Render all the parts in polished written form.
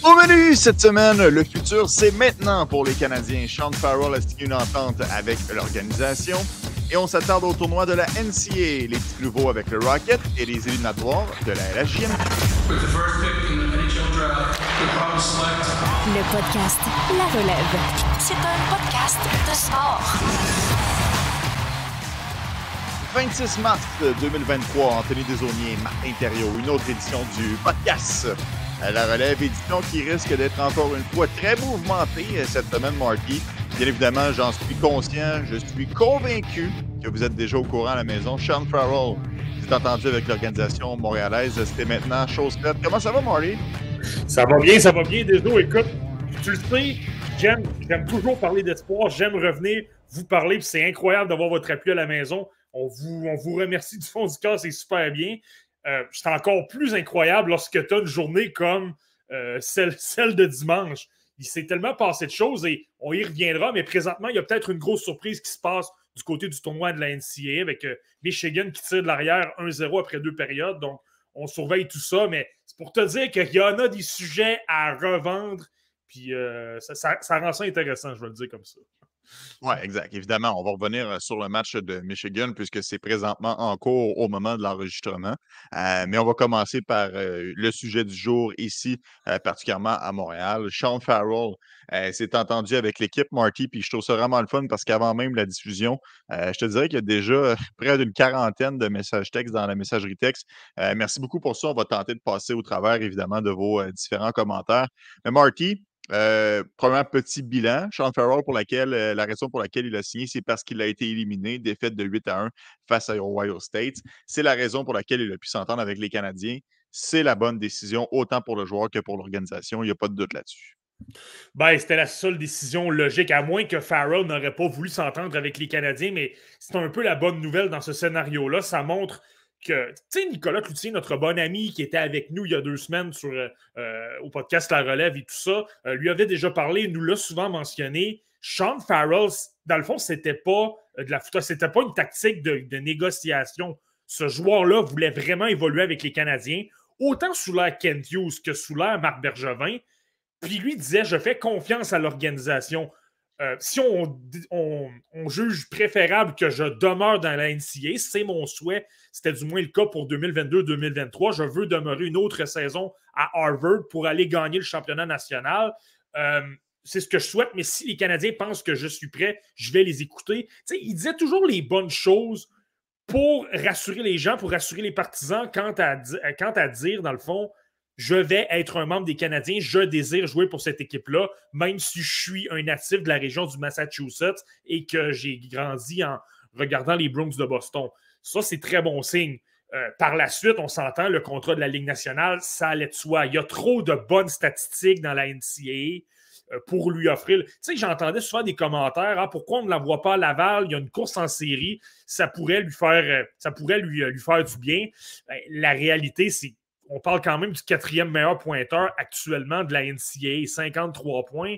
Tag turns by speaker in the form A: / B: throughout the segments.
A: Au menu cette semaine, le futur c'est maintenant pour les Canadiens. Sean Farrell a signé une entente avec l'organisation et on s'attarde au tournoi de la NCAA, les petits nouveaux avec le Rocket et les éliminatoires de la LHJMQ.
B: Le podcast La Relève. C'est un podcast de sport.
A: 26 mars 2023, Anthony Desaulniers, Martin Thériault, une autre édition du podcast La Relève, édition qui risque d'être encore une fois très mouvementée cette semaine, Marty. Bien évidemment, j'en suis conscient, je suis convaincu que vous êtes déjà au courant à la maison. Sean Farrell, vous êtes entendu avec l'organisation montréalaise, c'était maintenant chose faite. Comment ça va, Marty?
C: Ça va bien, Deso. Écoute, tu le sais, j'aime toujours parler d'espoir, j'aime revenir vous parler, puis c'est incroyable d'avoir votre appui à la maison. On vous remercie du fond du cœur, c'est super bien. C'est encore plus incroyable lorsque tu as une journée comme celle de dimanche. Il s'est tellement passé de choses et on y reviendra, mais présentement, il y a peut-être une grosse surprise qui se passe du côté du tournoi de la NCAA avec Michigan qui tire de l'arrière 1-0 après 2 périodes. Donc, on surveille tout ça, mais c'est pour te dire qu'il y en a des sujets à revendre, puis ça rend ça intéressant, je vais le dire comme ça.
A: Oui, exact. Évidemment, on va revenir sur le match de Michigan puisque c'est présentement en cours au moment de l'enregistrement. Mais on va commencer par le sujet du jour ici, particulièrement à Montréal. Sean Farrell s'est entendu avec l'équipe Marty, puis je trouve ça vraiment le fun parce qu'avant même la diffusion, je te dirais qu'il y a déjà près d'une quarantaine de messages textes dans la messagerie texte. Merci beaucoup pour ça. On va tenter de passer au travers, évidemment, de vos différents commentaires. Mais Marty, premier petit bilan, Sean Farrell, la raison pour laquelle il a signé, c'est parce qu'il a été éliminé, défaite de 8-1 face à Ohio State. C'est la raison pour laquelle il a pu s'entendre avec les Canadiens. C'est la bonne décision, autant pour le joueur que pour l'organisation. Il n'y a pas de doute là-dessus.
C: Ben, c'était la seule décision logique, à moins que Farrell n'aurait pas voulu s'entendre avec les Canadiens, mais c'est un peu la bonne nouvelle dans ce scénario-là. Ça montre que, tu sais, Nicolas Cloutier, notre bon ami qui était avec nous il y a 2 semaines au podcast La Relève et tout ça, lui avait déjà parlé, nous l'a souvent mentionné. Sean Farrell, dans le fond, c'était pas de la foutage, c'était pas une tactique de négociation. Ce joueur-là voulait vraiment évoluer avec les Canadiens, autant sous l'air Kent Hughes que sous l'air Marc Bergevin. Puis lui disait, je fais confiance à l'organisation. Si on juge préférable que je demeure dans la NCAA, c'est mon souhait. C'était du moins le cas pour 2022-2023. Je veux demeurer une autre saison à Harvard pour aller gagner le championnat national. C'est ce que je souhaite, mais si les Canadiens pensent que je suis prêt, je vais les écouter. Tu sais, il disait toujours les bonnes choses pour rassurer les gens, pour rassurer les partisans quant à dire, dans le fond, je vais être un membre des Canadiens, je désire jouer pour cette équipe-là, même si je suis un natif de la région du Massachusetts et que j'ai grandi en regardant les Bruins de Boston. Ça, c'est très bon signe. Par la suite, on s'entend, le contrat de la Ligue nationale, ça allait de soi. Il y a trop de bonnes statistiques dans la NCAA pour lui offrir. Tu sais, j'entendais souvent des commentaires, pourquoi on ne l'envoie pas à Laval, il y a une course en série, ça pourrait lui faire du bien. Ben, la réalité, c'est on parle quand même du 4e meilleur pointeur actuellement de la NCAA, 53 points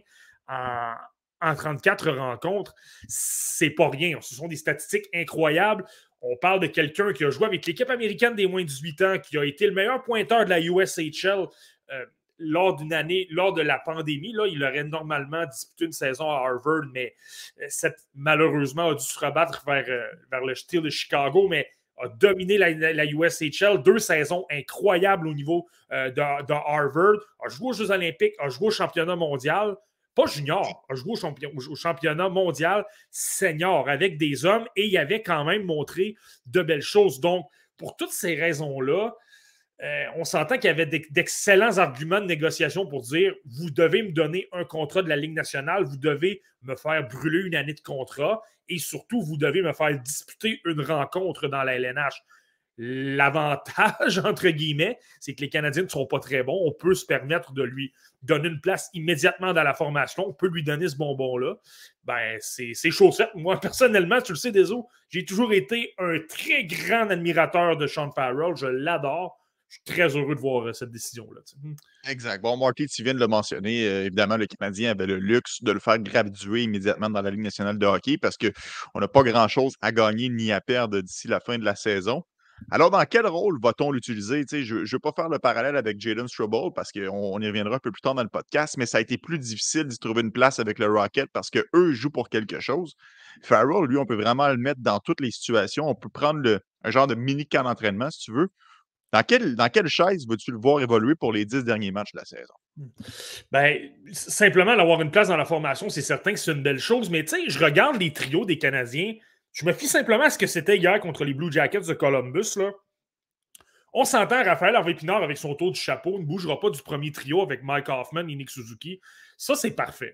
C: en 34 rencontres. C'est pas rien. Ce sont des statistiques incroyables. On parle de quelqu'un qui a joué avec l'équipe américaine des moins de 18 ans, qui a été le meilleur pointeur de la USHL lors de la pandémie. Là, il aurait normalement disputé une saison à Harvard, mais malheureusement a dû se rebattre vers le Steel de Chicago, mais a dominé la USHL, 2 saisons incroyables au niveau de Harvard, a joué aux Jeux olympiques, a joué au championnat mondial, pas junior, a joué au championnat mondial senior avec des hommes et il avait quand même montré de belles choses. Donc, pour toutes ces raisons-là, on s'entend qu'il y avait d'excellents arguments de négociation pour dire « Vous devez me donner un contrat de la Ligue nationale, vous devez me faire brûler une année de contrat et surtout, vous devez me faire disputer une rencontre dans la LNH. » L'avantage, entre guillemets, c'est que les Canadiens ne sont pas très bons. On peut se permettre de lui donner une place immédiatement dans la formation. On peut lui donner ce bonbon-là. Ben, c'est chaussette. Moi, personnellement, tu le sais, Deso, j'ai toujours été un très grand admirateur de Sean Farrell. Je l'adore. Je suis très heureux de voir cette décision-là.
A: Exact. Bon, Marty, tu viens de le mentionner. Évidemment, le Canadien avait le luxe de le faire graduer immédiatement dans la Ligue nationale de hockey parce qu'on n'a pas grand-chose à gagner ni à perdre d'ici la fin de la saison. Alors, dans quel rôle va-t-on l'utiliser? Tu sais, je ne veux pas faire le parallèle avec Jalen Struble parce qu'on y reviendra un peu plus tard dans le podcast, mais ça a été plus difficile d'y trouver une place avec le Rocket parce qu'eux jouent pour quelque chose. Farrell, lui, on peut vraiment le mettre dans toutes les situations. On peut prendre un genre de mini camp d'entraînement, si tu veux. Dans quelle chaise veux-tu le voir évoluer pour les 10 derniers matchs de la saison?
C: Ben, simplement d'avoir une place dans la formation, c'est certain que c'est une belle chose, mais tu sais, je regarde les trios des Canadiens, je me fie simplement à ce que c'était hier contre les Blue Jackets de Columbus, là. On s'entend, Raphaël Harvey-Pinard, avec son tour du chapeau, ne bougera pas du premier trio avec Mike Hoffman et Nick Suzuki. Ça, c'est parfait.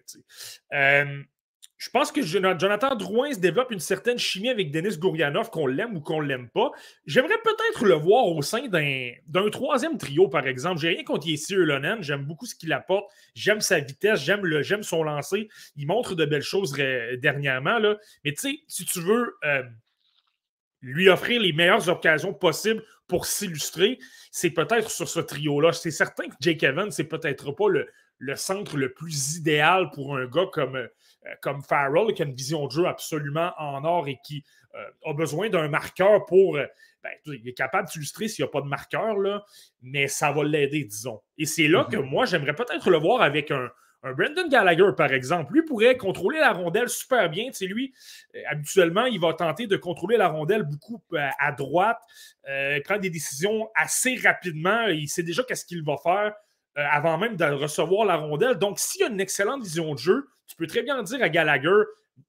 C: Je pense que Jonathan Drouin se développe une certaine chimie avec Denis Gourianov, qu'on l'aime ou qu'on l'aime pas. J'aimerais peut-être le voir au sein d'un troisième trio, par exemple. J'ai rien contre Yessi Urlonen. J'aime beaucoup ce qu'il apporte. J'aime sa vitesse. J'aime son lancer. Il montre de belles choses dernièrement. Là. Mais tu sais, si tu veux lui offrir les meilleures occasions possibles pour s'illustrer, c'est peut-être sur ce trio-là. C'est certain que Jake Evans, c'est peut-être pas le centre le plus idéal pour un gars comme Farrell, qui a une vision de jeu absolument en or et qui a besoin d'un marqueur pour... il est capable d'illustrer s'il n'y a pas de marqueur, là, mais ça va l'aider, disons. Et c'est là que moi, j'aimerais peut-être le voir avec un Brendan Gallagher, par exemple. Lui pourrait contrôler la rondelle super bien. Tu sais, lui, habituellement, il va tenter de contrôler la rondelle beaucoup à droite. Il prend des décisions assez rapidement. Il sait déjà qu'est-ce qu'il va faire avant même de recevoir la rondelle. Donc, s'il a une excellente vision de jeu, tu peux très bien dire à Gallagher,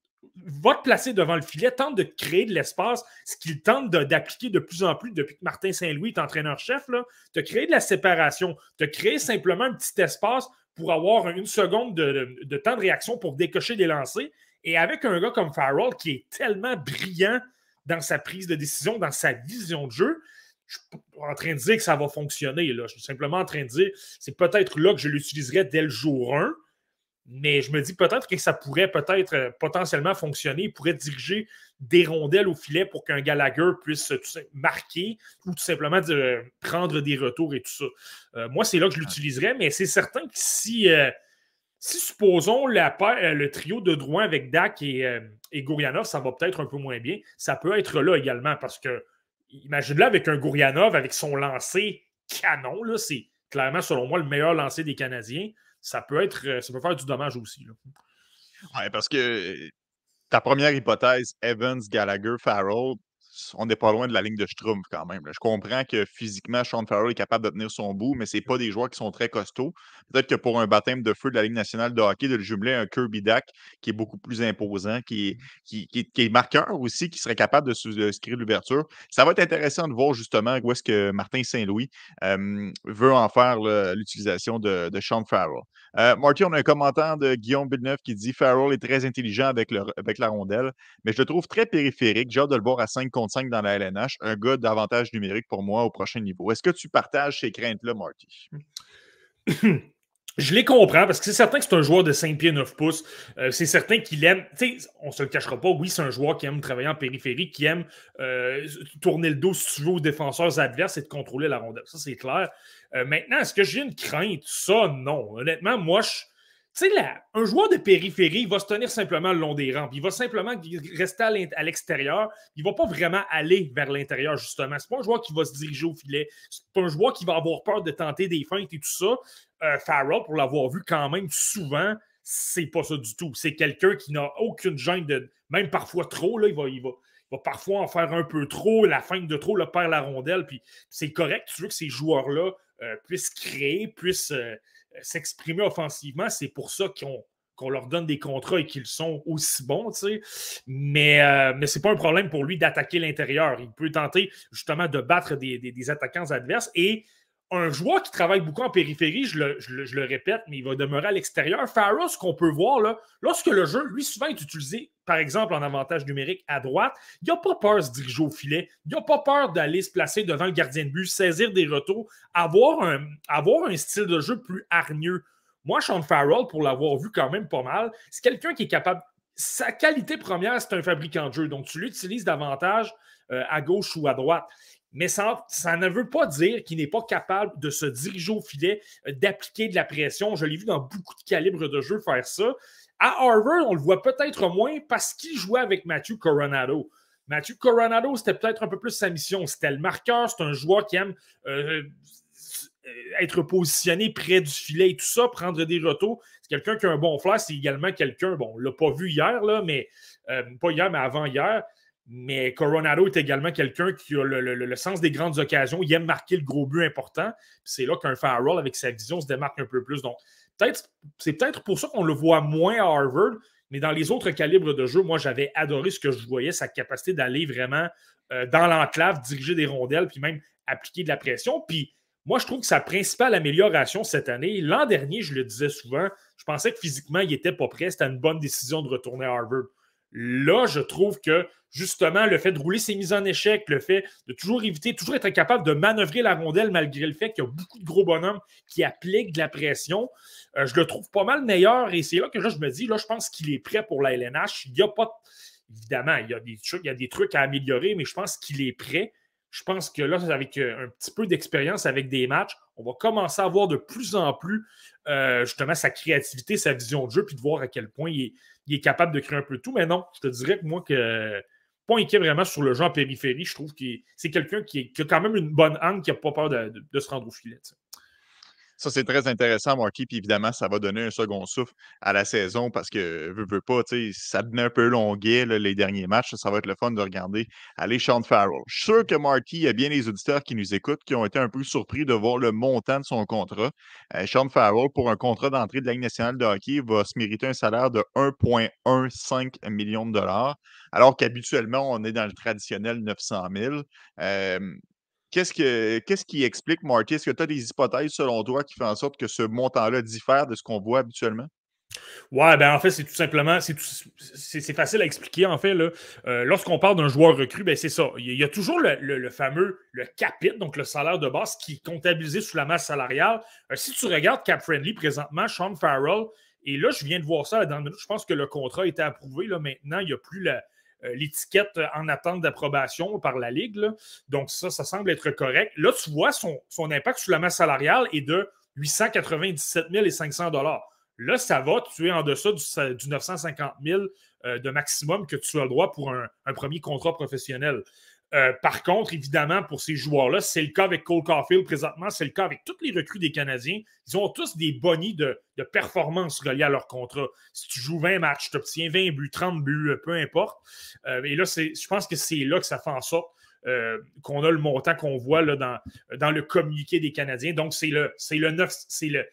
C: va te placer devant le filet, tente de créer de l'espace, ce qu'il tente d'appliquer de plus en plus depuis que Martin Saint-Louis est entraîneur-chef, de créer de la séparation, de créer simplement un petit espace pour avoir une seconde de temps de réaction pour décocher des lancers. Et avec un gars comme Farrell qui est tellement brillant dans sa prise de décision, dans sa vision de jeu, je suis pas en train de dire que ça va fonctionner. Là. Je suis simplement en train de dire c'est peut-être là que je l'utiliserai dès le jour 1. Mais je me dis peut-être que ça pourrait peut-être potentiellement fonctionner. Il pourrait diriger des rondelles au filet pour qu'un Gallagher puisse marquer ou tout simplement prendre des retours et tout ça. Moi, c'est là que je l'utiliserais, mais c'est certain que si supposons le trio de Drouin avec Dak et Gourianov, ça va peut-être un peu moins bien. Ça peut être là également parce que imagine-le avec un Gourianov avec son lancer canon, là, c'est clairement, selon moi, le meilleur lancer des Canadiens. Ça peut faire du dommage aussi.
A: Oui, parce que ta première hypothèse, Evans, Gallagher, Farrell, on n'est pas loin de la ligne de Schtroumpf quand même. Là. Je comprends que physiquement, Sean Farrell est capable de tenir son bout, mais ce pas des joueurs qui sont très costauds. Peut-être que pour un baptême de feu de la Ligue nationale de hockey, de le jumeler à un Kirby Dak qui est beaucoup plus imposant, qui est marqueur aussi, qui serait capable de se créer l'ouverture. Ça va être intéressant de voir justement où est-ce que Martin Saint-Louis veut en faire l'utilisation de Sean Farrell. Marty, on a un commentaire de Guillaume Villeneuve qui dit « Farrell est très intelligent avec la rondelle, mais je le trouve très périphérique. J'ai hâte de le voir à 5 contre 5 dans la LNH. Un gars d'avantage numérique pour moi au prochain niveau. » Est-ce que tu partages ces craintes-là, Marty?
C: Je les comprends parce que c'est certain que c'est un joueur de 5 pieds 9 pouces. C'est certain qu'il aime, tu sais, on se le cachera pas, oui, c'est un joueur qui aime travailler en périphérie, qui aime tourner le dos, si tu veux, aux défenseurs adverses et de contrôler la rondelle. Ça, c'est clair. Maintenant, est-ce que j'ai une crainte? Ça, non. Honnêtement, moi, tu sais, un joueur de périphérie, il va se tenir simplement le long des rampes. Il va simplement rester à l'extérieur. Il ne va pas vraiment aller vers l'intérieur, justement. Ce n'est pas un joueur qui va se diriger au filet. C'est pas un joueur qui va avoir peur de tenter des feintes et tout ça. Farrell, pour l'avoir vu quand même souvent, c'est pas ça du tout. C'est quelqu'un qui n'a aucune gêne même parfois trop, là, il va parfois en faire un peu trop, la feinte de trop, là, perd la rondelle, puis c'est correct. Tu veux que ces joueurs-là puissent créer, puissent s'exprimer offensivement. C'est pour ça qu'on leur donne des contrats et qu'ils sont aussi bons, tu sais. Mais c'est pas un problème pour lui d'attaquer l'intérieur. Il peut tenter justement de battre des attaquants adverses. Et un joueur qui travaille beaucoup en périphérie, je le répète, mais il va demeurer à l'extérieur. Farrell, ce qu'on peut voir, là, lorsque le jeu, lui, souvent est utilisé, par exemple, en avantage numérique à droite, il n'a pas peur de se diriger au filet. Il n'a pas peur d'aller se placer devant le gardien de but, saisir des retours, avoir un style de jeu plus hargneux. Moi, Sean Farrell, pour l'avoir vu quand même pas mal, c'est quelqu'un qui est capable... Sa qualité première, c'est un fabricant de jeu. Donc, tu l'utilises davantage à gauche ou à droite. Mais ça ne veut pas dire qu'il n'est pas capable de se diriger au filet, d'appliquer de la pression. Je l'ai vu dans beaucoup de calibres de jeu faire ça. À Harvard, on le voit peut-être moins parce qu'il jouait avec Matthew Coronado. Matthew Coronado, c'était peut-être un peu plus sa mission. C'était le marqueur, c'est un joueur qui aime être positionné près du filet et tout ça, prendre des retours. C'est quelqu'un qui a un bon flair, c'est également quelqu'un, bon, on ne l'a pas vu hier, là, mais pas hier, mais avant-hier. Mais Coronado est également quelqu'un qui a le sens des grandes occasions. Il aime marquer le gros but important. C'est là qu'un Farrell, avec sa vision, se démarque un peu plus. Donc, c'est peut-être pour ça qu'on le voit moins à Harvard, mais dans les autres calibres de jeu, moi, j'avais adoré ce que je voyais, sa capacité d'aller vraiment dans l'enclave, diriger des rondelles, puis même appliquer de la pression. Puis, moi, je trouve que sa principale amélioration cette année, l'an dernier, je le disais souvent, je pensais que physiquement, il n'était pas prêt. C'était une bonne décision de retourner à Harvard. Là, je trouve que, justement, le fait de rouler ses mises en échec, le fait de toujours éviter, toujours être capable de manœuvrer la rondelle malgré le fait qu'il y a beaucoup de gros bonhommes qui appliquent de la pression, je le trouve pas mal meilleur. Et c'est là que là, je me dis, là, je pense qu'il est prêt pour la LNH. Il n'y a pas... Évidemment, il y a des trucs à améliorer, mais je pense qu'il est prêt. Je pense que là, avec un petit peu d'expérience avec des matchs, on va commencer à voir de plus en plus justement sa créativité, sa vision de jeu, puis de voir à quel point il est capable de créer un peu tout. Mais non, je te dirais que moi, pas inquiet vraiment sur le jeu en périphérie. Je trouve que c'est quelqu'un qui a quand même une bonne hangue, qui n'a pas peur de se rendre au filet. T'sais.
A: Ça, c'est très intéressant, Marky. Puis évidemment, ça va donner un second souffle à la saison parce que, veux pas, ça devenait un peu longuet là, les derniers matchs. Ça va être le fun de regarder aller Sean Farrell. Je suis sûr que Marky, il y a bien les auditeurs qui nous écoutent qui ont été un peu surpris de voir le montant de son contrat. Sean Farrell, pour un contrat d'entrée de la Ligue nationale de hockey, va se mériter un salaire de 1,15 million de dollars, alors qu'habituellement, on est dans le traditionnel 900 000. Qu'est-ce qui explique, Marty? Est-ce que tu as des hypothèses, selon toi, qui font en sorte que ce montant-là diffère de ce qu'on voit habituellement?
C: Ouais, ben en fait, c'est tout simplement, c'est facile à expliquer, en fait. Là. Lorsqu'on parle d'un joueur recru, ben c'est ça. Il y a toujours le fameux capite, donc le salaire de base, qui est comptabilisé sous la masse salariale. Si tu regardes Cap Friendly présentement, Sean Farrell, et là, je viens de voir ça, je pense que le contrat a été approuvé. Là, maintenant, il n'y a plus l'étiquette en attente d'approbation par la Ligue. Là. Donc, ça semble être correct. Là, tu vois, son impact sur la masse salariale est de 897 500 $. Là, ça va, tu es en deçà du 950 000 de maximum que tu as le droit pour un premier contrat professionnel. Par contre, évidemment, pour ces joueurs-là, c'est le cas avec Cole Caulfield présentement, c'est le cas avec toutes les recrues des Canadiens. Ils ont tous des bonnies de performance reliés à leur contrat. Si tu joues 20 matchs, tu obtiens 20 buts, 30 buts, peu importe. Et là, je pense que c'est là que ça fait en sorte qu'on a le montant qu'on voit là, dans le communiqué des Canadiens. Donc, c'est le 9, c'est le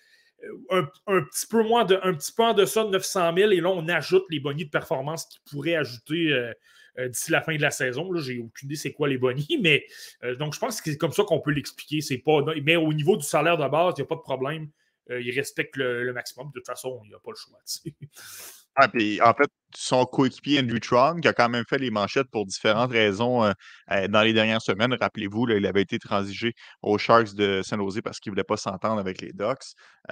C: un petit peu en deçà de 900 000 et là, on ajoute les bonnies de performance qui pourraient ajouter d'ici la fin de la saison. Là, j'ai aucune idée c'est quoi les bonnies, mais donc je pense que c'est comme ça qu'on peut l'expliquer. Mais au niveau du salaire de base, il n'y a pas de problème. Il respecte le maximum. De toute façon, il n'y a pas le choix.
A: Ah, puis en fait, son coéquipier Andrew Tron, qui a quand même fait les manchettes pour différentes raisons dans les dernières semaines. Rappelez-vous, là, il avait été transigé aux Sharks de San Jose parce qu'il ne voulait pas s'entendre avec les Ducks.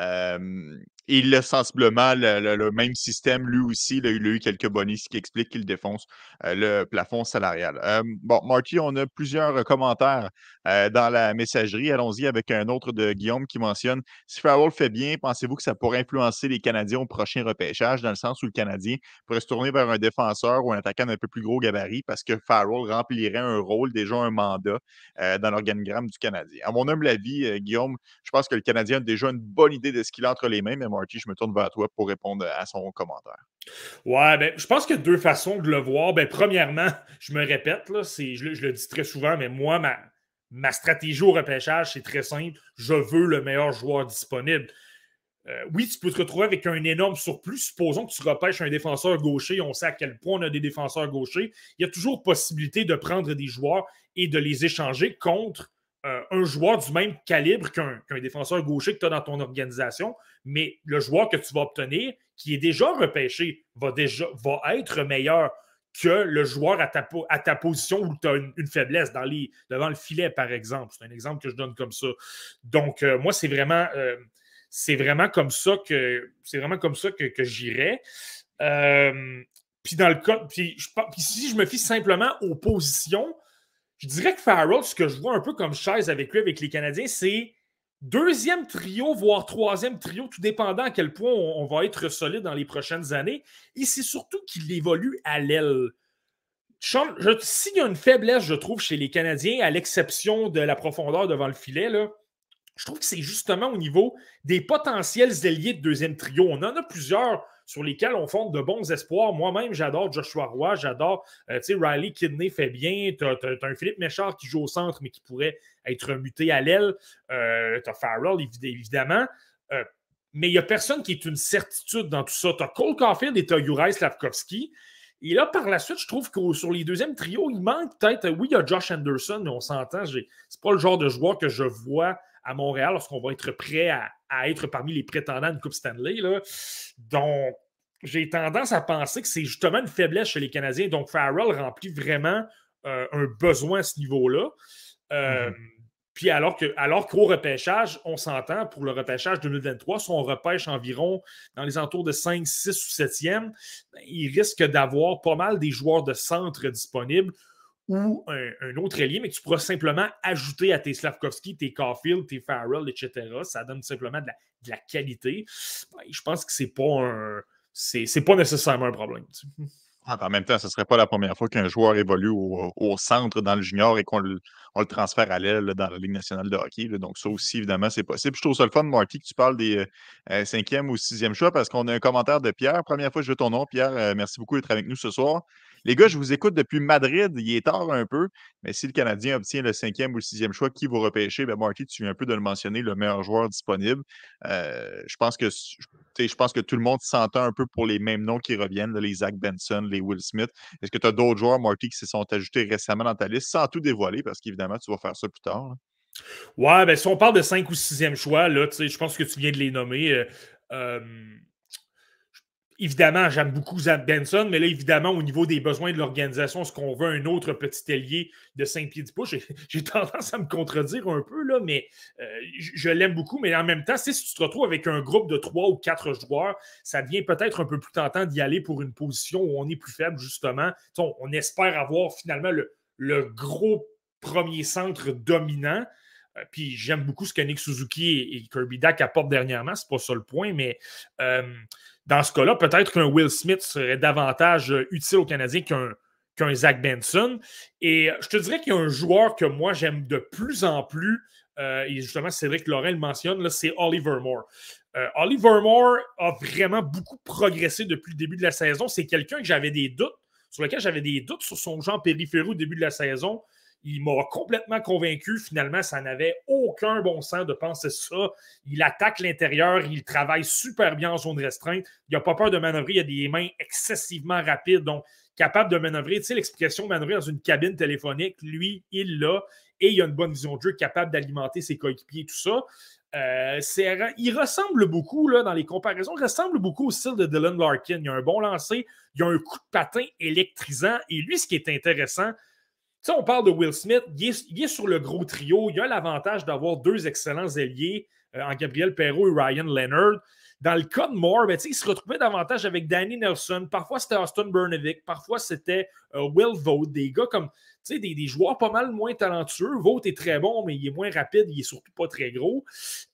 A: Il a sensiblement le même système, lui aussi. Là, il a eu quelques bonus qui expliquent qu'il défonce le plafond salarial. Bon, Marty, on a plusieurs commentaires dans la messagerie. Allons-y avec un autre de Guillaume qui mentionne: si Farrell fait bien, pensez-vous que ça pourrait influencer les Canadiens au prochain repêchage, dans le sens où le Canadien pourrait se tourner vers un défenseur ou un attaquant d'un peu plus gros gabarit parce que Farrell remplirait un rôle, déjà un mandat dans l'organigramme du Canadien? À mon humble avis, Guillaume, je pense que le Canadien a déjà une bonne idée de ce qu'il a entre les mains, mais Marty, je me tourne vers toi pour répondre à son commentaire.
C: Ouais, ben, je pense qu'il y a deux façons de le voir. Ben, premièrement, je me répète, là, je le dis très souvent, mais moi, ma stratégie au repêchage, c'est très simple. Je veux le meilleur joueur disponible. Oui, tu peux te retrouver avec un énorme surplus. Supposons que tu repêches un défenseur gaucher. On sait à quel point on a des défenseurs gauchers. Il y a toujours possibilité de prendre des joueurs et de les échanger contre un joueur du même calibre qu'un défenseur gaucher que tu as dans ton organisation. Mais le joueur que tu vas obtenir, qui est déjà repêché, va être meilleur que le joueur à ta position où tu as une faiblesse devant le filet, par exemple. C'est un exemple que je donne comme ça. Donc, moi, c'est vraiment comme ça que j'irais. Puis dans le cas, puis si je me fie simplement aux positions, je dirais que Farrell, ce que je vois un peu comme chaise avec lui, avec les Canadiens, c'est deuxième trio, voire troisième trio, tout dépendant à quel point on va être solide dans les prochaines années. Et c'est surtout qu'il évolue à l'aile. Sean, s'il y a une faiblesse, je trouve, chez les Canadiens, à l'exception de la profondeur devant le filet, là, je trouve que c'est justement au niveau des potentiels ailiers de deuxième trio. On en a plusieurs sur lesquels on fonde de bons espoirs. Moi-même, j'adore Joshua Roy, j'adore Riley Kidney fait bien. Tu as un Philippe Méchard qui joue au centre, mais qui pourrait être muté à l'aile. Tu as Farrell, évidemment. Mais il n'y a personne qui est une certitude dans tout ça. Tu as Cole Caulfield et tu as Juraj Slafkovský. Et là, par la suite, je trouve que sur les deuxièmes trios, il manque peut-être. Oui, il y a Josh Anderson, mais on s'entend. C'est pas le genre de joueur que je vois à Montréal lorsqu'on va être prêt à être parmi les prétendants à une Coupe Stanley. Là. Donc, j'ai tendance à penser que c'est justement une faiblesse chez les Canadiens. Donc, Farrell remplit vraiment un besoin à ce niveau-là. Puis alors qu'au repêchage, on s'entend, pour le repêchage 2023, si on repêche environ dans les entours de 5, 6 ou 7e, il risque d'avoir pas mal des joueurs de centre disponibles ou un autre ailier, mais que tu pourras simplement ajouter à tes Slafkovský, tes Caulfield, tes Farrell, etc. Ça donne simplement de la qualité. Je pense que c'est pas nécessairement un problème.
A: En même temps, ce ne serait pas la première fois qu'un joueur évolue au centre dans le junior et qu'on le transfère à l'aile dans la Ligue nationale de hockey. Là. Donc, ça aussi, évidemment, c'est possible. Je trouve ça le fun, Marty, que tu parles des 5e ou 6e choix parce qu'on a un commentaire de Pierre. Première fois que je veux ton nom, Pierre. Merci beaucoup d'être avec nous ce soir. Les gars, je vous écoute depuis Madrid. Il est tard un peu, mais si le Canadien obtient le 5e ou le 6e choix, qui vous repêchez? Ben, Marty, tu viens un peu de le mentionner, le meilleur joueur disponible. Je pense que tout le monde s'entend un peu pour les mêmes noms qui reviennent, là, les Zach Benson, les Will Smith. Est-ce que tu as d'autres joueurs, Marty, qui se sont ajoutés récemment dans ta liste, sans tout dévoiler, parce qu'évidemment, tu vas faire ça plus tard. Là.
C: Ouais, ben si on parle de 5 ou 6e choix, là, je pense que tu viens de les nommer. Évidemment, j'aime beaucoup Zach Benson, mais là, évidemment, au niveau des besoins de l'organisation, est-ce qu'on veut un autre petit ailier de 5 pieds 10 pouces? J'ai tendance à me contredire un peu, là, mais je l'aime beaucoup. Mais en même temps, si tu te retrouves avec un groupe de 3 ou 4 joueurs, ça devient peut-être un peu plus tentant d'y aller pour une position où on est plus faible, justement. On espère avoir finalement le gros premier centre dominant. Puis j'aime beaucoup ce que Nick Suzuki et Kirby Dach apportent dernièrement. C'est pas ça le point, mais dans ce cas-là, peut-être qu'un Will Smith serait davantage utile aux Canadiens qu'un Zach Benson. Et je te dirais qu'il y a un joueur que moi, j'aime de plus en plus, et justement, Cédric Laurent le mentionne, là, c'est Oliver Moore. Oliver Moore a vraiment beaucoup progressé depuis le début de la saison. C'est quelqu'un que j'avais des doutes, sur lequel j'avais des doutes sur son genre périphérique au début de la saison. Il m'a complètement convaincu. Finalement, ça n'avait aucun bon sens de penser ça. Il attaque l'intérieur. Il travaille super bien en zone restreinte. Il n'a pas peur de manœuvrer. Il a des mains excessivement rapides. Donc, capable de manœuvrer. Tu sais, l'expression manœuvrer dans une cabine téléphonique, lui, il l'a. Et il a une bonne vision de jeu, capable d'alimenter ses coéquipiers, tout ça. Il ressemble beaucoup, là, dans les comparaisons, il ressemble beaucoup au style de Dylan Larkin. Il a un bon lancer. Il a un coup de patin électrisant. Et lui, ce qui est intéressant, tu sais, on parle de Will Smith, il est sur le gros trio. Il a l'avantage d'avoir 2 excellents ailiers en Gabriel Perreault et Ryan Leonard. Dans le cas de Moore, ben, il se retrouvait davantage avec Danny Nelson. Parfois, c'était Austin Bernevic. Parfois, c'était Will Vogt. Des gars comme des joueurs pas mal moins talentueux. Vogt est très bon, mais il est moins rapide. Il est surtout pas très gros.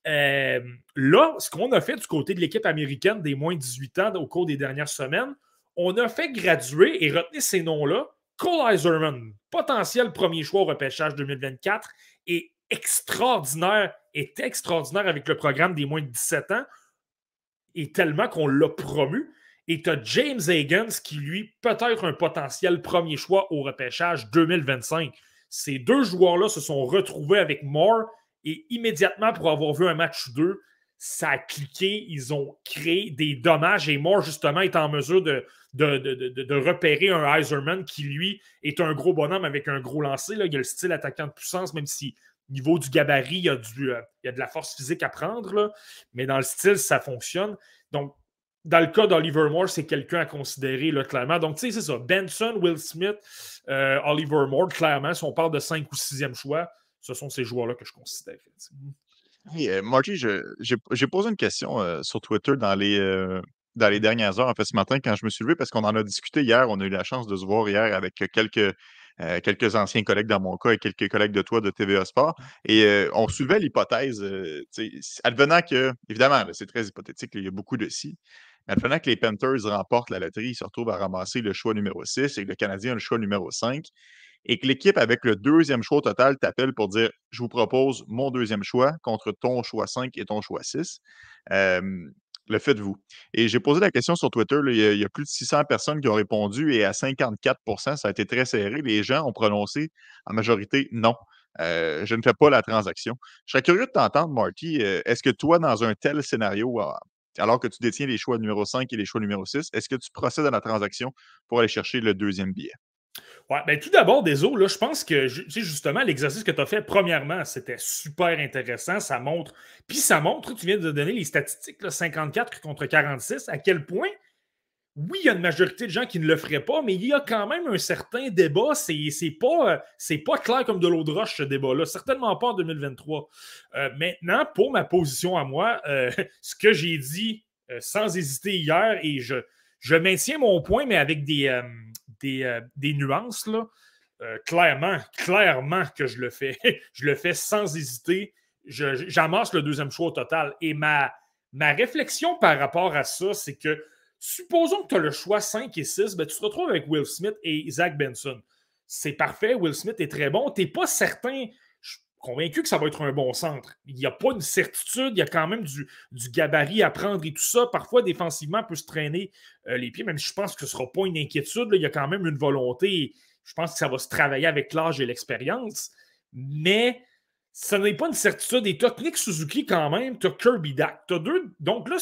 C: Là, ce qu'on a fait du côté de l'équipe américaine des moins de 18 ans au cours des dernières semaines, on a fait graduer et retenir ces noms-là. Cole Eiserman, potentiel premier choix au repêchage 2024, est extraordinaire avec le programme des moins de 17 ans, et tellement qu'on l'a promu. Et tu as James Higgins qui, lui, peut-être un potentiel premier choix au repêchage 2025. Ces 2 joueurs-là se sont retrouvés avec Moore et immédiatement, pour avoir vu un match 2, ça a cliqué. Ils ont créé des dommages et Moore, justement, est en mesure de repérer un Eiserman qui, lui, est un gros bonhomme avec un gros lancer. Là. Il a le style attaquant de puissance, même si au niveau du gabarit, il y a de la force physique à prendre. Là. Mais dans le style, ça fonctionne. Donc, dans le cas d'Oliver Moore, c'est quelqu'un à considérer, là, clairement. Donc, tu sais, c'est ça. Benson, Will Smith, Oliver Moore, clairement, si on parle de 5 ou 6e choix, ce sont ces joueurs-là que je considère.
A: Hey, Marty, j'ai posé une question sur Twitter dans les dernières heures, en fait, ce matin, quand je me suis levé, parce qu'on en a discuté hier. On a eu la chance de se voir hier avec quelques anciens collègues dans mon cas et quelques collègues de toi de TVA Sport. Et on soulevait l'hypothèse, advenant que, évidemment, là, c'est très hypothétique, là, il y a beaucoup de si, Mais advenant que les Panthers remportent la loterie, ils se retrouvent à ramasser le choix numéro 6 et que le Canadien a le choix numéro 5 et que l'équipe avec le deuxième choix au total t'appelle pour dire je vous propose mon deuxième choix contre ton choix 5 et ton choix 6. Euh, le faites-vous? Et j'ai posé la question sur Twitter, là, il y a plus de 600 personnes qui ont répondu et à 54 ça a été très serré. Les gens ont prononcé en majorité non. Je ne fais pas la transaction. Je serais curieux de t'entendre, Marty. Est-ce que toi, dans un tel scénario, alors que tu détiens les choix numéro 5 et les choix numéro 6, est-ce que tu procèdes à la transaction pour aller chercher le deuxième billet?
C: Ouais, ben tout d'abord, désolé, là, je pense que justement, l'exercice que tu as fait, premièrement, c'était super intéressant. Ça montre, tu viens de donner les statistiques, là, 54 contre 46, à quel point, oui, il y a une majorité de gens qui ne le feraient pas, mais il y a quand même un certain débat. C'est pas clair comme de l'eau de roche, ce débat-là. Certainement pas en 2023. Maintenant, pour ma position à moi, ce que j'ai dit sans hésiter hier, et je maintiens mon point, mais avec des nuances, là. Clairement que je le fais. Je le fais sans hésiter. J'amasse le deuxième choix au total. Et ma réflexion par rapport à ça, c'est que supposons que tu as le choix 5 et 6, ben, tu te retrouves avec Will Smith et Zach Benson. C'est parfait, Will Smith est très bon. Tu n'es pas certain, je suis convaincu que ça va être un bon centre. Il n'y a pas une certitude, il y a quand même du gabarit à prendre et tout ça. Parfois, défensivement, peut se traîner les pieds, même si je pense que ce ne sera pas une inquiétude. Là, il y a quand même une volonté. Je pense que ça va se travailler avec l'âge et l'expérience. Mais ce n'est pas une certitude. Et tu as Nick Suzuki quand même, tu as Kirby Dak. Tu as deux. Donc là,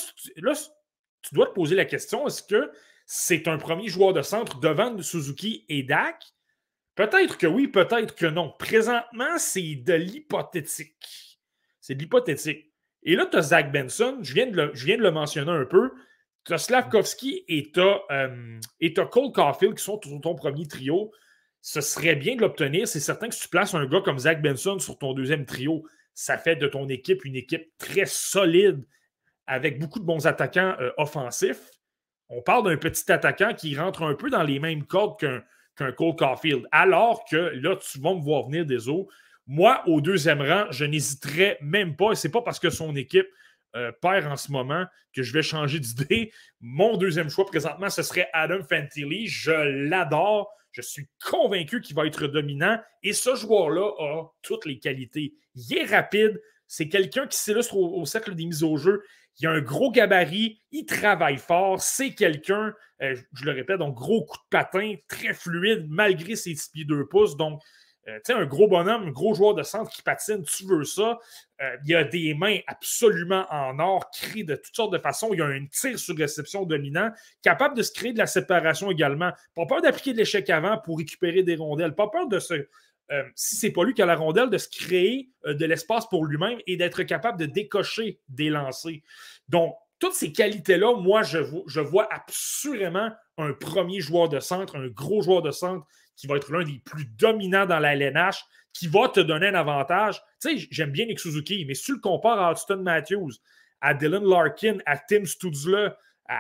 C: tu dois te poser la question, est-ce que c'est un premier joueur de centre devant Suzuki et Dak? Peut-être que oui, peut-être que non. Présentement, c'est de l'hypothétique. C'est de l'hypothétique. Et là, tu as Zach Benson, je viens de le mentionner un peu. Tu as Slavkovski et tu as Cole Caulfield qui sont sur ton premier trio. Ce serait bien de l'obtenir. C'est certain que si tu places un gars comme Zach Benson sur ton deuxième trio, ça fait de ton équipe une équipe très solide avec beaucoup de bons attaquants offensifs. On parle d'un petit attaquant qui rentre un peu dans les mêmes cordes qu'un Cole Caulfield. Alors que là, tu vas me voir venir des eaux. Moi, au deuxième rang, je n'hésiterais même pas. Et c'est pas parce que son équipe perd en ce moment que je vais changer d'idée. Mon deuxième choix présentement, ce serait Adam Fantilli. Je l'adore. Je suis convaincu qu'il va être dominant. Et ce joueur-là a toutes les qualités. Il est rapide. C'est quelqu'un qui s'illustre au cercle des mises au jeu. Il a un gros gabarit, il travaille fort, c'est quelqu'un, je le répète, donc gros coup de patin, très fluide, malgré ses 6 pieds 2 pouces. Donc, tu sais, un gros bonhomme, un gros joueur de centre qui patine, tu veux ça. Il a des mains absolument en or, créées de toutes sortes de façons. Il a un tir sur réception dominant, capable de se créer de la séparation également. Pas peur d'appliquer de l'échec avant pour récupérer des rondelles. Pas peur de se... si c'est pas lui qui a la rondelle, de se créer de l'espace pour lui-même et d'être capable de décocher des lancers. Donc, toutes ces qualités-là, moi, je vois absolument un premier joueur de centre, un gros joueur de centre qui va être l'un des plus dominants dans la LNH, qui va te donner un avantage. Tu sais, j'aime bien Nick Suzuki, mais si tu le compares à Auston Matthews, à Dylan Larkin, à Tim Stutzla,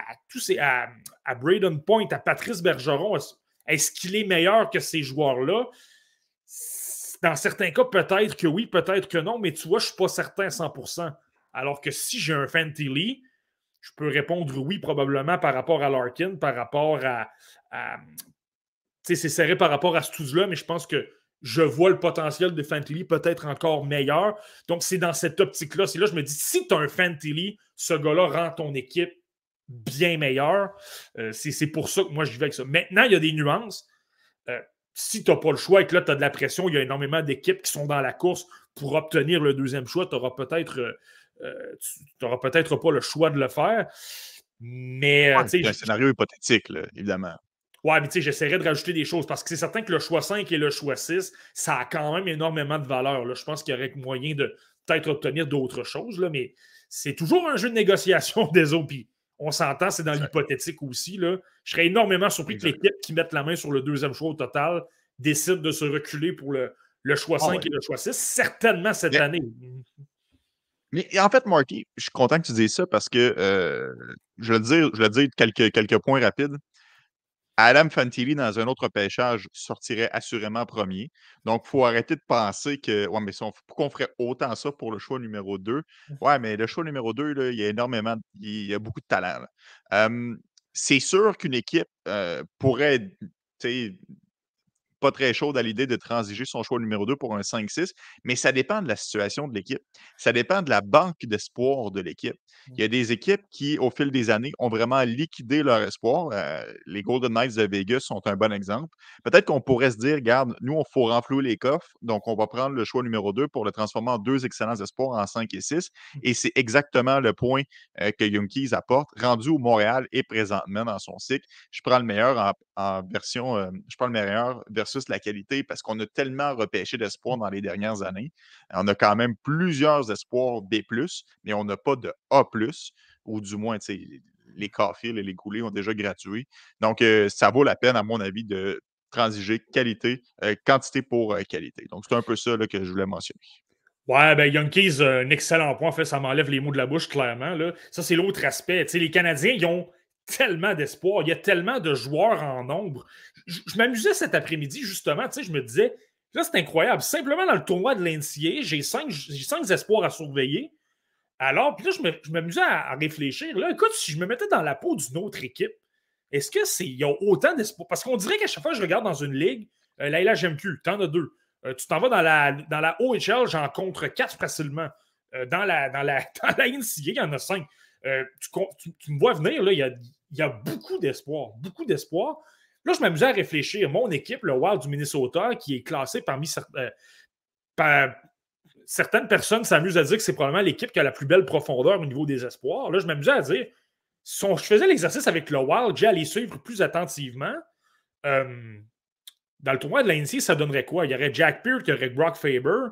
C: à Braden Point, à Patrice Bergeron, est-ce qu'il est meilleur que ces joueurs-là? Dans certains cas, peut-être que oui, peut-être que non, mais tu vois, je ne suis pas certain à 100%. Alors que si j'ai un Fantilli, je peux répondre oui, probablement par rapport à Larkin, par rapport à tu sais, c'est serré par rapport à Stutzla, mais je pense que je vois le potentiel de Fantilli peut-être encore meilleur. Donc, c'est dans cette optique-là. C'est là que je me dis, si tu as un Fantilli, ce gars-là rend ton équipe bien meilleure. C'est pour ça que moi, je vais avec ça. Maintenant, il y a des nuances. Si tu n'as pas le choix et que là, tu as de la pression, il y a énormément d'équipes qui sont dans la course pour obtenir le deuxième choix. Tu n'auras peut-être pas le choix de le faire. Mais
A: c'est un scénario hypothétique, là, évidemment.
C: Ouais, mais tu sais, j'essaierai de rajouter des choses parce que c'est certain que le choix 5 et le choix 6, ça a quand même énormément de valeur. Là. Je pense qu'il y aurait moyen de peut-être obtenir d'autres choses, là, mais c'est toujours un jeu de négociation des OP. On s'entend, c'est dans l'hypothétique aussi. Là. Je serais énormément surpris que l'équipe qui mette la main sur le deuxième choix au total décide de se reculer pour le choix 5 et le choix 6. Certainement cette année.
A: Mais en fait, Marty, je suis content que tu dises ça parce que je vais te dire quelques points rapides. Adam Fantilli, dans un autre repêchage, sortirait assurément premier. Donc, il faut arrêter de penser que ouais, mais pourquoi on ferait autant ça pour le choix numéro 2? Ouais, mais le choix numéro 2, là, il y a beaucoup de talent, là. C'est sûr qu'une équipe, pourrait, tu sais, pas très chaude à l'idée de transiger son choix numéro 2 pour un 5-6, mais ça dépend de la situation de l'équipe. Ça dépend de la banque d'espoir de l'équipe. Il y a des équipes qui, au fil des années, ont vraiment liquidé leur espoir. Les Golden Knights de Vegas sont un bon exemple. Peut-être qu'on pourrait se dire, regarde, nous, il faut renflouer les coffres, donc on va prendre le choix numéro 2 pour le transformer en deux excellents espoirs en 5 et 6. Et c'est exactement le point que Youngkees apporte, rendu où Montréal est présentement dans son cycle. Je prends le meilleur en version, je prends le meilleur versus la qualité parce qu'on a tellement repêché d'espoirs dans les dernières années. On a quand même plusieurs espoirs B+, mais on n'a pas de A+, ou du moins, tu sais, les Caulfield et les Goulet ont déjà gradué. Donc, ça vaut la peine, à mon avis, de transiger quantité pour qualité. Donc, c'est un peu ça là, que je voulais mentionner.
C: Ouais, ben Yankees, un excellent point. En fait, ça m'enlève les mots de la bouche, clairement. Là. Ça, c'est l'autre aspect. Tu sais, les Canadiens, ils ont tellement d'espoir. Il y a tellement de joueurs en nombre. Je m'amusais cet après-midi, justement. Tu sais, je me disais, là, c'est incroyable. Simplement dans le tournoi de l'NCAA, j'ai cinq espoirs à surveiller. Alors, puis là, je m'amusais à réfléchir. Là, écoute, si je me mettais dans la peau d'une autre équipe, est-ce que c'est. Il y a autant d'espoir? Parce qu'on dirait qu'à chaque fois que je regarde dans une ligue, la LHMQ, t'en as deux. Tu t'en vas dans la OHL, j'en compte 4 facilement. Dans la NCAA, il y en a 5. Tu me vois venir, là, il y a beaucoup d'espoir. Beaucoup d'espoir. Là, je m'amusais à réfléchir. Mon équipe, le Wild du Minnesota, qui est classée certaines personnes s'amusent à dire que c'est probablement l'équipe qui a la plus belle profondeur au niveau des espoirs. Là, je m'amusais à dire, si je faisais l'exercice avec le Wild, j'ai à les suivre plus attentivement. Dans le tournoi de l'ANC, ça donnerait quoi? Il y aurait Jack Peart, il y aurait Brock Faber.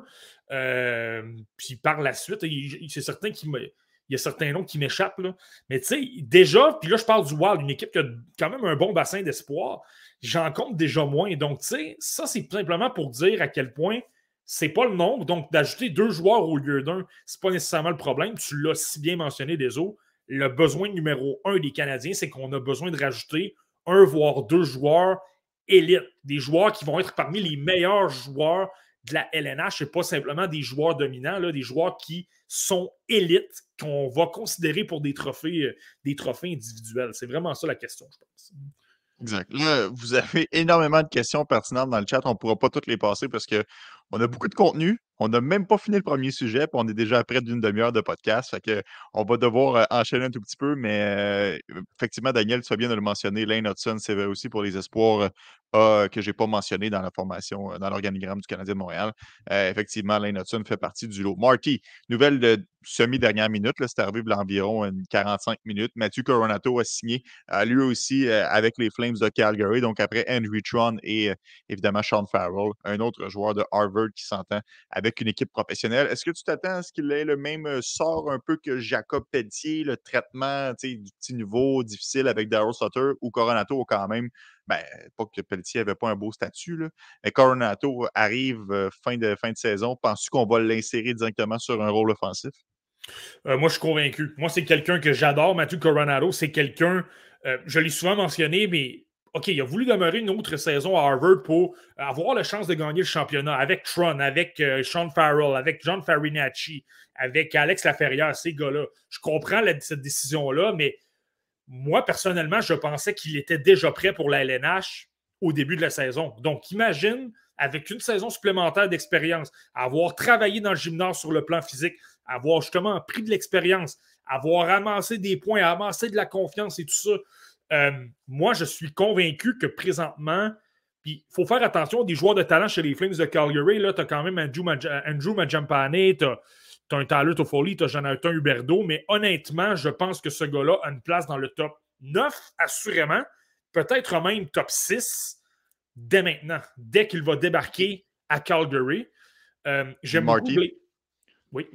C: Puis par la suite, c'est certain il y a certains noms qui m'échappent. Là. Mais tu sais, déjà, puis là, je parle du Wild, une équipe qui a quand même un bon bassin d'espoir. J'en compte déjà moins. Donc, tu sais, ça, c'est simplement pour dire à quel point c'est pas le nombre. Donc, d'ajouter 2 joueurs au lieu d'un, c'est pas nécessairement le problème. Tu l'as si bien mentionné, Deso. Le besoin numéro 1 des Canadiens, c'est qu'on a besoin de rajouter 1 voire 2 joueurs élites. Des joueurs qui vont être parmi les meilleurs joueurs de la LNH et pas simplement des joueurs dominants, là, des joueurs qui sont élites, qu'on va considérer pour des trophées individuels. C'est vraiment ça la question, je pense.
A: Exact. Là, vous avez énormément de questions pertinentes dans le chat. On ne pourra pas toutes les passer parce qu'on a beaucoup de contenu. On n'a même pas fini le premier sujet, puis on est déjà à près d'une demi-heure de podcast. Fait que on va devoir enchaîner un tout petit peu, mais effectivement, Daniel, tu fais bien de le mentionner. Lane Hudson, c'est vrai aussi pour les espoirs que je n'ai pas mentionné dans la formation, dans l'organigramme du Canadien de Montréal. Effectivement, Lane Hudson fait partie du lot. Marty, nouvelle de semi-dernière minute, là, c'est arrivé il y a environ 45 minutes. Matthew Coronato a signé lui aussi avec les Flames de Calgary. Donc après Henry Tron et évidemment Sean Farrell, un autre joueur de Harvard qui s'entend avec une équipe professionnelle. Est-ce que tu t'attends à ce qu'il ait le même sort un peu que Jacob Pelletier, le traitement du petit niveau difficile avec Darryl Sutter ou Coronato quand même, ben, pas que Pelletier n'avait pas un beau statut, là, mais Coronato arrive fin de saison. Penses-tu qu'on va l'insérer directement sur un rôle offensif?
C: Moi, je suis convaincu. Moi, c'est quelqu'un que j'adore, Matthew Coronado. C'est quelqu'un, je l'ai souvent mentionné, mais OK, il a voulu demeurer une autre saison à Harvard pour avoir la chance de gagner le championnat avec Tron, avec Sean Farrell, avec John Farinacci, avec Alex Laferrière, ces gars-là. Je comprends cette décision-là, mais moi, personnellement, je pensais qu'il était déjà prêt pour la LNH au début de la saison. Donc, imagine, avec une saison supplémentaire d'expérience, avoir travaillé dans le gymnase sur le plan physique, avoir justement pris de l'expérience, avoir amassé des points, amassé de la confiance et tout ça. Moi, je suis convaincu que présentement, puis il faut faire attention, des joueurs de talent chez les Flames de Calgary, tu as quand même Andrew Majampane, tu as un Tyler Toffoli, tu as Jonathan Huberdeau, mais honnêtement, je pense que ce gars-là a une place dans le top 9, assurément, peut-être même top 6 dès maintenant, dès qu'il va débarquer à Calgary. J'aime
A: Marty.
C: beaucoup Oui.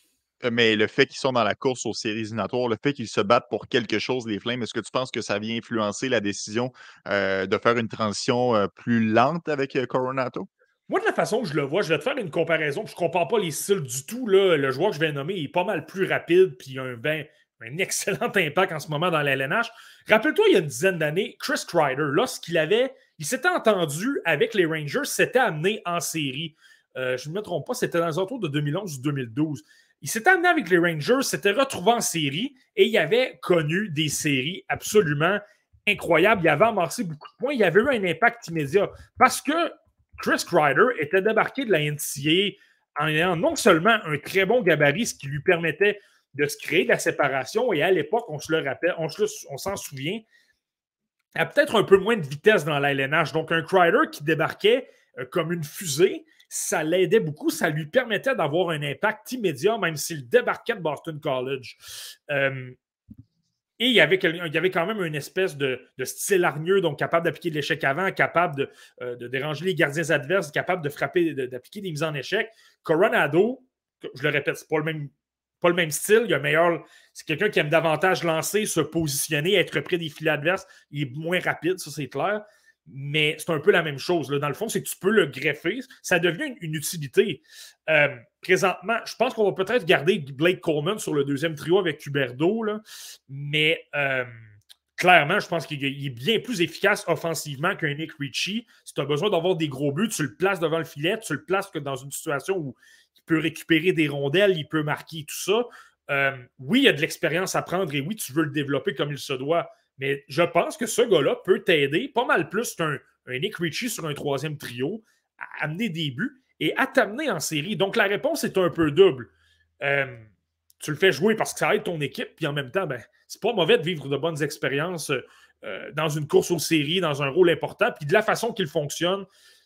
A: Mais le fait qu'ils sont dans la course aux séries éliminatoires, le fait qu'ils se battent pour quelque chose, les Flames, est-ce que tu penses que ça vient influencer la décision de faire une transition plus lente avec Coronato?
C: Moi, de la façon que je le vois, je vais te faire une comparaison. Je ne compare pas les styles du tout. Là. Le joueur que je vais nommer est pas mal plus rapide, puis il a un excellent impact en ce moment dans la LNH. Rappelle-toi, il y a une dizaine d'années, Chris Kreider, il s'était entendu avec les Rangers, s'était amené en série. Je ne me trompe pas, c'était dans les alentours de 2011 ou 2012. Il s'était amené avec les Rangers, s'était retrouvé en série et il avait connu des séries absolument incroyables. Il avait amassé beaucoup de points. Il avait eu un impact immédiat parce que Chris Kreider était débarqué de la NCAA en ayant non seulement un très bon gabarit, ce qui lui permettait de se créer de la séparation, et à l'époque, on se le rappelle, on s'en souvient, a peut-être un peu moins de vitesse dans la LNH. Donc, un Kreider qui débarquait comme une fusée, ça l'aidait beaucoup, ça lui permettait d'avoir un impact immédiat, même s'il débarquait de Boston College. Et il y avait quand même une espèce de style hargneux, donc capable d'appliquer de l'échec avant, capable de déranger les gardiens adverses, capable de frapper, d'appliquer des mises en échec. Coronado, je le répète, c'est pas le même style. C'est quelqu'un qui aime davantage lancer, se positionner, être près des filets adverses. Il est moins rapide, ça c'est clair. Mais c'est un peu la même chose. Là. Dans le fond, c'est que tu peux le greffer. Ça devient une utilité. Présentement, je pense qu'on va peut-être garder Blake Coleman sur le deuxième trio avec Huberdeau. Là. Mais clairement, je pense qu'il est bien plus efficace offensivement qu'un Nick Ritchie. Si tu as besoin d'avoir des gros buts, tu le places devant le filet, tu le places que dans une situation où il peut récupérer des rondelles, il peut marquer tout ça. Oui, il y a de l'expérience à prendre et oui, tu veux le développer comme il se doit. Mais je pense que ce gars-là peut t'aider pas mal plus qu'un Nick Ritchie sur un troisième trio à amener des buts et à t'amener en série. Donc, la réponse est un peu double. Tu le fais jouer parce que ça aide ton équipe, puis en même temps, c'est pas mauvais de vivre de bonnes expériences dans une course aux séries, dans un rôle important. Puis de la façon qu'il fonctionne,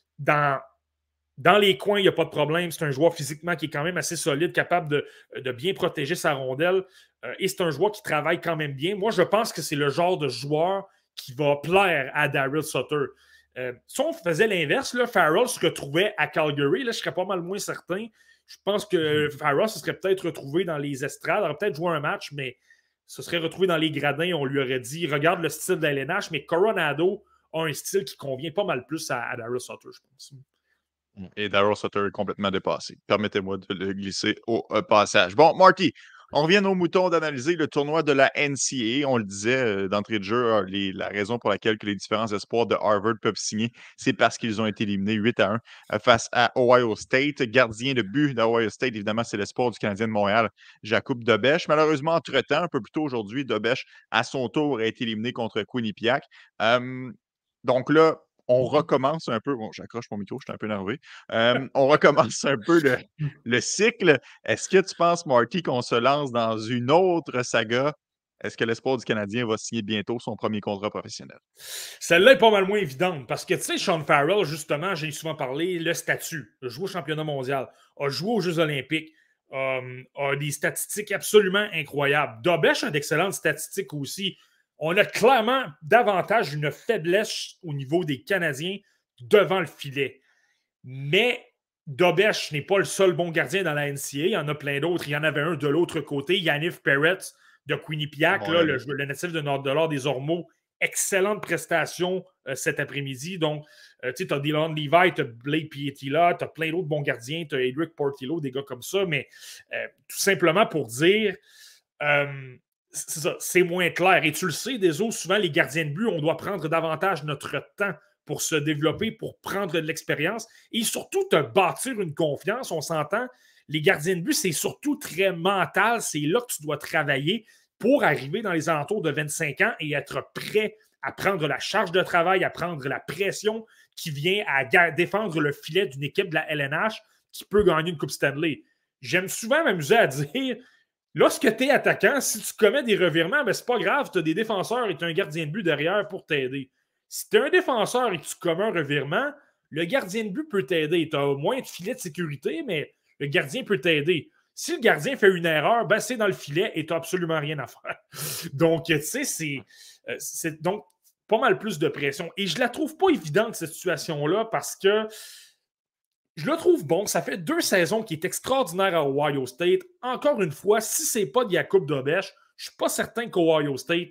C: dans les coins, il n'y a pas de problème. C'est un joueur physiquement qui est quand même assez solide, capable de bien protéger sa rondelle. Et c'est un joueur qui travaille quand même bien. Moi, je pense que c'est le genre de joueur qui va plaire à Daryl Sutter. Si on faisait l'inverse, Farrell se retrouvait à Calgary, là, je serais pas mal moins certain. Je pense que Farrell se serait peut-être retrouvé dans les estrades, aurait peut-être joué un match, mais se serait retrouvé dans les gradins. On lui aurait dit, regarde le style de la LNH, mais Coronado a un style qui convient pas mal plus à Daryl Sutter, je pense.
A: Et Daryl Sutter est complètement dépassé. Permettez-moi de le glisser au passage. Bon, Marty, on revient aux moutons d'analyser le tournoi de la NCAA. On le disait d'entrée de jeu, la raison pour laquelle que les différents espoirs de Harvard peuvent signer, c'est parce qu'ils ont été éliminés 8-1 face à Ohio State. Gardien de but d'Ohio State, évidemment, c'est l'espoir du Canadien de Montréal, Jakub Dobeš. Malheureusement, entre-temps, un peu plus tôt aujourd'hui, Dobeš, à son tour, a été éliminé contre Quinnipiac. Donc là, on recommence un peu. Bon, j'accroche mon micro, je suis un peu énervé. On recommence un peu le cycle. Est-ce que tu penses, Marty, qu'on se lance dans une autre saga? Est-ce que l'espoir du Canadien va signer bientôt son premier contrat professionnel?
C: Celle-là est pas mal moins évidente parce que, tu sais, Sean Farrell, justement, j'ai souvent parlé, le statut, a joué au championnat mondial, a joué aux Jeux olympiques, a des statistiques absolument incroyables. Dobeš a d'excellentes statistiques aussi. On a clairement davantage une faiblesse au niveau des Canadiens devant le filet. Mais Dobeš n'est pas le seul bon gardien dans la NCAA. Il y en a plein d'autres. Il y en avait un de l'autre côté, Yaniv Peretz de Quinnipiac,
A: Bon,
C: là, le natif de Nord-de-l'Or des Ormeaux. Excellente prestation cet après-midi. Donc, tu as Dylan Levi, tu as Blake Pietila, tu as plein d'autres bons gardiens, tu as Edric Portillo, des gars comme ça. Mais tout simplement pour dire... c'est ça, c'est moins clair. Et tu le sais, Deso, souvent, les gardiens de but, on doit prendre davantage notre temps pour se développer, pour prendre de l'expérience et surtout te bâtir une confiance. On s'entend, les gardiens de but, c'est surtout très mental. C'est là que tu dois travailler pour arriver dans les alentours de 25 ans et être prêt à prendre la charge de travail, à prendre la pression qui vient à défendre le filet d'une équipe de la LNH qui peut gagner une Coupe Stanley. J'aime souvent m'amuser à dire... Lorsque tu es attaquant, si tu commets des revirements, c'est pas grave, tu as des défenseurs et tu as un gardien de but derrière pour t'aider. Si tu es un défenseur et que tu commets un revirement, le gardien de but peut t'aider. Tu as moins de filet de sécurité, mais le gardien peut t'aider. Si le gardien fait une erreur, c'est dans le filet et tu n'as absolument rien à faire. Donc, tu sais, c'est donc pas mal plus de pression. Et je la trouve pas évidente, cette situation-là, parce que je le trouve bon. Ça fait 2 saisons qu'il est extraordinaire à Ohio State. Encore une fois, si ce n'est pas de Jakub Dobeš, je ne suis pas certain qu'Ohio State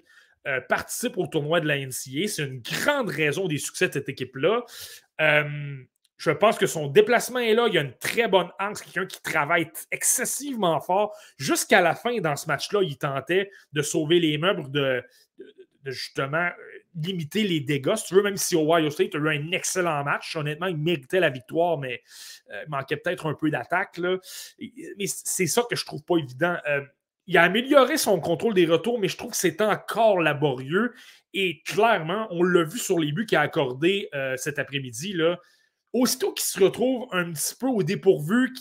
C: participe au tournoi de la NCAA. C'est une grande raison des succès de cette équipe-là. Je Je pense que son déplacement est là. Il a une très bonne hanche. C'est quelqu'un qui travaille excessivement fort. Jusqu'à la fin, dans ce match-là, il tentait de sauver les meubles, de justement limiter les dégâts. Si tu veux, même si Ohio State a eu un excellent match, honnêtement, il méritait la victoire, mais il manquait peut-être un peu d'attaque. Mais c'est ça que je trouve pas évident. Il a amélioré son contrôle des retours, mais je trouve que c'est encore laborieux. Et clairement, on l'a vu sur les buts qu'il a accordés cet après-midi, là. Aussitôt qu'il se retrouve un petit peu au dépourvu,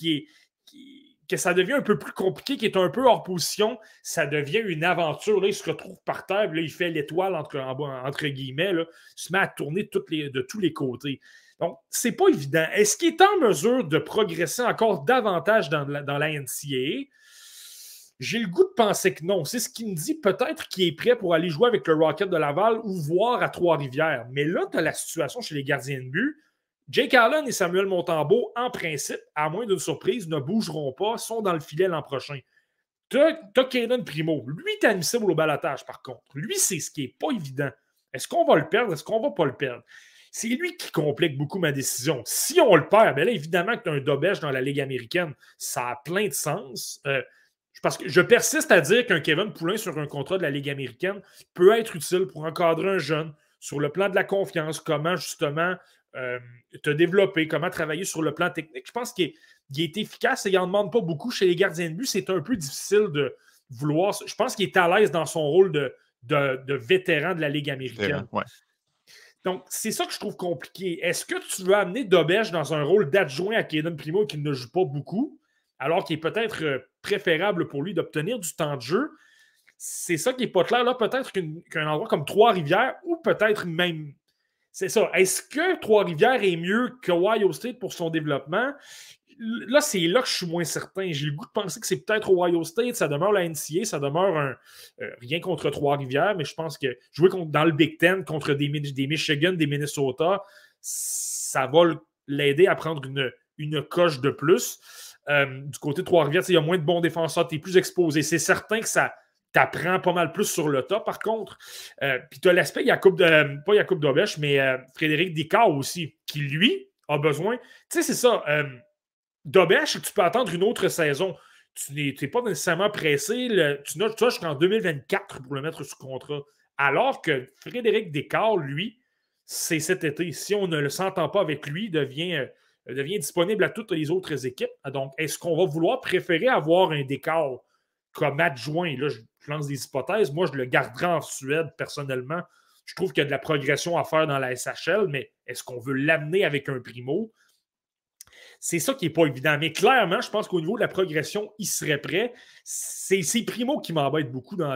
C: que ça devient un peu plus compliqué, qui est un peu hors position, ça devient une aventure. Là, il se retrouve par terre, là, il fait l'étoile entre guillemets, là, il se met à tourner de tous les côtés. Donc, c'est pas évident. Est-ce qu'il est en mesure de progresser encore davantage dans la NCAA? J'ai le goût de penser que non. C'est ce qui me dit peut-être qu'il est prêt pour aller jouer avec le Rocket de Laval ou voir à Trois-Rivières. Mais là, tu as la situation chez les gardiens de but. Jake Allen et Samuel Montembeault, en principe, à moins d'une surprise, ne bougeront pas, sont dans le filet l'an prochain. T'as Caden Primo. Lui, est admissible au balotage, par contre. Lui, c'est ce qui n'est pas évident. Est-ce qu'on va le perdre? Est-ce qu'on ne va pas le perdre? C'est lui qui complique beaucoup ma décision. Si on le perd, bien là, évidemment que tu as un dobèche dans la Ligue américaine. Ça a plein de sens. Parce que je persiste à dire qu'un Kevin Poulin sur un contrat de la Ligue américaine peut être utile pour encadrer un jeune sur le plan de la confiance, comment justement te développer, comment travailler sur le plan technique. Je pense qu'il est efficace et il n'en demande pas beaucoup. Chez les gardiens de but, c'est un peu difficile de vouloir. Je pense qu'il est à l'aise dans son rôle de vétéran de la Ligue américaine.
A: Ouais.
C: Donc, c'est ça que je trouve compliqué. Est-ce que tu veux amener Dobèche dans un rôle d'adjoint à Caden Primo qui ne joue pas beaucoup, alors qu'il est peut-être préférable pour lui d'obtenir du temps de jeu? C'est ça qui n'est pas clair. Là, peut-être qu'un endroit comme Trois-Rivières ou peut-être même. C'est ça. Est-ce que Trois-Rivières est mieux que Ohio State pour son développement? Là, c'est là que je suis moins certain. J'ai le goût de penser que c'est peut-être Ohio State. Ça demeure la NCAA, ça demeure rien contre Trois-Rivières, mais je pense que jouer dans le Big Ten contre des Michigan, des Minnesota, ça va l'aider à prendre une coche de plus. Du côté de Trois-Rivières, il y a moins de bons défenseurs, tu es plus exposé. C'est certain que ça t'apprends pas mal plus sur le tas, par contre. Puis tu as l'aspect pas Jacob Dobèche, mais Frédéric Dicard aussi, qui, lui, a besoin. Tu sais, c'est ça. Dobèche, tu peux attendre une autre saison. Tu n'es pas nécessairement pressé. Tu notes ça jusqu'en 2024 pour le mettre sous contrat. Alors que Frédéric Dicard, lui, c'est cet été. Si on ne le s'entend pas avec lui, devient disponible à toutes les autres équipes. Donc, est-ce qu'on va vouloir préférer avoir un Dicard comme adjoint? Là, je lance des hypothèses. Moi, je le garderai en Suède, personnellement. Je trouve qu'il y a de la progression à faire dans la SHL, mais est-ce qu'on veut l'amener avec un Primo? C'est ça qui n'est pas évident. Mais clairement, je pense qu'au niveau de la progression, il serait prêt. C'est Primo qui m'embête beaucoup dans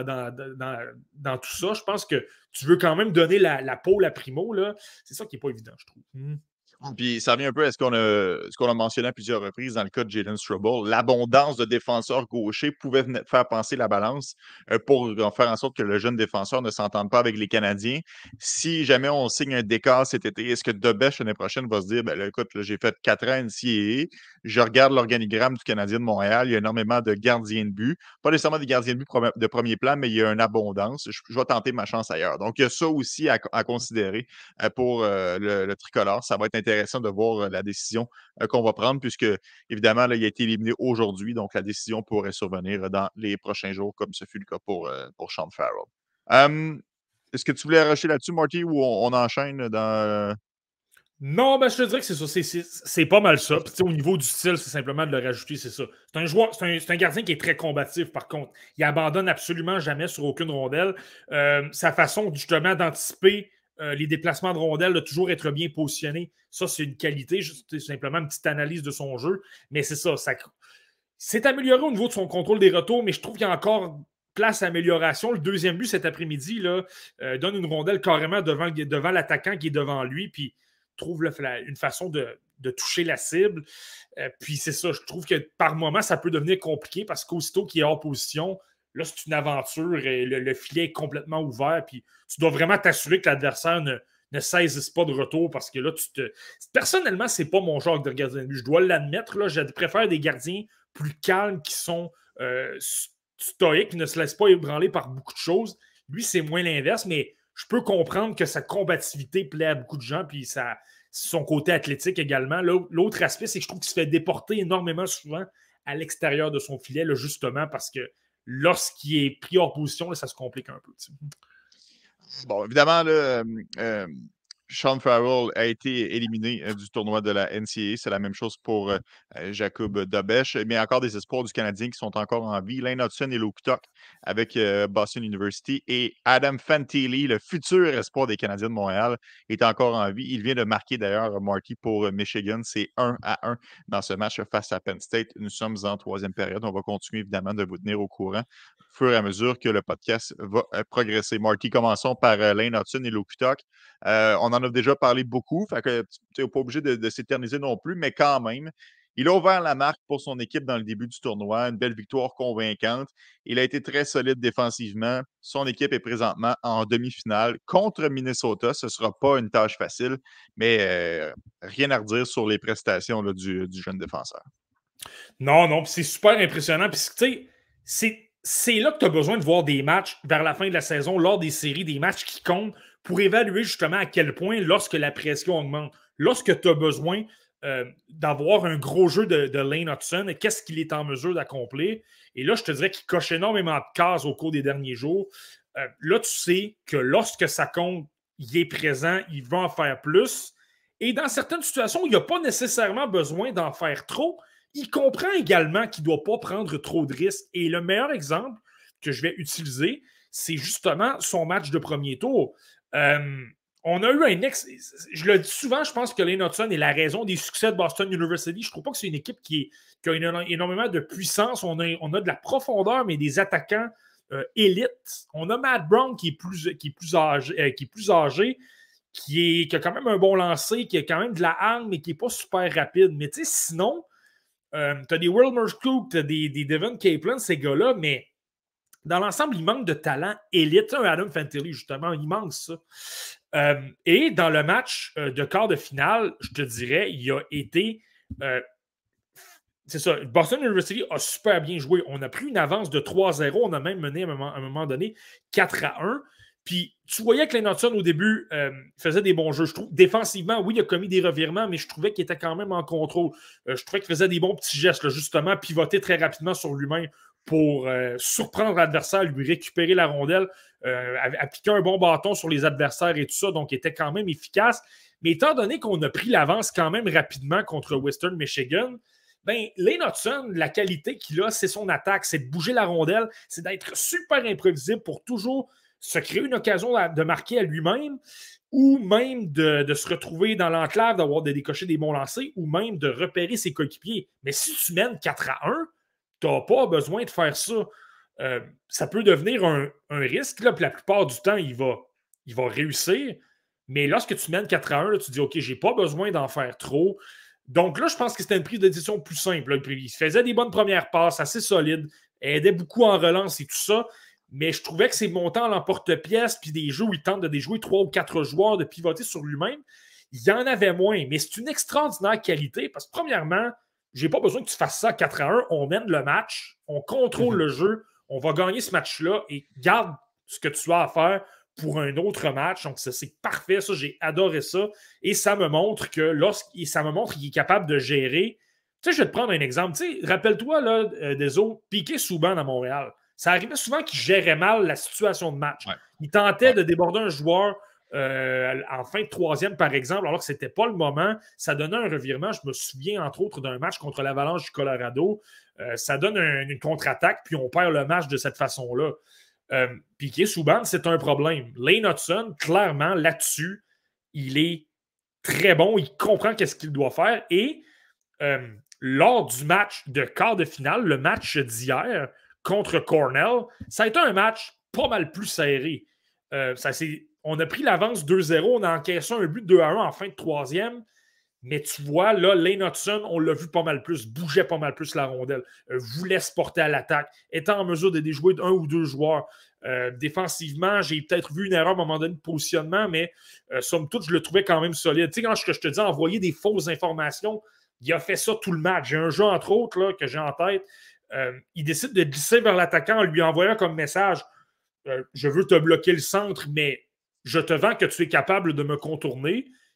C: tout ça. Je pense que tu veux quand même donner la pôle à Primo, là. C'est ça qui n'est pas évident, je trouve.
A: Puis ça revient un peu à ce qu'on a mentionné à plusieurs reprises dans le cas de Jalen Struble. L'abondance de défenseurs gauchers pouvait faire penser la balance pour faire en sorte que le jeune défenseur ne s'entende pas avec les Canadiens. Si jamais on signe un décor cet été, est-ce que Dobèche l'année prochaine va se dire, ben là, écoute, là, j'ai fait 4 ans NCAA, je regarde l'organigramme du Canadien de Montréal, il y a énormément de gardiens de but, pas nécessairement des gardiens de but de premier plan, mais il y a une abondance. Je vais tenter ma chance ailleurs. Donc, il y a ça aussi à considérer pour le tricolore. Ça va être intéressant de voir la décision qu'on va prendre, puisque, évidemment, là, il a été éliminé aujourd'hui, donc la décision pourrait survenir dans les prochains jours, comme ce fut le cas pour Sean Farrell. Est-ce que tu voulais arracher là-dessus, Marty, ou on enchaîne dans.
C: Non, ben je te dirais que c'est ça. C'est pas mal ça. Puis, au niveau du style, c'est simplement de le rajouter, c'est ça. C'est un joueur, c'est un gardien qui est très combatif, par contre. Il abandonne absolument jamais sur aucune rondelle. Sa façon, justement, d'anticiper les déplacements de rondelles, de toujours être bien positionné, ça, c'est une qualité. C'est simplement une petite analyse de son jeu. Mais c'est ça. C'est amélioré au niveau de son contrôle des retours, mais je trouve qu'il y a encore place à amélioration. Le deuxième but cet après-midi là, donne une rondelle carrément devant l'attaquant qui est devant lui, puis trouve une façon de toucher la cible. Puis c'est ça, je trouve que par moment, ça peut devenir compliqué parce qu'aussitôt qu'il est hors position, là, c'est une aventure et le filet est complètement ouvert. Puis tu dois vraiment t'assurer que l'adversaire ne saisisse pas de retour parce que là, personnellement, c'est pas mon genre de gardien de but. Je dois l'admettre. Là, je préfère des gardiens plus calmes qui sont stoïques, qui ne se laissent pas ébranler par beaucoup de choses. Lui, c'est moins l'inverse, mais je peux comprendre que sa combativité plaît à beaucoup de gens, puis ça son côté athlétique également. L'autre aspect, c'est que je trouve qu'il se fait déporter énormément souvent à l'extérieur de son filet, là, justement parce que lorsqu'il est pris hors position, là, ça se complique un peu. T'sais.
A: Bon, évidemment, là, Sean Farrell a été éliminé du tournoi de la NCAA. C'est la même chose pour Jacob Dobesch. Mais il y a encore des espoirs du Canadien qui sont encore en vie. Lane Hudson et Luke Tuck avec Boston University. Et Adam Fantilli, le futur espoir des Canadiens de Montréal, est encore en vie. Il vient de marquer d'ailleurs Marty pour Michigan. C'est 1-1 dans ce match face à Penn State. Nous sommes en troisième période. On va continuer évidemment de vous tenir au courant au fur et à mesure que le podcast va progresser. Marty, commençons par Lane Hudson et Luke Tuck. On en a déjà parlé beaucoup, fait que tu n'es pas obligé de s'éterniser non plus, mais quand même, il a ouvert la marque pour son équipe dans le début du tournoi, une belle victoire convaincante. Il a été très solide défensivement. Son équipe est présentement en demi-finale contre Minnesota. Ce ne sera pas une tâche facile, mais rien à redire sur les prestations là, du jeune défenseur.
C: Non, c'est super impressionnant. Puis, tu sais, c'est là que tu as besoin de voir des matchs vers la fin de la saison, lors des séries, des matchs qui comptent pour évaluer justement à quel point, lorsque la pression augmente, lorsque tu as besoin d'avoir un gros jeu de Lane Hudson, qu'est-ce qu'il est en mesure d'accomplir. Et là, je te dirais qu'il coche énormément de cases au cours des derniers jours. Là, tu sais que lorsque ça compte, il est présent, il va en faire plus. Et dans certaines situations, il n'y a pas nécessairement besoin d'en faire trop. Il comprend également qu'il ne doit pas prendre trop de risques. Et le meilleur exemple que je vais utiliser, c'est justement son match de premier tour. On a eu je le dis souvent, je pense que Lane Hudson est la raison des succès de Boston University. Je ne trouve pas que c'est une équipe qui a énormément de puissance. On a de la profondeur, mais des attaquants élites. On a Matt Brown qui est plus âgé, qui a quand même un bon lancer, qui a quand même de la hargne, mais qui n'est pas super rapide. Mais tu sais, sinon, tu as des Wilmer Cook, tu as des Devin Caplan, ces gars-là, mais dans l'ensemble, il manque de talent élite. Un Adam Fantilli, justement, il manque ça. Et dans le match de quart de finale, je te dirais, il a été... c'est ça, Boston University a super bien joué. On a pris une avance de 3-0. On a même mené à un moment donné 4-1. Puis tu voyais que Lane Hudson, au début, faisait des bons jeux. Je trouve, défensivement, oui, il a commis des revirements, mais je trouvais qu'il était quand même en contrôle. Je trouvais qu'il faisait des bons petits gestes, là, justement, pivoter très rapidement sur lui-même pour surprendre l'adversaire, lui récupérer la rondelle, appliquer un bon bâton sur les adversaires et tout ça. Donc, il était quand même efficace. Mais étant donné qu'on a pris l'avance quand même rapidement contre Western Michigan, ben, Lane Hudson, la qualité qu'il a, c'est son attaque, c'est de bouger la rondelle, c'est d'être super imprévisible pour toujours se créer une occasion de marquer à lui-même ou même de se retrouver dans l'enclave, d'avoir de décocher des bons lancers ou même de repérer ses coéquipiers. Mais si tu mènes 4-1, tu n'as pas besoin de faire ça. Ça peut devenir un risque. Là, puis la plupart du temps, il va réussir. Mais lorsque tu mènes 4-1, là, tu te dis « OK, j'ai pas besoin d'en faire trop ». Donc là, je pense que c'était une prise de décision plus simple. Là. Il faisait des bonnes premières passes, assez solides, aidait beaucoup en relance et tout ça. Mais je trouvais que ces montants à l'emporte-pièce, puis des jeux où il tente de déjouer 3 ou 4 joueurs, de pivoter sur lui-même, il y en avait moins. Mais c'est une extraordinaire qualité parce que, premièrement, j'ai pas besoin que tu fasses ça 4-1. On mène le match, on contrôle le jeu, on va gagner ce match-là et garde ce que tu as à faire pour un autre match. Donc, ça, c'est parfait. Ça, j'ai adoré ça. Et ça me montre qu'il est capable de gérer. Tu sais, je vais te prendre un exemple. Tu sais, rappelle-toi, là, des autres, Piqué Souban à Montréal. Ça arrivait souvent qu'il gérait mal la situation de match. Ouais. Il tentait de déborder un joueur en fin de troisième, par exemple, alors que ce n'était pas le moment. Ça donnait un revirement. Je me souviens, entre autres, d'un match contre l'Avalanche du Colorado. Ça donne une contre-attaque, puis on perd le match de cette façon-là. Piqué Souban, c'est un problème. Lane Hudson, clairement, là-dessus, il est très bon. Il comprend qu'est-ce qu'il doit faire. Et lors du match de quart de finale, le match d'hier contre Cornell, ça a été un match pas mal plus serré. On a pris l'avance 2-0, on a encaissé un but de 2-1 en fin de troisième, mais tu vois, là, Lane Hudson, on l'a vu pas mal plus, bougeait pas mal plus la rondelle, voulait se porter à l'attaque, était en mesure de déjouer un ou deux joueurs. Défensivement, j'ai peut-être vu une erreur à un moment donné de positionnement, mais somme toute, je le trouvais quand même solide. Tu sais, quand je te dis envoyer des fausses informations, il a fait ça tout le match. J'ai un jeu, entre autres, là, que j'ai en tête. Il décide de glisser vers l'attaquant en lui envoyant comme message je veux te bloquer le centre, mais je te vends que tu es capable de me contourner.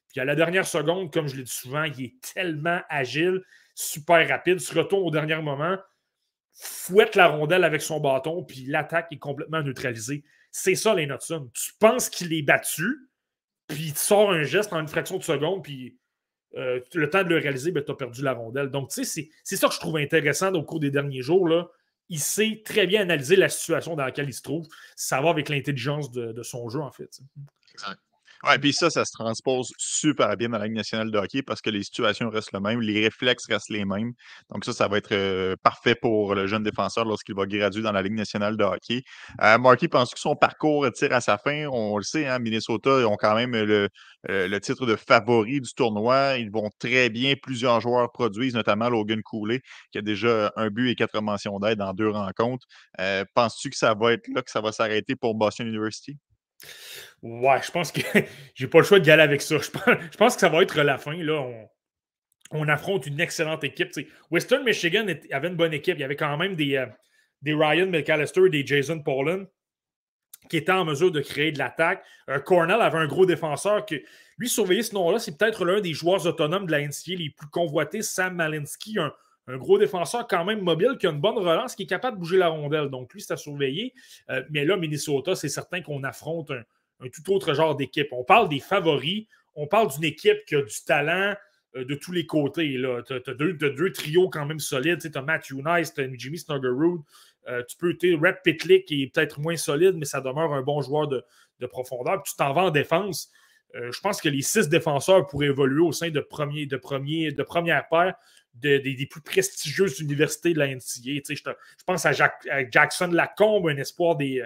C: Puis à la dernière seconde, comme je l'ai dit souvent, il est tellement agile, super rapide, se retourne au dernier moment, fouette la rondelle avec son bâton, puis l'attaque est complètement neutralisée. C'est ça, Lane Hutson. Tu penses qu'il est battu, puis tu sors un geste en une fraction de seconde, puis le temps de le réaliser, ben, tu as perdu la rondelle. Donc, tu sais, c'est ça que je trouve intéressant au cours des derniers jours. Là. Il sait très bien analyser la situation dans laquelle il se trouve. Ça va avec l'intelligence de son jeu, en fait.
A: Exact. Ouais, puis ça se transpose super bien dans la Ligue nationale de hockey parce que les situations restent les mêmes, les réflexes restent les mêmes. Donc ça va être parfait pour le jeune défenseur lorsqu'il va graduer dans la Ligue nationale de hockey. Marty, penses-tu que son parcours tire à sa fin? On le sait, hein, Minnesota ont quand même le titre de favori du tournoi. Ils vont très bien. Plusieurs joueurs produisent, notamment Logan Cooley, qui a déjà un but et 4 mentions d'aide dans 2 rencontres. Penses-tu que ça va être là que ça va s'arrêter pour Boston University?
C: Ouais, je pense que j'ai pas le choix d'y aller avec ça. Je pense que ça va être la fin. Là. On affronte une excellente équipe. T'sais, Western Michigan avait une bonne équipe. Il y avait quand même des Ryan McAllister et des Jason Pollan qui étaient en mesure de créer de l'attaque. Cornell avait un gros défenseur que, lui, surveiller ce nom-là, c'est peut-être l'un des joueurs autonomes de la NCAA les plus convoités, Sam Malinsky, un gros défenseur quand même mobile qui a une bonne relance, qui est capable de bouger la rondelle. Donc, lui, c'est à surveiller. Mais là, Minnesota, c'est certain qu'on affronte un tout autre genre d'équipe. On parle des favoris. On parle d'une équipe qui a du talent de tous les côtés. Tu as deux trios quand même solides. Tu as Matthew Nice, tu as Jimmy Snuggerud. Tu peux, Red Pitlick qui est peut-être moins solide, mais ça demeure un bon joueur de profondeur. Puis tu t'en vas en défense. Je pense que les 6 défenseurs pourraient évoluer au sein de première paire des plus prestigieuses universités de la NCAA. Je pense à Jackson Lacombe, un espoir des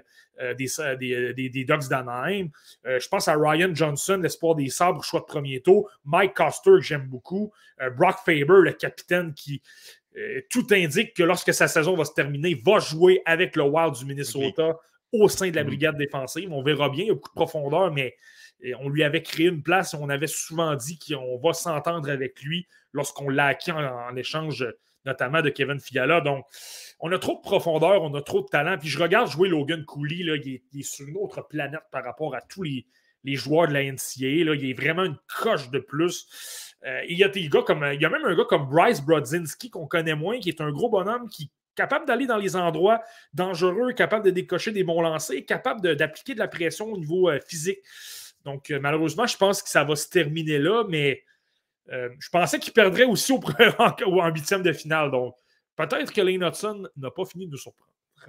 C: Ducks d'Anaheim. Je pense à Ryan Johnson, l'espoir des Sabres, choix de premier tour. Mike Coster, que j'aime beaucoup. Brock Faber, le capitaine qui... tout indique que lorsque sa saison va se terminer, va jouer avec le Wild du Minnesota au sein de la brigade défensive. On verra bien, il y a beaucoup de profondeur, mais on lui avait créé une place et on avait souvent dit qu'on va s'entendre avec lui lorsqu'on l'a acquis en échange, notamment de Kevin Fiala. Donc, on a trop de profondeur, on a trop de talent. Puis je regarde jouer Logan Cooley, là, il est sur une autre planète par rapport à tous les joueurs de la NCAA. Là, il est vraiment une coche de plus. Il y a même un gars comme Bryce Brodzinski qu'on connaît moins, qui est un gros bonhomme qui est capable d'aller dans les endroits dangereux, capable de décocher des bons lancers, capable d'appliquer de la pression au niveau physique. Donc, malheureusement, je pense que ça va se terminer là, mais je pensais qu'il perdrait aussi en 8e de finale. Donc, peut-être que Lane Hutson n'a pas fini de nous surprendre.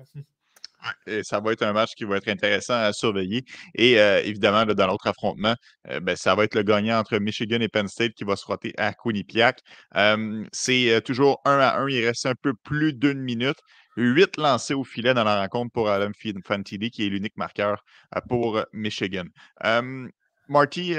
A: Et ça va être un match qui va être intéressant à surveiller. Et évidemment, là, dans l'autre affrontement, ça va être le gagnant entre Michigan et Penn State qui va se frotter à Quinnipiac. C'est toujours 1-1. Il reste un peu plus d'1 minute. 8 lancés au filet dans la rencontre pour Adam Fantilli, qui est l'unique marqueur pour Michigan. Marty,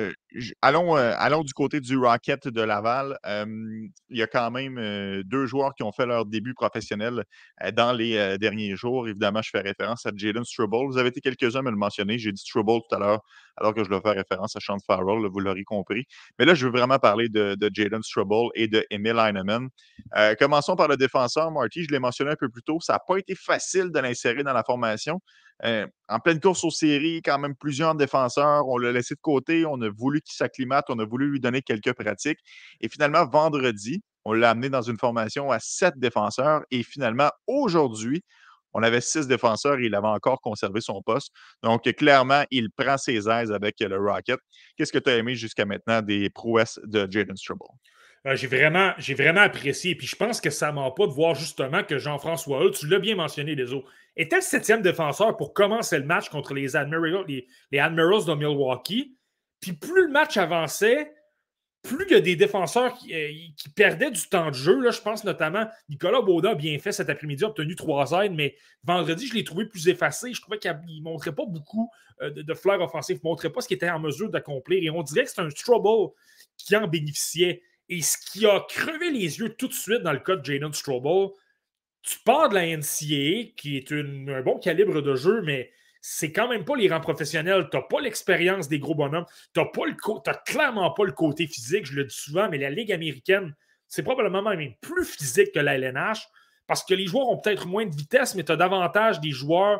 A: allons du côté du Rocket de Laval. Il y a quand même 2 joueurs qui ont fait leur début professionnel dans les derniers jours. Évidemment, je fais référence à Jalen Struble. Vous avez été quelques-uns à me le mentionner. J'ai dit Struble tout à l'heure, alors que je dois faire référence à Sean Farrell, là, vous l'aurez compris. Mais là, je veux vraiment parler de Jalen Struble et de Emil Heinemann. Commençons par le défenseur, Marty. Je l'ai mentionné un peu plus tôt. Ça n'a pas été facile de l'insérer dans la formation. En pleine course aux séries, quand même plusieurs défenseurs. On l'a laissé de côté. On a voulu qu'il s'acclimate. On a voulu lui donner quelques pratiques. Et finalement, vendredi, on l'a amené dans une formation à 7 défenseurs. Et finalement, aujourd'hui, on avait 6 défenseurs et il avait encore conservé son poste. Donc, clairement, il prend ses aises avec le Rocket. Qu'est-ce que tu as aimé jusqu'à maintenant des prouesses de Jalen Struble?
C: J'ai vraiment apprécié. Puis je pense que ça ne ment pas de voir justement que Jean-François Hull, tu l'as bien mentionné, les autres, était le 7e défenseur pour commencer le match contre les Admirals de Milwaukee. Puis plus le match avançait, plus il y a des défenseurs qui perdaient du temps de jeu. Là, je pense notamment Nicolas Baudin a bien fait cet après-midi, a obtenu 3 aides, mais vendredi, je l'ai trouvé plus effacé. Je trouvais qu'il ne montrait pas beaucoup de flair offensif, il ne montrait pas ce qu'il était en mesure d'accomplir. Et on dirait que c'est un Struble qui en bénéficiait. Et ce qui a crevé les yeux tout de suite dans le cas de Jalen Struble, tu pars de la NCAA, qui est un bon calibre de jeu, mais c'est quand même pas les rangs professionnels. Tu n'as pas l'expérience des gros bonhommes. Tu n'as clairement pas le côté physique, je le dis souvent, mais la Ligue américaine, c'est probablement même plus physique que la LNH, parce que les joueurs ont peut-être moins de vitesse, mais tu as davantage des joueurs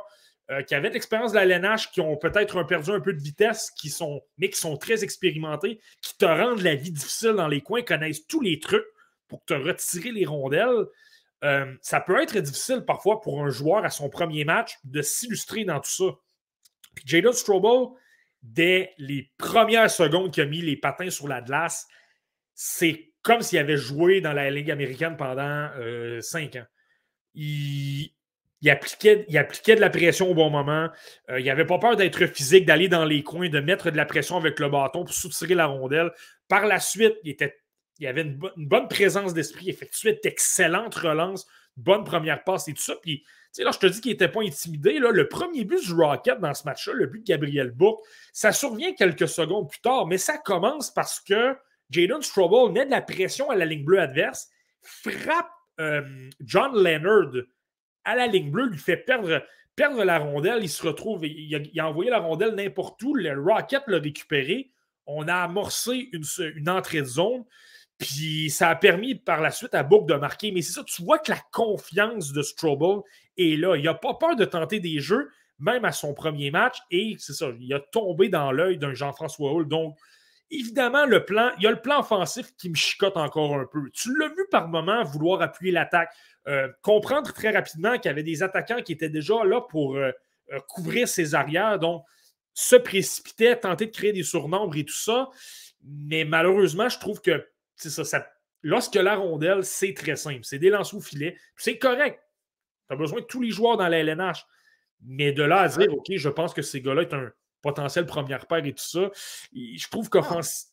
C: qui avaient de l'expérience de la LNH, qui ont peut-être perdu un peu de vitesse, mais qui sont très expérimentés, qui te rendent la vie difficile dans les coins, connaissent tous les trucs pour te retirer les rondelles. Ça peut être difficile parfois pour un joueur à son premier match de s'illustrer dans tout ça. Puis Jadon Strobel, dès les premières secondes qu'il a mis les patins sur la glace, c'est comme s'il avait joué dans la Ligue américaine pendant 5 ans. Il appliquait de la pression au bon moment. Il n'avait pas peur d'être physique, d'aller dans les coins, de mettre de la pression avec le bâton pour soutirer la rondelle. Par la suite, il avait une bonne présence d'esprit, il effectuait d'excellentes relances, bonne première passe et tout ça. Puis, là, je te dis qu'il n'était pas intimidé. Là, le premier but du Rocket dans ce match-là, le but de Gabriel Bourque, ça survient quelques secondes plus tard, mais ça commence parce que Jadon Strobel met de la pression à la ligne bleue adverse, frappe John Leonard à la ligne bleue, lui fait perdre la rondelle. Il se retrouve, il a envoyé la rondelle n'importe où. Le Rocket l'a récupéré. On a amorcé une entrée de zone. Puis ça a permis par la suite à Bourque de marquer. Mais c'est ça, tu vois que la confiance de Strobel est là. Il n'a pas peur de tenter des jeux, même à son premier match. Et c'est ça, il a tombé dans l'œil d'un Jean-François Houle. Donc, évidemment, il y a le plan offensif qui me chicote encore un peu. Tu l'as vu par moment vouloir appuyer l'attaque. Comprendre très rapidement qu'il y avait des attaquants qui étaient déjà là pour couvrir ses arrières. Donc, se précipitait, tenter de créer des surnombres et tout ça. Mais malheureusement, je trouve que lorsque la rondelle, c'est très simple. C'est des lancers au filet. C'est correct. Tu as besoin de tous les joueurs dans la LNH. Mais de là à dire, OK, je pense que ces gars-là est un potentiel première paire et tout ça, je trouve qu'offensivement.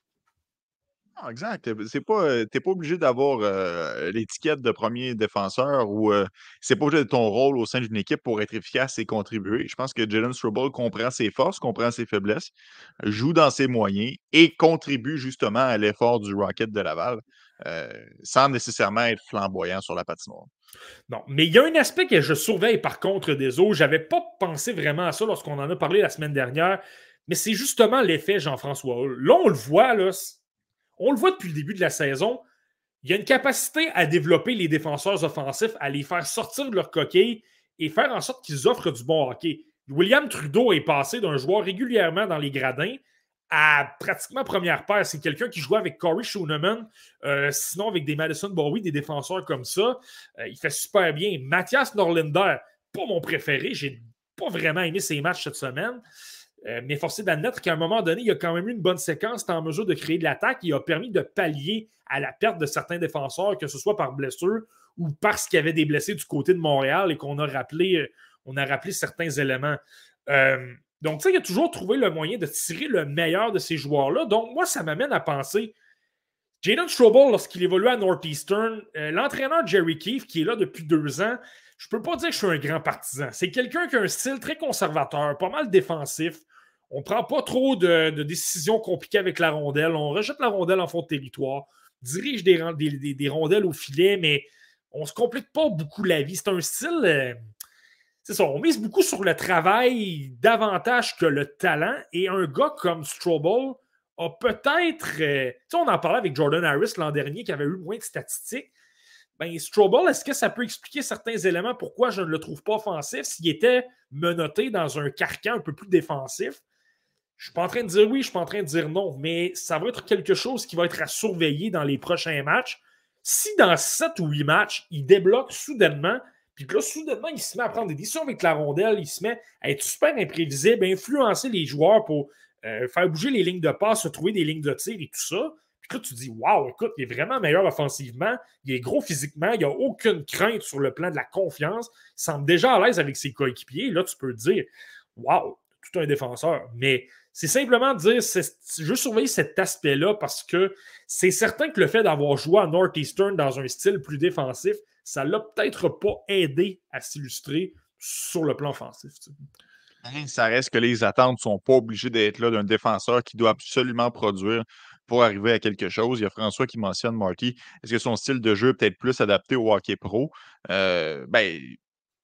A: Ah, exact. Tu pas obligé d'avoir l'étiquette de premier défenseur ou c'est pas obligé de ton rôle au sein d'une équipe pour être efficace et contribuer. Je pense que Jalen Strobel comprend ses forces, comprend ses faiblesses, joue dans ses moyens et contribue justement à l'effort du Rocket de Laval sans nécessairement être flamboyant sur la patinoire.
C: Non, mais il y a un aspect que je surveille par contre des autres. Je n'avais pas pensé vraiment à ça lorsqu'on en a parlé la semaine dernière, mais c'est justement l'effet Jean-François Houle. Là, on le voit, depuis le début de la saison. Il y a une capacité à développer les défenseurs offensifs, à les faire sortir de leur coquille et faire en sorte qu'ils offrent du bon hockey. William Trudeau est passé d'un joueur régulièrement dans les gradins à pratiquement première paire. C'est quelqu'un qui jouait avec Corey Schooneman, sinon avec des Madison Bowie, des défenseurs comme ça. Il fait super bien. Mathias Norlinder, pas mon préféré. J'ai pas vraiment aimé ses matchs cette semaine. Mais forcé d'admettre qu'à un moment donné, il a quand même eu une bonne séquence, c'était en mesure de créer de l'attaque. Il a permis de pallier à la perte de certains défenseurs, que ce soit par blessure ou parce qu'il y avait des blessés du côté de Montréal et qu'on a rappelé certains éléments. Donc, tu sais, il a toujours trouvé le moyen de tirer le meilleur de ces joueurs-là. Donc, moi, ça m'amène à penser, Jadon Strobel, lorsqu'il évoluait à Northeastern, l'entraîneur Jerry Keefe, qui est là depuis 2 ans, je peux pas dire que je suis un grand partisan. C'est quelqu'un qui a un style très conservateur, pas mal défensif. On ne prend pas trop de décisions compliquées avec la rondelle. On rejette la rondelle en fond de territoire, dirige des rondelles au filet, mais on ne se complique pas beaucoup la vie. C'est un style... c'est ça, on mise beaucoup sur le travail davantage que le talent. Et un gars comme Strobel a peut-être... tu sais, on en parlait avec Jordan Harris l'an dernier, qui avait eu moins de statistiques. Ben, Strobel, est-ce que ça peut expliquer certains éléments pourquoi je ne le trouve pas offensif s'il était menotté dans un carcan un peu plus défensif? Je ne suis pas en train de dire oui, je ne suis pas en train de dire non, mais ça va être quelque chose qui va être à surveiller dans les prochains matchs. Si dans 7 ou 8 matchs, il débloque soudainement, puis que là, soudainement, il se met à prendre des décisions avec la rondelle, il se met à être super imprévisible, influencer les joueurs pour faire bouger les lignes de passe, se trouver des lignes de tir et tout ça. Puis là, tu te dis, waouh, écoute, il est vraiment meilleur offensivement, il est gros physiquement, il n'y a aucune crainte sur le plan de la confiance, il semble déjà à l'aise avec ses coéquipiers. Là, tu peux te dire, waouh, tout un défenseur. Mais c'est simplement dire, je veux surveiller cet aspect-là parce que c'est certain que le fait d'avoir joué à Northeastern dans un style plus défensif, ça ne l'a peut-être pas aidé à s'illustrer sur le plan offensif. Tu sais.
A: Ça reste que les attentes ne sont pas obligées d'être là d'un défenseur qui doit absolument produire pour arriver à quelque chose. Il y a François qui mentionne Marty. Est-ce que son style de jeu est peut-être plus adapté au hockey pro? Ben,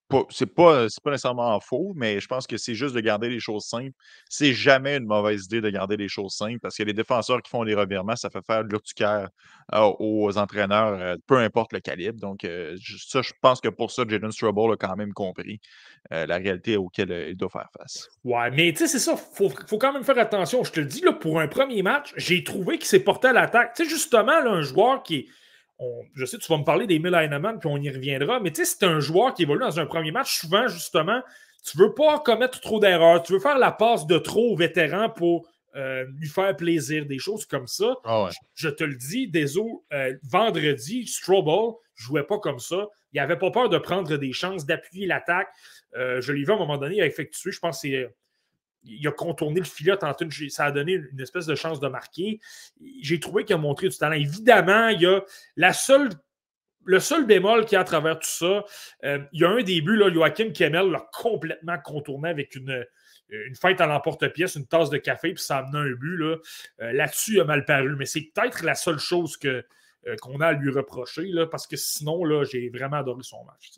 A: C'est pas nécessairement faux, mais je pense que c'est juste de garder les choses simples. C'est jamais une mauvaise idée de garder les choses simples parce que les défenseurs qui font des revirements, ça fait faire de l'urticaire aux entraîneurs, peu importe le calibre. Donc, je pense que pour ça, Jalen Strobel a quand même compris la réalité auquel il doit faire face.
C: Ouais, mais tu sais, c'est ça, faut quand même faire attention. Je te le dis, là, pour un premier match, j'ai trouvé qu'il s'est porté à l'attaque. Tu sais, justement, là, un joueur qui est. Je sais, tu vas me parler d'Emil Heinemann, puis on y reviendra, mais tu sais, c'est un joueur qui évolue dans un premier match. Souvent, justement, tu veux pas commettre trop d'erreurs. Tu veux faire la passe de trop au vétéran pour lui faire plaisir, des choses comme ça.
A: Ah ouais.
C: Je te le dis, vendredi, Strobel jouait pas comme ça. Il n'avait pas peur de prendre des chances, d'appuyer l'attaque. Je l'ai vu à un moment donné, il a effectué, je pense, il a contourné le filet, ça a donné une espèce de chance de marquer. J'ai trouvé qu'il a montré du talent. Évidemment, il y a le seul bémol qu'il y a à travers tout ça, il y a un début, là, Joachim Kemmel l'a complètement contourné avec une fête à l'emporte-pièce, une tasse de café, puis ça a amené un but. Là-dessus, il a mal paru. Mais c'est peut-être la seule chose qu'on a à lui reprocher, là, parce que sinon, là, j'ai vraiment adoré son match.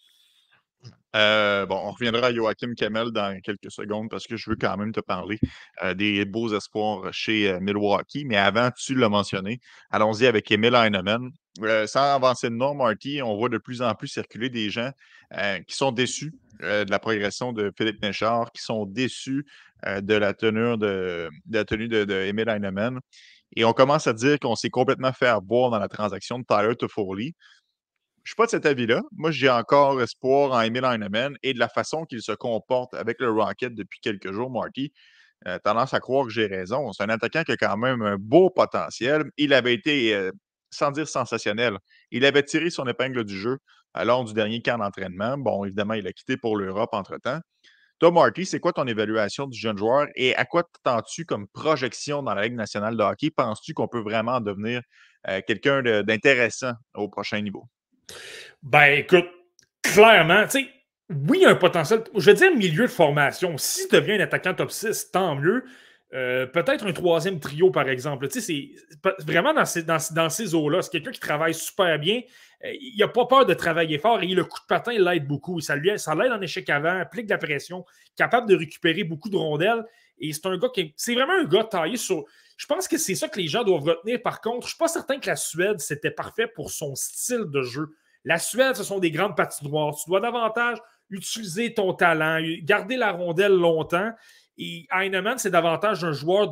A: On reviendra à Joachim Kemmel dans quelques secondes parce que je veux quand même te parler des beaux espoirs chez Milwaukee. Mais avant, tu l'as mentionné, allons-y avec Emil Heinemann. Sans avancer de nom, Marty, on voit de plus en plus circuler des gens qui sont déçus de la progression de Philippe Méchard, qui sont déçus de la tenue de Emil Heinemann. Et on commence à dire qu'on s'est complètement fait avoir dans la transaction de Tyler Toffoli. Je suis pas de cet avis-là. Moi, j'ai encore espoir en Emil Heinemann et de la façon qu'il se comporte avec le Rocket depuis quelques jours, Marty. Tendance à croire que j'ai raison. C'est un attaquant qui a quand même un beau potentiel. Il avait été, sans dire sensationnel, il avait tiré son épingle du jeu lors du dernier camp d'entraînement. Bon, évidemment, il a quitté pour l'Europe entre-temps. Toi, Marty, c'est quoi ton évaluation du jeune joueur et à quoi t'attends-tu comme projection dans la Ligue nationale de hockey? Penses-tu qu'on peut vraiment devenir quelqu'un d'intéressant au prochain niveau?
C: Ben, écoute, clairement, tu sais, oui, il y a un potentiel. Je veux dire, milieu de formation. S'il devient un attaquant top 6, tant mieux. Peut-être un troisième trio, par exemple. Tu sais, c'est vraiment dans ces eaux-là. C'est quelqu'un qui travaille super bien. Il n'a pas peur de travailler fort et le coup de patin l'aide beaucoup. Ça l'aide en échec avant, applique de la pression, capable de récupérer beaucoup de rondelles. Et c'est un gars c'est vraiment un gars taillé sur. Je pense que c'est ça que les gens doivent retenir. Par contre, je ne suis pas certain que la Suède, c'était parfait pour son style de jeu. La Suède, ce sont des grandes patinoires. Tu dois davantage utiliser ton talent, garder la rondelle longtemps. Et Heinemann, c'est davantage un joueur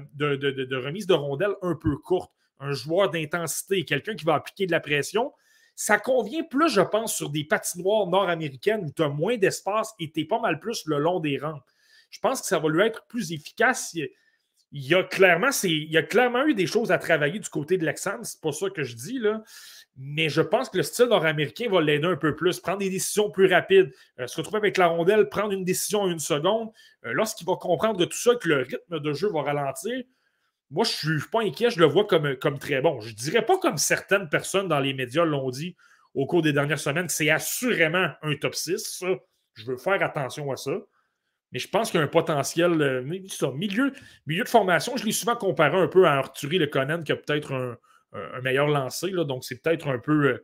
C: de remise de rondelle un peu courte, un joueur d'intensité, quelqu'un qui va appliquer de la pression. Ça convient plus, je pense, sur des patinoires nord-américaines où tu as moins d'espace et tu es pas mal plus le long des rampes. Je pense que ça va lui être plus efficace. Il y a clairement eu des choses à travailler du côté de Lexan, c'est pas ça que je dis, là. Mais je pense que le style nord-américain va l'aider un peu plus, prendre des décisions plus rapides, se retrouver avec la rondelle, prendre une décision en une seconde. Lorsqu'il va comprendre de tout ça, que le rythme de jeu va ralentir, moi, je ne suis pas inquiet, je le vois comme très bon. Je ne dirais pas comme certaines personnes dans les médias l'ont dit au cours des dernières semaines, que c'est assurément un top 6, ça. Je veux faire attention à ça. Mais je pense qu'il y a un potentiel milieu de formation. Je l'ai souvent comparé un peu à Arthurie Lekonen, qui a peut-être un meilleur lancer. Là, donc, c'est peut-être un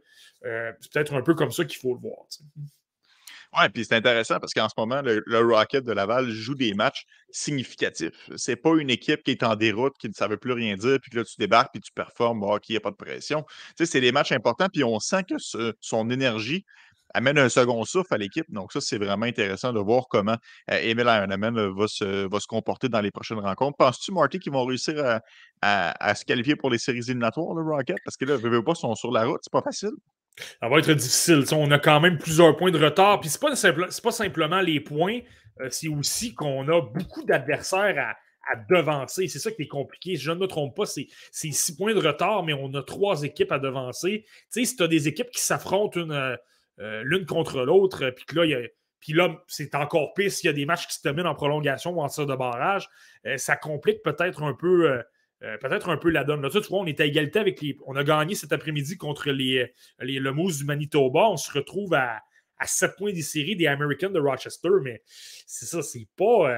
C: peu comme ça qu'il faut le voir.
A: Oui, puis c'est intéressant parce qu'en ce moment, le Rocket de Laval joue des matchs significatifs. C'est pas une équipe qui est en déroute, qui ne savait plus rien dire, puis que là, tu débarques, puis tu performes, bon, OK, il n'y a pas de pression. Tu sais, c'est des matchs importants, puis on sent que son énergie amène un second souffle à l'équipe. Donc, ça, c'est vraiment intéressant de voir comment Emil Heinemann va se comporter dans les prochaines rencontres. Penses-tu, Marty, qu'ils vont réussir à se qualifier pour les séries éliminatoires, le Rocket? Parce que là, veux pas, sont sur la route, c'est pas facile.
C: Ça va être difficile. On a quand même plusieurs points de retard. Puis c'est pas simplement les points, c'est aussi qu'on a beaucoup d'adversaires à devancer. C'est ça qui est compliqué. Si je ne me trompe pas, c'est 6 points de retard, mais on a 3 équipes à devancer. Tu sais, si tu as des équipes qui s'affrontent l'une contre l'autre, puis là, c'est encore pire s'il y a des matchs qui se terminent en prolongation ou en tir de barrage, ça complique peut-être un peu la donne. Là, tu vois, on est à égalité avec on a gagné cet après-midi contre le Moose du Manitoba. On se retrouve à 7 points des séries des Americans de Rochester, mais c'est ça, c'est pas.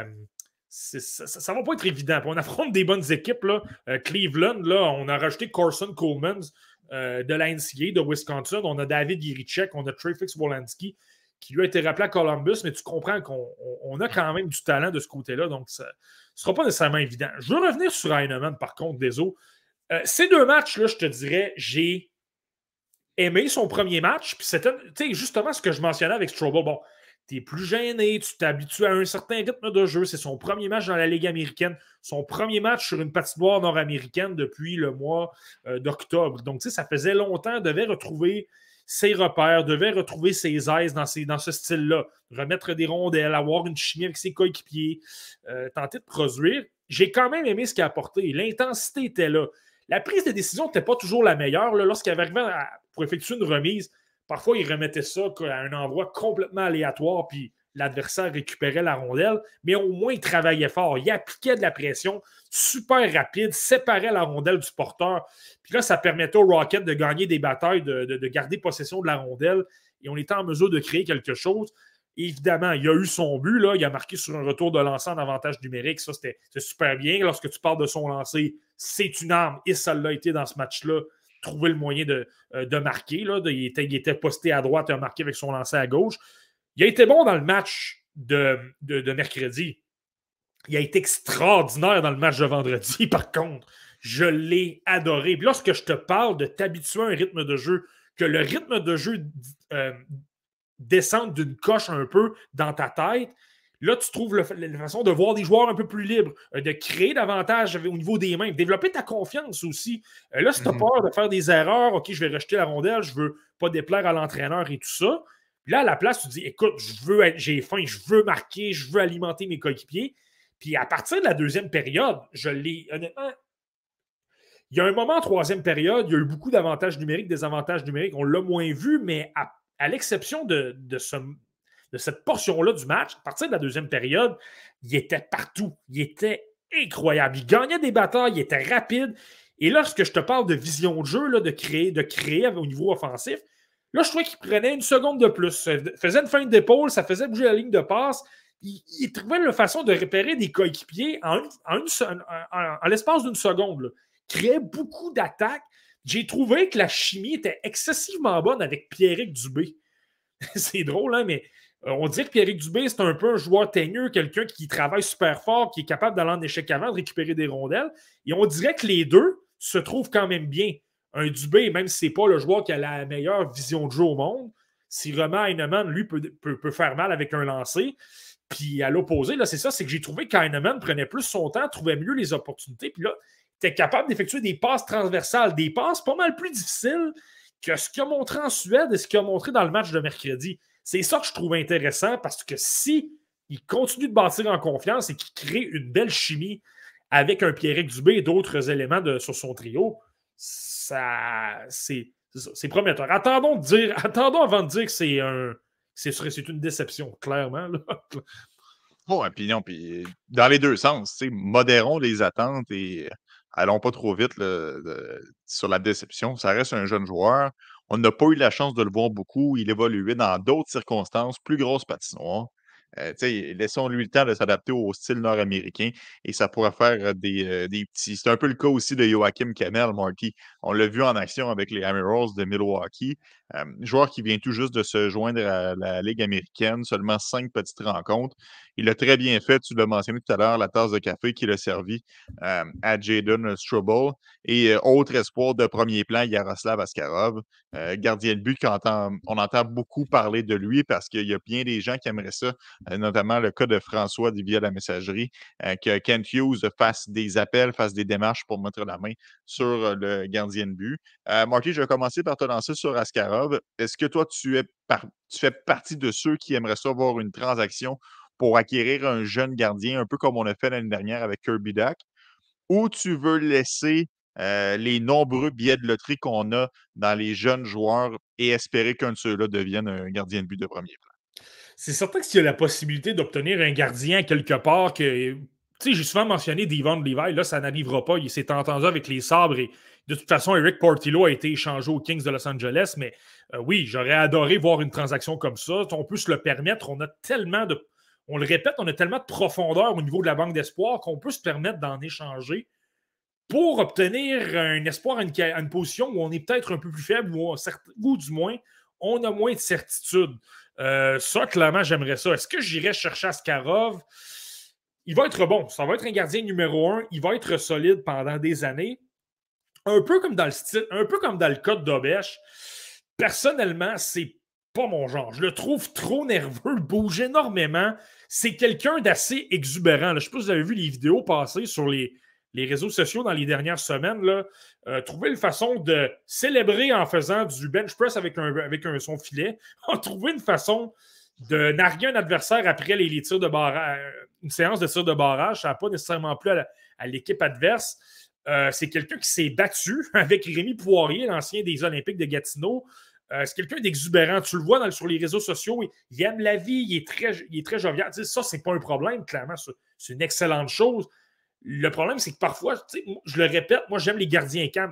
C: Ça va pas être évident. Puis on affronte des bonnes équipes. Là. Cleveland, là, on a rajouté Carson Coleman de la NCAA de Wisconsin. On a David Jiricek, on a Trey Fix-Wolanski. qui lui a été rappelé à Columbus, mais tu comprends qu'on a quand même du talent de ce côté-là, donc ça ne sera pas nécessairement évident. Je veux revenir sur Heinemann, par contre, Deso. Ces 2 matchs-là, je te dirais, j'ai aimé son premier match, puis c'était justement ce que je mentionnais avec Strobel. Bon, tu es plus gêné, tu t'habitues à un certain rythme de jeu. C'est son premier match dans la Ligue américaine, son premier match sur une patinoire nord-américaine depuis le mois d'octobre. Donc, ça faisait longtemps, devait retrouver ses repères, devait retrouver ses aises dans ce style-là. Remettre des rondelles, avoir une chimie avec ses coéquipiers, tenter de produire. J'ai quand même aimé ce qu'il a apporté. L'intensité était là. La prise de décision n'était pas toujours la meilleure. Lorsqu'il arrivait pour effectuer une remise, parfois, il remettait ça à un endroit complètement aléatoire, puis l'adversaire récupérait la rondelle, mais au moins, il travaillait fort. Il appliquait de la pression super rapide, séparait la rondelle du porteur. Puis là, ça permettait au Rocket de gagner des batailles, de garder possession de la rondelle, et on était en mesure de créer quelque chose. Et évidemment, il a eu son but, là. Il a marqué sur un retour de lancer en avantage numérique. Ça, c'était super bien. Lorsque tu parles de son lancer, c'est une arme, et ça l'a été dans ce match-là. Trouver le moyen de marquer. Là. Il était posté à droite et a marqué avec son lancer à gauche. Il a été bon dans le match de mercredi. Il a été extraordinaire dans le match de vendredi, par contre. Je l'ai adoré. Puis lorsque je te parle de t'habituer à un rythme de jeu, que le rythme de jeu descende d'une coche un peu dans ta tête, là, tu trouves la façon de voir des joueurs un peu plus libres, de créer davantage au niveau des mains, de développer ta confiance aussi. Là, si tu as peur de faire des erreurs, OK, je vais rejeter la rondelle, je ne veux pas déplaire à l'entraîneur et tout ça. Puis là, à la place, tu dis, écoute, j'ai faim, je veux marquer, je veux alimenter mes coéquipiers. Puis à partir de la 2e période, honnêtement, il y a un moment en 3e période, il y a eu beaucoup d'avantages numériques, des avantages numériques. On l'a moins vu, mais à l'exception de cette portion-là du match, à partir de la 2e période, il était partout. Il était incroyable. Il gagnait des batailles, il était rapide. Et lorsque je te parle de vision de jeu, là, de créer au niveau offensif, là, je trouvais qu'il prenait une seconde de plus. Faisait une feinte d'épaule, ça faisait bouger la ligne de passe. Il trouvait une façon de repérer des coéquipiers en l'espace d'une seconde. Là. Créait beaucoup d'attaques. J'ai trouvé que la chimie était excessivement bonne avec Pierrick Dubé. C'est drôle, hein, mais on dirait que Pierrick Dubé, c'est un peu un joueur teigneux, quelqu'un qui travaille super fort, qui est capable d'aller en échec avant, de récupérer des rondelles. Et on dirait que les deux se trouvent quand même bien. Un Dubé, même si ce n'est pas le joueur qui a la meilleure vision de jeu au monde, si vraiment Heinemann, lui, peut faire mal avec un lancer. Puis à l'opposé, là, c'est ça, c'est que j'ai trouvé qu'Heinemann prenait plus son temps, trouvait mieux les opportunités. Puis là, il était capable d'effectuer des passes transversales, des passes pas mal plus difficiles que ce qu'il a montré en Suède et ce qu'il a montré dans le match de mercredi. C'est ça que je trouve intéressant parce que si il continue de bâtir en confiance et qu'il crée une belle chimie avec un Pierrick Dubé et d'autres éléments sur son trio, c'est prometteur. Attendons avant de dire que c'est une déception, clairement. Là.
A: Oh, puis non, puis dans les 2 sens, modérons les attentes et allons pas trop vite là, sur la déception. Ça reste un jeune joueur. On n'a pas eu la chance de le voir beaucoup. Il évoluait dans d'autres circonstances, plus grosses patinoires. Laissons-lui le temps de s'adapter au style nord-américain et ça pourrait faire des petits. C'est un peu le cas aussi de Joachim Kemel, Marty. On l'a vu en action avec les Amirals de Milwaukee. Joueur qui vient tout juste de se joindre à la Ligue américaine, seulement 5 petites rencontres. Il a très bien fait, tu l'as mentionné tout à l'heure, la tasse de café qu'il a servi à Jayden Strobel. Et autre espoir de premier plan, Yaroslav Askarov, gardien de but on entend beaucoup parler de lui parce qu'il y a bien des gens qui aimeraient ça, notamment le cas de François via la messagerie, que Kent Hughes fasse des appels, fasse des démarches pour mettre la main sur le gardien de but. Marty, je vais commencer par te lancer sur Askarov. Est-ce que toi, tu fais partie de ceux qui aimeraient ça voir une transaction pour acquérir un jeune gardien, un peu comme on a fait l'année dernière avec Kirby Dach, ou tu veux laisser les nombreux billets de loterie qu'on a dans les jeunes joueurs et espérer qu'un de ceux-là devienne un gardien de but de premier plan?
C: C'est certain que s'il y a la possibilité d'obtenir un gardien quelque part que. Tu sais, j'ai souvent mentionné Devon Levi, là, ça n'arrivera pas. Il s'est entendu avec les Sabres et de toute façon, Eric Portillo a été échangé aux Kings de Los Angeles. Mais oui, j'aurais adoré voir une transaction comme ça. On peut se le permettre. On a tellement de. On le répète, on a tellement de profondeur au niveau de la banque d'espoir qu'on peut se permettre d'en échanger pour obtenir un espoir à une position où on est peut-être un peu plus faible ou du moins, on a moins de certitude. Ça, clairement, j'aimerais ça. Est-ce que j'irais chercher Askarov? Il va être bon. Ça va être un gardien numéro 1. Il va être solide pendant des années. Un peu comme dans le style, un peu comme dans le cas de Dobèche. Personnellement, c'est pas mon genre. Je le trouve trop nerveux, il bouge énormément. C'est quelqu'un d'assez exubérant. Là. Je ne sais pas si vous avez vu les vidéos passer sur les réseaux sociaux dans les dernières semaines. Là. Trouver une façon de célébrer en faisant du bench press avec son filet. Trouver une façon de narguer un adversaire après les tirs de barrage, une séance de tirs de barrage. Ça n'a pas nécessairement plu à l'équipe adverse. C'est quelqu'un qui s'est battu avec Rémi Poirier, l'ancien des Olympiques de Gatineau. C'est quelqu'un d'exubérant. Tu le vois sur les réseaux sociaux. Il aime la vie. Il est très jovial. Tu sais, ça, c'est pas un problème, clairement. C'est une excellente chose. Le problème, c'est que parfois, je le répète, moi, j'aime les gardiens calmes.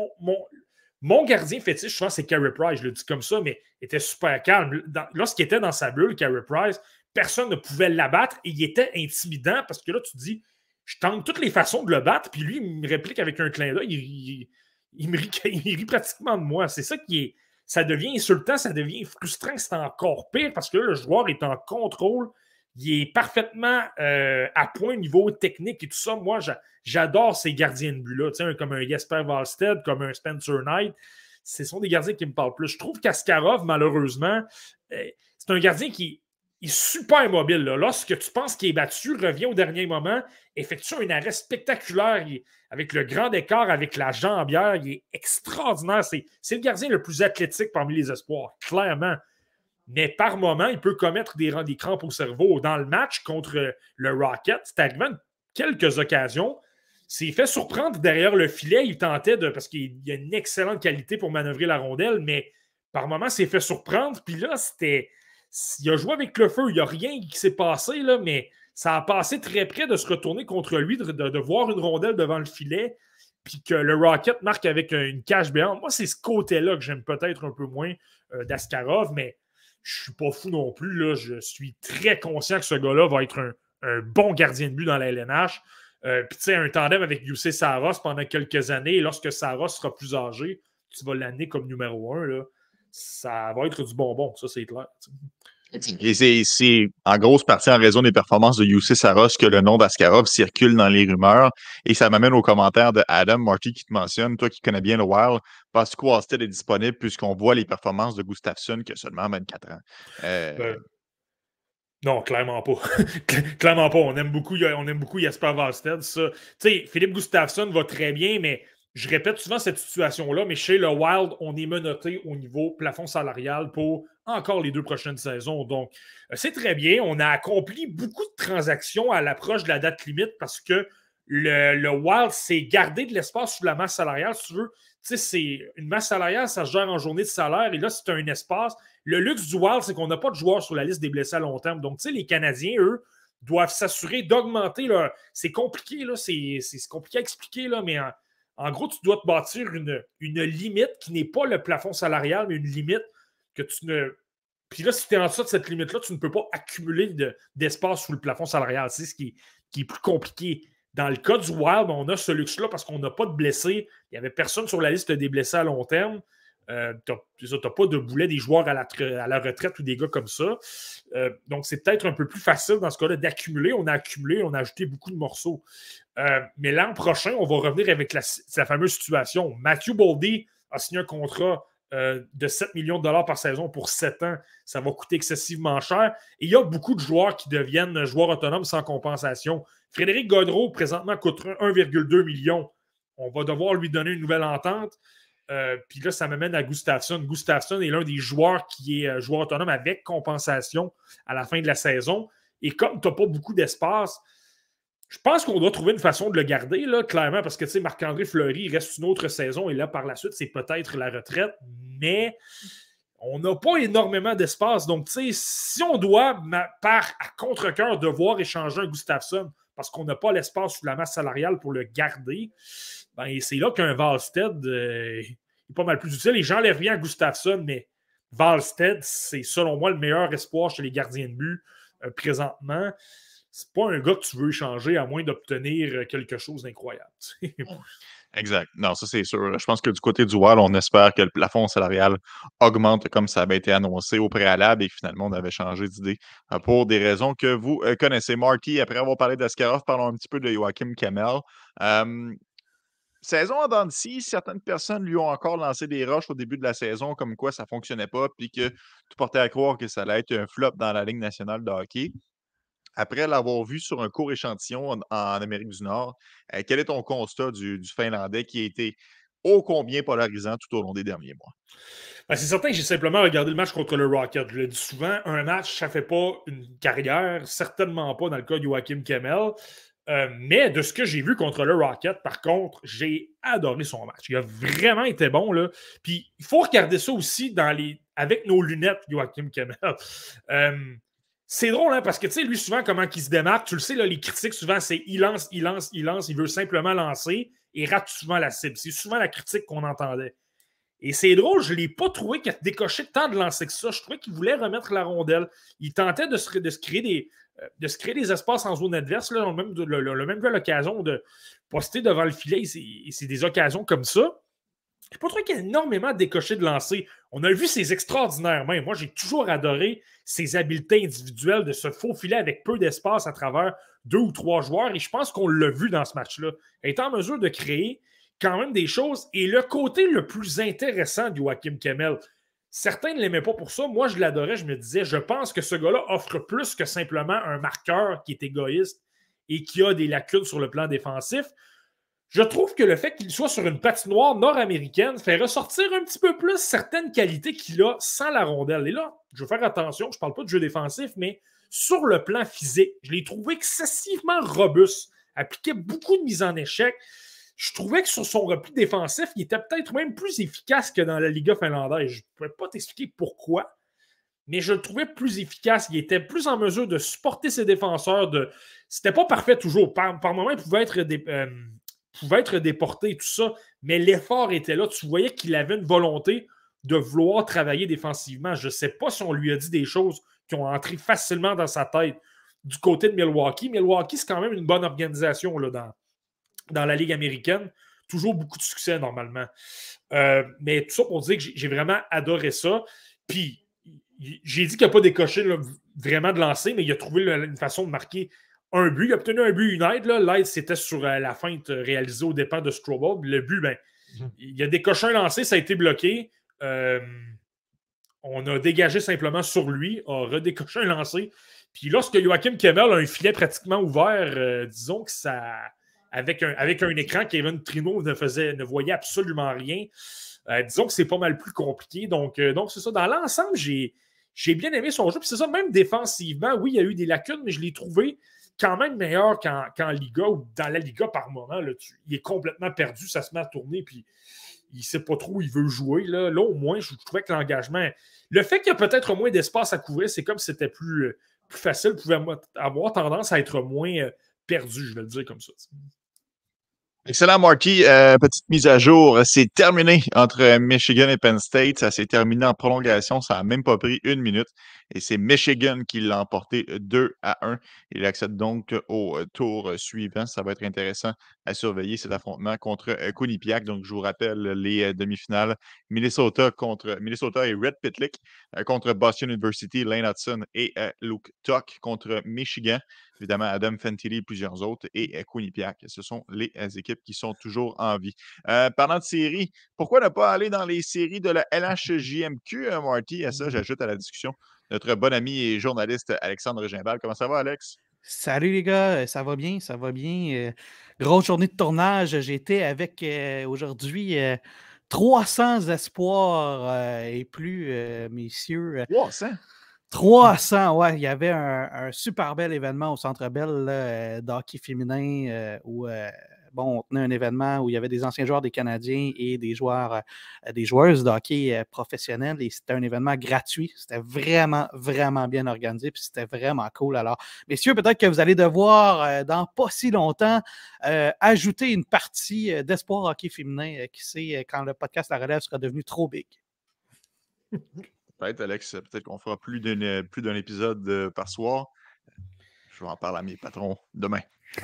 C: Mon gardien fétiche, souvent, c'est Carey Price. Je le dis comme ça, mais il était super calme. Lorsqu'il était dans sa bulle, Carey Price, personne ne pouvait l'abattre et il était intimidant parce que là, tu te dis, je tente toutes les façons de le battre, puis lui, il me réplique avec un clin d'œil. Il rit pratiquement de moi. C'est ça qui est. Ça devient insultant, ça devient frustrant, c'est encore pire parce que là, le joueur est en contrôle. Il est parfaitement à point niveau technique et tout ça. Moi, j'adore ces gardiens de but-là, comme un Jesper Wallstedt, comme un Spencer Knight. Ce sont des gardiens qui me parlent plus. Je trouve qu'Askarov, malheureusement, c'est un gardien qui est super mobile. Là. Lorsque tu penses qu'il est battu, revient au dernier moment, effectue un arrêt spectaculaire avec le grand écart, avec la jambière. Il est extraordinaire. C'est le gardien le plus athlétique parmi les espoirs, clairement. Mais par moment, il peut commettre des crampes au cerveau. Dans le match contre le Rocket, c'est arrivé en quelques occasions. S'est fait surprendre derrière le filet. Il tentait parce qu'il a une excellente qualité pour manœuvrer la rondelle, mais par moment, s'est fait surprendre. Puis là, il a joué avec le feu. Il n'y a rien qui s'est passé, là, mais ça a passé très près de se retourner contre lui, de voir une rondelle devant le filet, puis que le Rocket marque avec une cage béante. Moi, c'est ce côté-là que j'aime peut-être un peu moins d'Askarov, mais je ne suis pas fou non plus. Là. Je suis très conscient que ce gars-là va être un bon gardien de but dans la LNH. Puis, tu sais, un tandem avec Juuse Saros pendant quelques années, et lorsque Saros sera plus âgé, tu vas l'amener comme numéro 1. Là. Ça va être du bonbon, ça, c'est clair.
A: Et c'est en grosse partie en raison des performances de Juuse Saros que le nom d'Askarov circule dans les rumeurs. Et ça m'amène au commentaire de Adam Marty qui te mentionne, toi qui connais bien le Wild, parce que Wallstedt est disponible puisqu'on voit les performances de Gustafsson qui a seulement 24 ans.
C: Non, clairement pas. Clairement pas. On aime beaucoup Jesper Wallstedt. Tu sais, Philippe Gustafsson va très bien, mais je répète souvent cette situation-là, mais chez le Wild, on est menotté au niveau plafond salarial pour encore les 2 prochaines saisons. Donc, c'est très bien. On a accompli beaucoup de transactions à l'approche de la date limite parce que le Wild s'est gardé de l'espace sous la masse salariale, si tu veux. Tu sais, c'est une masse salariale, ça se gère en journée de salaire, et là, c'est un espace. Le luxe du Wild, c'est qu'on n'a pas de joueurs sur la liste des blessés à long terme. Donc, tu sais, les Canadiens, eux, doivent s'assurer d'augmenter leur. C'est compliqué, là. C'est compliqué à expliquer, là, mais en gros, tu dois te bâtir une limite qui n'est pas le plafond salarial, mais une limite que tu ne. Puis là, si tu es en dessous de cette limite-là, tu ne peux pas accumuler d'espace sous le plafond salarial. C'est ce qui est plus compliqué. Dans le cas du Wild, on a ce luxe-là parce qu'on n'a pas de blessés. Il n'y avait personne sur la liste des blessés à long terme. Tu n'as pas de boulet des joueurs à la retraite ou des gars comme ça. Donc, c'est peut-être un peu plus facile dans ce cas-là d'accumuler. On a accumulé, on a ajouté beaucoup de morceaux. Mais l'an prochain, on va revenir avec la fameuse situation. Matthew Boldy a signé un contrat de 7 millions de dollars par saison pour 7 ans. Ça va coûter excessivement cher. Et il y a beaucoup de joueurs qui deviennent joueurs autonomes sans compensation. Frédéric Gaudreau, présentement, coûte 1,2 million. On va devoir lui donner une nouvelle entente. Puis là, ça m'amène à Gustafsson. Gustafsson est l'un des joueurs qui est joueur autonome avec compensation à la fin de la saison. Et comme tu n'as pas beaucoup d'espace, je pense qu'on doit trouver une façon de le garder, là, clairement, parce que Marc-André Fleury, il reste une autre saison et là, par la suite, c'est peut-être la retraite, mais on n'a pas énormément d'espace. Donc, si on doit, à contre-cœur, devoir échanger un Gustafsson parce qu'on n'a pas l'espace sous la masse salariale pour le garder, ben, c'est là qu'un Wallstedt est pas mal plus utile. Et j'enlève rien à Gustafsson, mais Wallstedt, c'est selon moi le meilleur espoir chez les gardiens de but présentement. c'est pas un gars que tu veux échanger à moins d'obtenir quelque chose d'incroyable.
A: Exact. Non, ça, c'est sûr. Je pense que du côté du Wild, on espère que le plafond salarial augmente comme ça avait été annoncé au préalable et que finalement, on avait changé d'idée pour des raisons que vous connaissez. Marty, après avoir parlé d'Askarov, parlons un petit peu de Joachim Kemel. Euh, Saison en dents de scie, certaines personnes lui ont encore lancé des roches au début de la saison, comme quoi ça ne fonctionnait pas, puis que tout portait à croire que ça allait être un flop dans la Ligue nationale de hockey. Après l'avoir vu sur un court échantillon en Amérique du Nord, quel est ton constat du Finlandais qui a été ô combien polarisant tout au long des derniers mois?
C: Ben, c'est certain que j'ai simplement regardé le match contre le Rocket. Je le dis souvent, un match, ça ne fait pas une carrière, certainement pas dans le cas de Joachim Kemel. Mais de ce que j'ai vu contre le Rocket, par contre, j'ai adoré son match. Il a vraiment été bon, là. Puis il faut regarder ça aussi avec nos lunettes, Joachim Kemel. C'est drôle, hein, parce que, tu sais, lui, souvent, comment il se démarque, tu le sais, là, les critiques, souvent, c'est il lance, il veut simplement lancer et rate souvent la cible. C'est souvent la critique qu'on entendait. Et c'est drôle, je ne l'ai pas trouvé qu'il a décoché tant de lancer que ça. Je trouvais qu'il voulait remettre la rondelle. Il tentait de se créer des espaces en zone adverse. Là, on a même vu l'occasion de poster devant le filet. Et c'est des occasions comme ça. Je n'ai pas trouvé qu'il y a énormément décoché de lancer. On a vu ses extraordinaires mains. Moi, j'ai toujours adoré ses habiletés individuelles de se faufiler avec peu d'espace à travers 2 ou 3 joueurs. Et je pense qu'on l'a vu dans ce match-là. Il est en mesure de créer quand même des choses. Et le côté le plus intéressant de Joachim Kemel, certains ne l'aimaient pas pour ça. Moi, je l'adorais. Je me disais, je pense que ce gars-là offre plus que simplement un marqueur qui est égoïste et qui a des lacunes sur le plan défensif. Je trouve que le fait qu'il soit sur une patinoire nord-américaine fait ressortir un petit peu plus certaines qualités qu'il a sans la rondelle. Et là, je veux faire attention, je ne parle pas de jeu défensif, mais sur le plan physique, je l'ai trouvé excessivement robuste, appliquait beaucoup de mises en échec. Je trouvais que sur son repli défensif, il était peut-être même plus efficace que dans la Liga finlandaise. Je ne pourrais pas t'expliquer pourquoi, mais je le trouvais plus efficace. Il était plus en mesure de supporter ses défenseurs. C'était pas parfait toujours. Par moments, il pouvait être déporté et tout ça, mais l'effort était là. Tu voyais qu'il avait une volonté de vouloir travailler défensivement. Je ne sais pas si on lui a dit des choses qui ont entré facilement dans sa tête du côté de Milwaukee. Milwaukee, c'est quand même une bonne organisation là, dans la Ligue américaine. Toujours beaucoup de succès normalement. Mais tout ça pour dire que j'ai vraiment adoré ça. Puis, j'ai dit qu'il n'a pas décoché là, vraiment de lancer, mais il a trouvé une façon de marquer un but. Il a obtenu un but, une aide. L'aide, c'était sur la feinte réalisée aux dépens de Strobel. Le but, il a décoché un lancer, ça a été bloqué. On a dégagé simplement sur lui, a redécoché un lancer. Puis lorsque Joachim Kemel a un filet pratiquement ouvert, disons que ça... Avec un écran, Kevin Trino ne voyait absolument rien. Disons que c'est pas mal plus compliqué. Donc c'est ça. Dans l'ensemble, j'ai bien aimé son jeu. Puis c'est ça, même défensivement, oui, il y a eu des lacunes, mais je l'ai trouvé quand même meilleur qu'en Liga ou dans la Liga par moment. Là, il est complètement perdu, ça se met à tourner, puis il ne sait pas trop où il veut jouer. Là, au moins, je trouvais que l'engagement... Le fait qu'il y a peut-être moins d'espace à couvrir, c'est comme si c'était plus facile, pouvait avoir tendance à être moins perdu, je vais le dire comme ça.
A: Excellent, Marty. Petite mise à jour. C'est terminé entre Michigan et Penn State. Ça s'est terminé en prolongation. Ça n'a même pas pris 1 minute. Et c'est Michigan qui l'a emporté 2-1. Il accède donc au tour suivant. Ça va être intéressant à surveiller cet affrontement contre Quinnipiac. Donc, je vous rappelle les demi-finales. Minnesota et Red Pitlick contre Boston University, Lane Hudson et Luke Tuck contre Michigan. Évidemment, Adam Fantilli et plusieurs autres, et Quinnipiac. Ce sont les équipes qui sont toujours en vie. Parlant de séries, pourquoi ne pas aller dans les séries de la LHJMQ, Marty? À ça, j'ajoute à la discussion notre bon ami et journaliste Alexandre Gimbal. Comment ça va, Alex?
D: Salut les gars, ça va bien, ça va bien. Grosse journée de tournage. J'étais avec aujourd'hui 300 espoirs et plus, messieurs.
A: 300?
D: 300, ouais. Il y avait un super bel événement au Centre Bell d'hockey féminin où on tenait un événement où il y avait des anciens joueurs des Canadiens et des joueuses de hockey professionnels. Et c'était un événement gratuit. C'était vraiment, vraiment bien organisé. Puis c'était vraiment cool. Alors, messieurs, peut-être que vous allez devoir, dans pas si longtemps, ajouter une partie d'espoir hockey féminin. Qui sait quand le podcast La Relève sera devenu trop big.
A: Peut-être, Alex, peut-être qu'on fera plus d'un épisode par soir. Je vais en parler à mes patrons demain.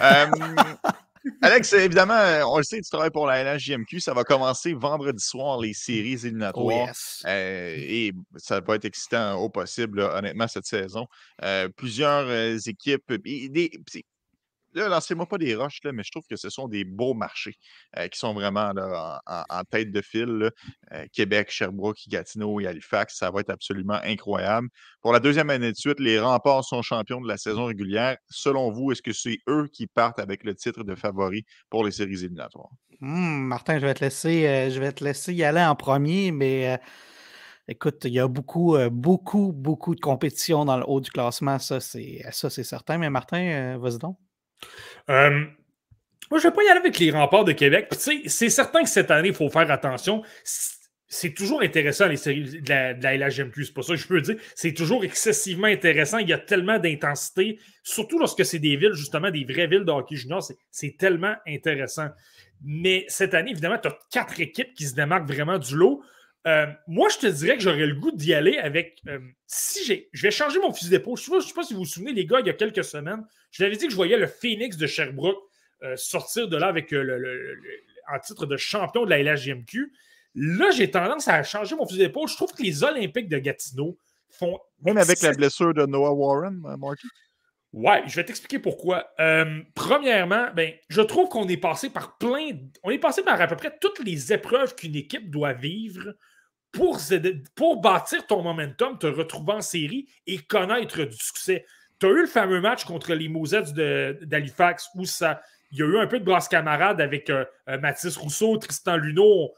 A: Alex, évidemment, on le sait, tu travailles pour la LHJMQ. Ça va commencer vendredi soir, les séries
D: Oh
A: éliminatoires.
D: yes.
A: Et ça va être excitant au possible, là, honnêtement, cette saison. Plusieurs équipes. Là, lancez-moi pas des roches, là, mais je trouve que ce sont des beaux marchés qui sont vraiment là, en tête de file. Là. Québec, Sherbrooke, Gatineau et Halifax, ça va être absolument incroyable. Pour la deuxième année de suite, les Remparts sont champions de la saison régulière. Selon vous, est-ce que c'est eux qui partent avec le titre de favori pour les séries éliminatoires?
D: Martin, je vais te laisser y aller en premier, mais écoute, il y a beaucoup de compétition dans le haut du classement. Ça, c'est certain. Mais Martin, vas-y donc.
C: Moi, je ne vais pas y aller avec les Remparts de Québec. C'est certain que cette année, il faut faire attention. C'est toujours intéressant, les séries de la LHJMQ. C'est pas ça que je peux dire. C'est toujours excessivement intéressant. Il y a tellement d'intensité, surtout lorsque c'est des villes, justement, des vraies villes de hockey junior. C'est tellement intéressant. Mais cette année, évidemment, tu as 4 équipes qui se démarquent vraiment du lot. Moi, je te dirais que j'aurais le goût d'y aller avec... je vais changer mon fusil d'épaule. Je ne sais pas si vous vous souvenez, les gars, il y a quelques semaines, je vous avais dit que je voyais le Phoenix de Sherbrooke sortir de là avec en titre de champion de la LHJMQ. Là, j'ai tendance à changer mon fusil d'épaule. Je trouve que les Olympiques de Gatineau font...
A: Même avec la blessure de Noah Warren, Marty?
C: Ouais, je vais t'expliquer pourquoi. Premièrement, je trouve qu'on est passé par on est passé par à peu près toutes les épreuves qu'une équipe doit vivre pour bâtir ton momentum, te retrouver en série et connaître du succès. Tu as eu le fameux match contre les Mousettes d'Halifax où il y a eu un peu de brasse camarade avec Mathis Rousseau, Tristan Luneau.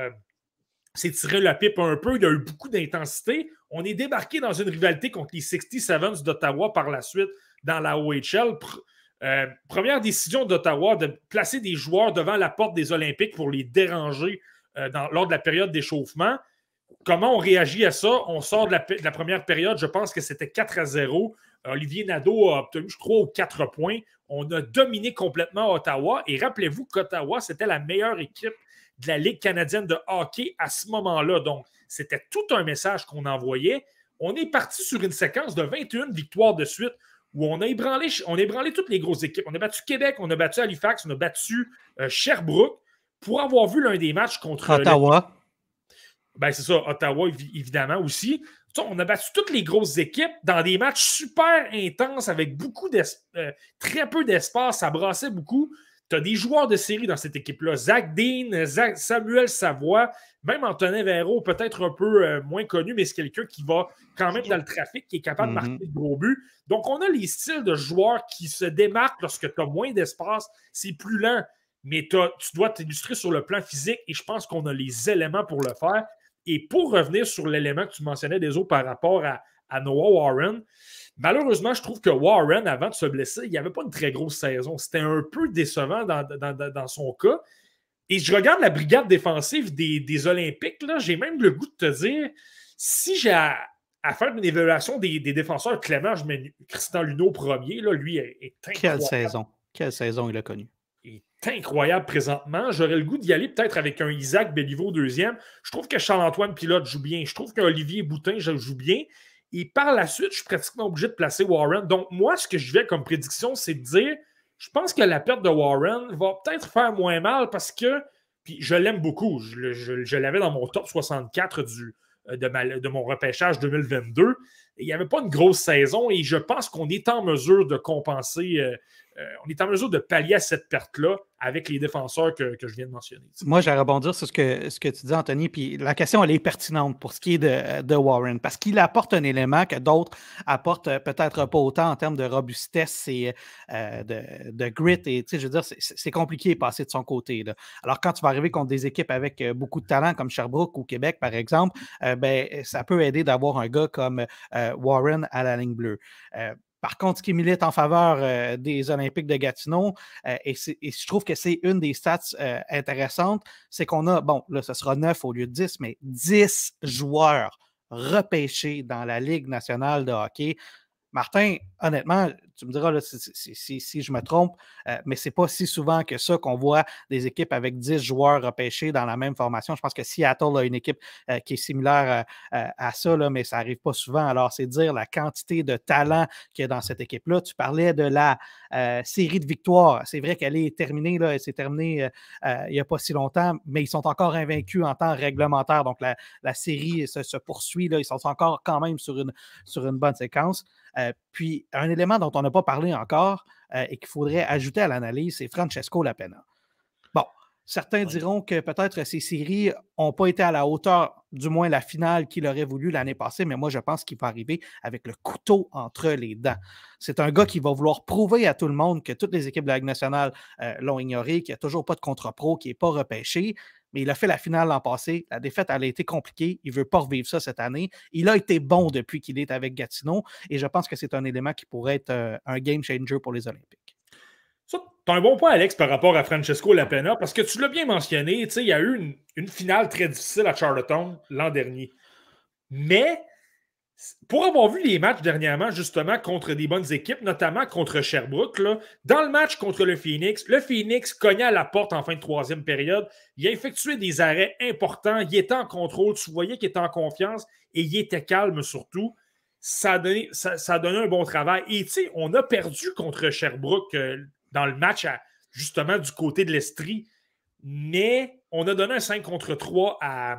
C: S'est tiré la pipe un peu. Il y a eu beaucoup d'intensité. On est débarqué dans une rivalité contre les 67s d'Ottawa par la suite dans la OHL. Première décision d'Ottawa de placer des joueurs devant la porte des Olympiques pour les déranger lors de la période d'échauffement. Comment on réagit à ça? On sort de la première période, je pense que c'était 4-0. Olivier Nadeau a obtenu 3 ou 4 points. On a dominé complètement Ottawa. Et rappelez-vous qu'Ottawa, c'était la meilleure équipe de la Ligue canadienne de hockey à ce moment-là. Donc, c'était tout un message qu'on envoyait. On est parti sur une séquence de 21 victoires de suite où on a ébranlé toutes les grosses équipes. On a battu Québec, on a battu Halifax, on a battu Sherbrooke pour avoir vu l'un des matchs contre
D: Ottawa.
C: C'est ça, Ottawa, évidemment aussi. On a battu toutes les grosses équipes dans des matchs super intenses avec très peu d'espace. Ça brassait beaucoup. Tu as des joueurs de série dans cette équipe-là. Zach Dean, Samuel Savoie, même Antonin Véro, peut-être un peu moins connu, mais c'est quelqu'un qui va quand même dans le trafic, qui est capable de marquer de gros buts. Donc, on a les styles de joueurs qui se démarquent lorsque tu as moins d'espace. C'est plus lent, mais tu dois t'illustrer sur le plan physique et je pense qu'on a les éléments pour le faire. Et pour revenir sur l'élément que tu mentionnais des autres par rapport à Noah Warren, malheureusement, je trouve que Warren, avant de se blesser, il n'y avait pas une très grosse saison. C'était un peu décevant dans son cas. Et je regarde la brigade défensive des Olympiques. Là, j'ai même le goût de te dire, si j'ai à faire une évaluation des défenseurs, Clément, je mets Tristan Luneau premier. Là, lui est incroyable.
D: Quelle saison il a connue.
C: Il est incroyable présentement. J'aurais le goût d'y aller peut-être avec un Isaac Béliveau deuxième. Je trouve que Charles-Antoine Pilote joue bien. Je trouve qu'Olivier Boutin joue bien. Et par la suite, je suis pratiquement obligé de placer Warren. Donc, moi, ce que je vais comme prédiction, c'est de dire, je pense que la perte de Warren va peut-être faire moins mal parce que, puis je l'aime beaucoup. Je l'avais dans mon top 64 de mon repêchage 2022. Et il n'y avait pas une grosse saison et je pense qu'on est en mesure de compenser, on est en mesure de pallier à cette perte-là avec les défenseurs que je viens de mentionner.
D: Moi, je vais rebondir sur ce que tu dis, Anthony, puis la question, elle est pertinente pour ce qui est de Warren, parce qu'il apporte un élément que d'autres apportent peut-être pas autant en termes de robustesse et de grit, et je veux dire, c'est compliqué de passer de son côté. Là. Alors, quand tu vas arriver contre des équipes avec beaucoup de talent, comme Sherbrooke ou Québec, par exemple, ça peut aider d'avoir un gars comme Warren à la ligne bleue. Par contre, ce qui milite en faveur des Olympiques de Gatineau, et je trouve que c'est une des stats intéressantes, c'est qu'on a, là, ce sera 9 au lieu de 10, mais 10 joueurs repêchés dans la Ligue nationale de hockey. Martin, honnêtement, tu me diras là, si je me trompe, mais c'est pas si souvent que ça qu'on voit des équipes avec 10 joueurs repêchés dans la même formation. Je pense que Seattle a une équipe qui est similaire à ça, là, mais ça n'arrive pas souvent. Alors, c'est dire la quantité de talent qu'il y a dans cette équipe-là. Tu parlais de la série de victoires. C'est vrai qu'elle est terminée, là, elle s'est terminée il n'y a pas si longtemps, mais ils sont encore invaincus en temps réglementaire. Donc, la série se poursuit. Là, ils sont encore quand même sur une bonne séquence. Puis, un élément dont on n'a pas parlé encore et qu'il faudrait ajouter à l'analyse, c'est Francesco Lapena. Bon, certains diront que peut-être ces séries n'ont pas été à la hauteur, du moins la finale qu'il aurait voulu l'année passée, mais moi, je pense qu'il va arriver avec le couteau entre les dents. C'est un gars qui va vouloir prouver à tout le monde que toutes les équipes de la Ligue nationale l'ont ignoré, qu'il n'y a toujours pas de contre-pro, qu'il n'est pas repêché. Mais il a fait la finale l'an passé. La défaite, elle a été compliquée. Il ne veut pas revivre ça cette année. Il a été bon depuis qu'il est avec Gatineau. Et je pense que c'est un élément qui pourrait être un game changer pour les Olympiques.
C: Tu as un bon point, Alex, par rapport à Francesco Lapena, parce que tu l'as bien mentionné, il y a eu une finale très difficile à Charlottetown l'an dernier. Mais pour avoir vu les matchs dernièrement, justement, contre des bonnes équipes, notamment contre Sherbrooke, là, dans le match contre le Phoenix cognait à la porte en fin de troisième période. Il a effectué des arrêts importants. Il était en contrôle. Tu voyais qu'il était en confiance et il était calme surtout. Ça a donné un bon travail. Et tu sais, on a perdu contre Sherbrooke dans le match, justement, du côté de l'Estrie. Mais on a donné un 5 contre 3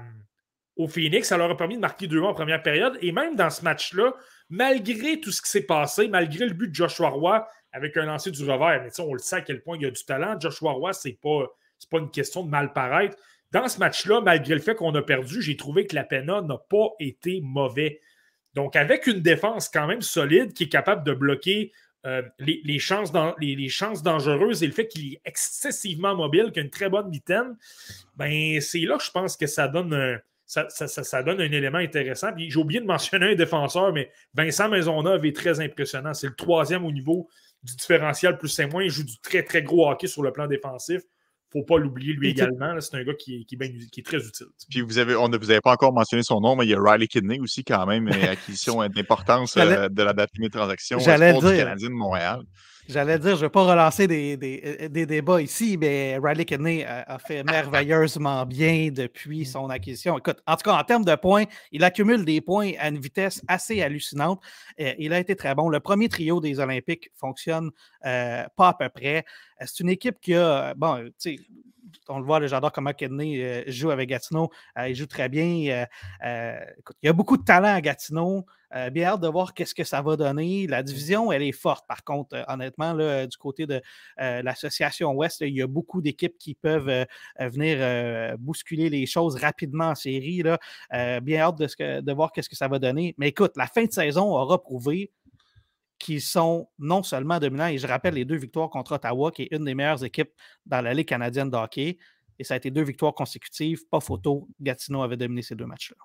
C: au Phoenix. Ça leur a permis de marquer 2 en première période. Et même dans ce match-là, malgré tout ce qui s'est passé, malgré le but de Joshua Roy avec un lancer du revers, mais on le sait à quel point il y a du talent. Joshua Roy, c'est pas une question de mal paraître. Dans ce match-là, malgré le fait qu'on a perdu, j'ai trouvé que Lapena n'a pas été mauvais. Donc, avec une défense quand même solide qui est capable de bloquer les chances dangereuses et le fait qu'il est excessivement mobile, qu'il a une très bonne mitaine, ben, c'est là que je pense que ça donne ça donne un élément intéressant. Puis j'ai oublié de mentionner un défenseur, mais Vincent Maisonneuve est très impressionnant. C'est le 3e au niveau du différentiel plus c'est moins. Il joue du très, très gros hockey sur le plan défensif. Il ne faut pas l'oublier, lui également. Là, c'est un gars qui est très utile.
A: Puis vous n'avez pas encore mentionné son nom, mais il y a Riley Kidney aussi, quand même, acquisition d'importance de la date limite transaction du Canadien de Montréal.
D: J'allais dire, je ne vais pas relancer des débats ici, mais Riley Kidney a fait merveilleusement bien depuis son acquisition. Écoute, en tout cas, en termes de points, il accumule des points à une vitesse assez hallucinante. Il a été très bon. Le premier trio des Olympiques fonctionne pas à peu près. C'est une équipe qui a, bon, tu sais, on le voit, j'adore comment Kidney joue avec Gatineau. Il joue très bien. Écoute, il y a beaucoup de talent à Gatineau. Bien hâte de voir qu'est-ce que ça va donner. La division, elle est forte. Par contre, honnêtement, là, du côté de l'association Ouest, là, il y a beaucoup d'équipes qui peuvent venir bousculer les choses rapidement en série. Là. Bien hâte de voir qu'est-ce que ça va donner. Mais écoute, la fin de saison aura prouvé qu'ils sont non seulement dominants, et je rappelle les 2 victoires contre Ottawa, qui est une des meilleures équipes dans la Ligue canadienne de hockey, et ça a été 2 victoires consécutives, pas photo, Gatineau avait dominé ces 2 matchs-là.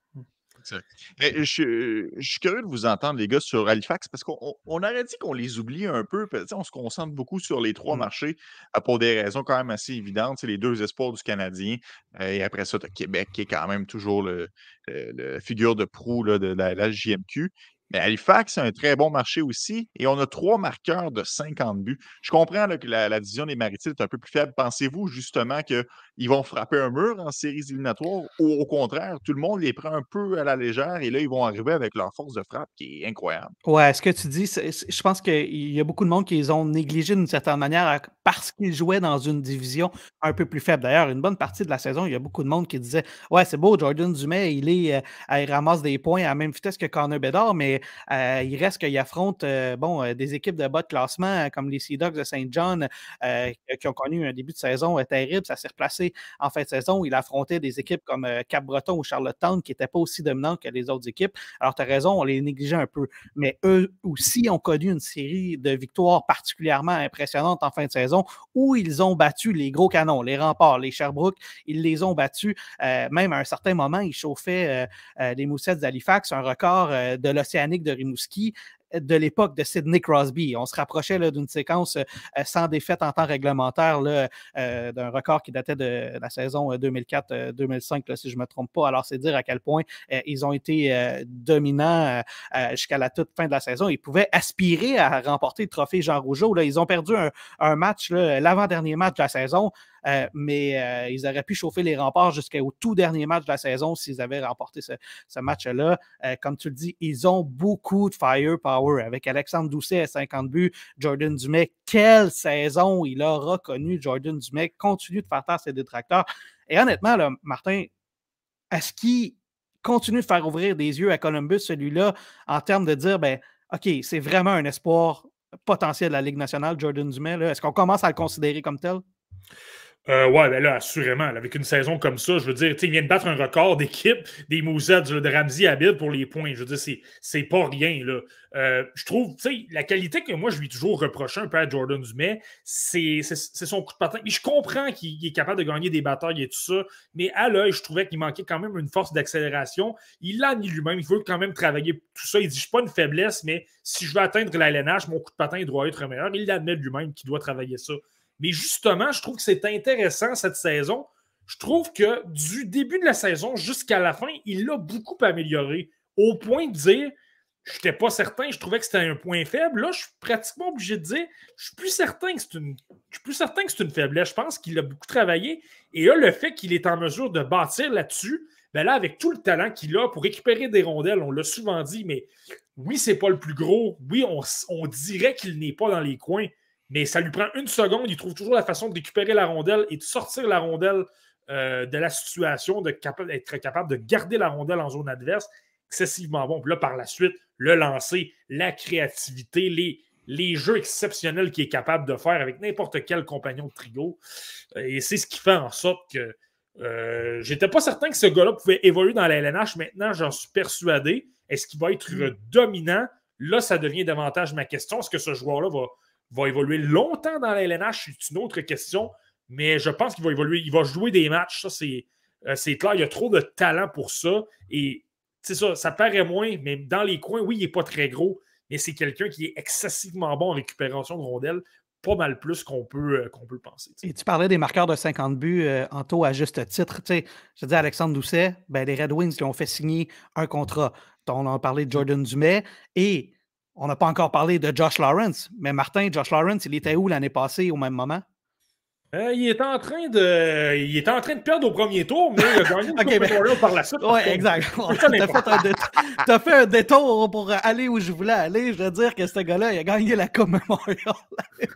A: Je suis curieux de vous entendre, les gars, sur Halifax, parce qu'on aurait dit qu'on les oublie un peu. On se concentre beaucoup sur les 3 marchés pour des raisons quand même assez évidentes. C'est les 2 espoirs du Canadien. Et après ça, tu as Québec, qui est quand même toujours le figure de proue là, de la JMQ. Mais Halifax, c'est un très bon marché aussi. Et on a 3 marqueurs de 50 buts. Je comprends là, que la division des Maritimes est un peu plus faible. Pensez-vous justement qu'ils vont frapper un mur en séries éliminatoires ou au contraire, tout le monde les prend un peu à la légère et là, ils vont arriver avec leur force de frappe qui est incroyable?
D: Ouais, ce que tu dis, je pense qu'il y a beaucoup de monde qui les ont négligés d'une certaine manière parce qu'ils jouaient dans une division un peu plus faible. D'ailleurs, une bonne partie de la saison, il y a beaucoup de monde qui disait « Ouais, c'est beau, Jordan Dumais, il ramasse des points à la même vitesse que Connor Bedard, mais il reste qu'il affronte des équipes de bas de classement comme les Sea Dogs de Saint John qui ont connu un début de saison terrible. Ça s'est replacé en fin de saison. Il affrontait des équipes comme Cap-Breton ou Charlottetown qui n'étaient pas aussi dominantes que les autres équipes. Alors, tu as raison, on les négligeait un peu. Mais eux aussi ont connu une série de victoires particulièrement impressionnantes en fin de saison où ils ont battu les gros canons, les Remparts, les Sherbrooke. Ils les ont battus. Même à un certain moment, ils chauffaient les Moussettes d'Halifax, un record de l'Océanique de Rimouski. de l'époque de Sidney Crosby. On se rapprochait là, d'une séquence sans défaite en temps réglementaire, là, d'un record qui datait de la saison 2004-2005, si je ne me trompe pas. Alors, c'est dire à quel point ils ont été dominants jusqu'à la toute fin de la saison. Ils pouvaient aspirer à remporter le trophée Jean Rougeau. Là. Ils ont perdu un match, là, l'avant-dernier match de la saison, mais ils auraient pu chauffer les remparts jusqu'au tout dernier match de la saison s'ils avaient remporté ce match-là. Comme tu le dis, ils ont beaucoup de firepower avec Alexandre Doucet à 50 buts, Jordan Dumais. Quelle saison il aura connu, Jordan Dumais. Continue de faire taire ses détracteurs. Et honnêtement, là, Martin, est-ce qu'il continue de faire ouvrir des yeux à Columbus, celui-là, en termes de dire, ben, OK, c'est vraiment un espoir potentiel de la Ligue nationale, Jordan Dumais. Là. Est-ce qu'on commence à le considérer comme tel?
C: Ouais, ben là, assurément. Là, avec une saison comme ça, je veux dire, il vient de battre un record d'équipe des Moussets de Ramsey à Bill pour les points. Je veux dire, c'est pas rien. Là. Je trouve, tu sais, la qualité que moi, je lui ai toujours reproché un peu à Jordan Dumais, c'est son coup de patin. Mais je comprends qu'il est capable de gagner des batailles et tout ça, mais à l'œil, je trouvais qu'il manquait quand même une force d'accélération. Il l'a mis lui-même, il veut quand même travailler tout ça. Il dit, je suis pas une faiblesse, mais si je veux atteindre la LNH, mon coup de patin doit être meilleur. Il l'admet lui-même qu'il doit travailler ça. Mais justement, je trouve que c'est intéressant cette saison. Je trouve que du début de la saison jusqu'à la fin, il l'a beaucoup amélioré. Au point de dire, je n'étais pas certain, je trouvais que c'était un point faible. Là, je suis pratiquement obligé de dire, je suis plus certain que c'est une faiblesse. Je pense qu'il a beaucoup travaillé. Et là, le fait qu'il est en mesure de bâtir là-dessus, ben là, avec tout le talent qu'il a pour récupérer des rondelles, on l'a souvent dit, mais oui, c'est pas le plus gros. Oui, on dirait qu'il n'est pas dans les coins. Mais ça lui prend une seconde, il trouve toujours la façon de récupérer la rondelle et de sortir la rondelle de la situation, d'être capable de garder la rondelle en zone adverse, excessivement bon. Puis là, par la suite, le lancer, la créativité, les jeux exceptionnels qu'il est capable de faire avec n'importe quel compagnon de trio. Et c'est ce qui fait en sorte que j'étais pas certain que ce gars-là pouvait évoluer dans la LNH. Maintenant, j'en suis persuadé. Est-ce qu'il va être dominant? Là, ça devient davantage ma question. Est-ce que ce joueur-là va évoluer longtemps dans la LNH? C'est une autre question, mais je pense qu'il va évoluer. Il va jouer des matchs, ça c'est clair. Il y a trop de talent pour ça. Et c'est ça paraît moins, mais dans les coins, oui, il n'est pas très gros, mais c'est quelqu'un qui est excessivement bon en récupération de rondelles, pas mal plus qu'on peut le penser. T'sais.
D: Et tu parlais des marqueurs de 50 buts, Anto, à juste titre. Je dis Alexandre Doucet, ben, les Red Wings qui ont fait signer un contrat. On a parlé de Jordan Dumais et on n'a pas encore parlé de Josh Lawrence. Mais Martin, Josh Lawrence, il était où l'année passée au même moment?
C: Il est en train de perdre au premier tour, mais il a gagné une Coupe Memorial par la suite.
D: Oui, exact. Tu as fait un détour pour aller où je voulais aller. Je veux dire que ce gars-là, il a gagné la Coupe Memorial l'année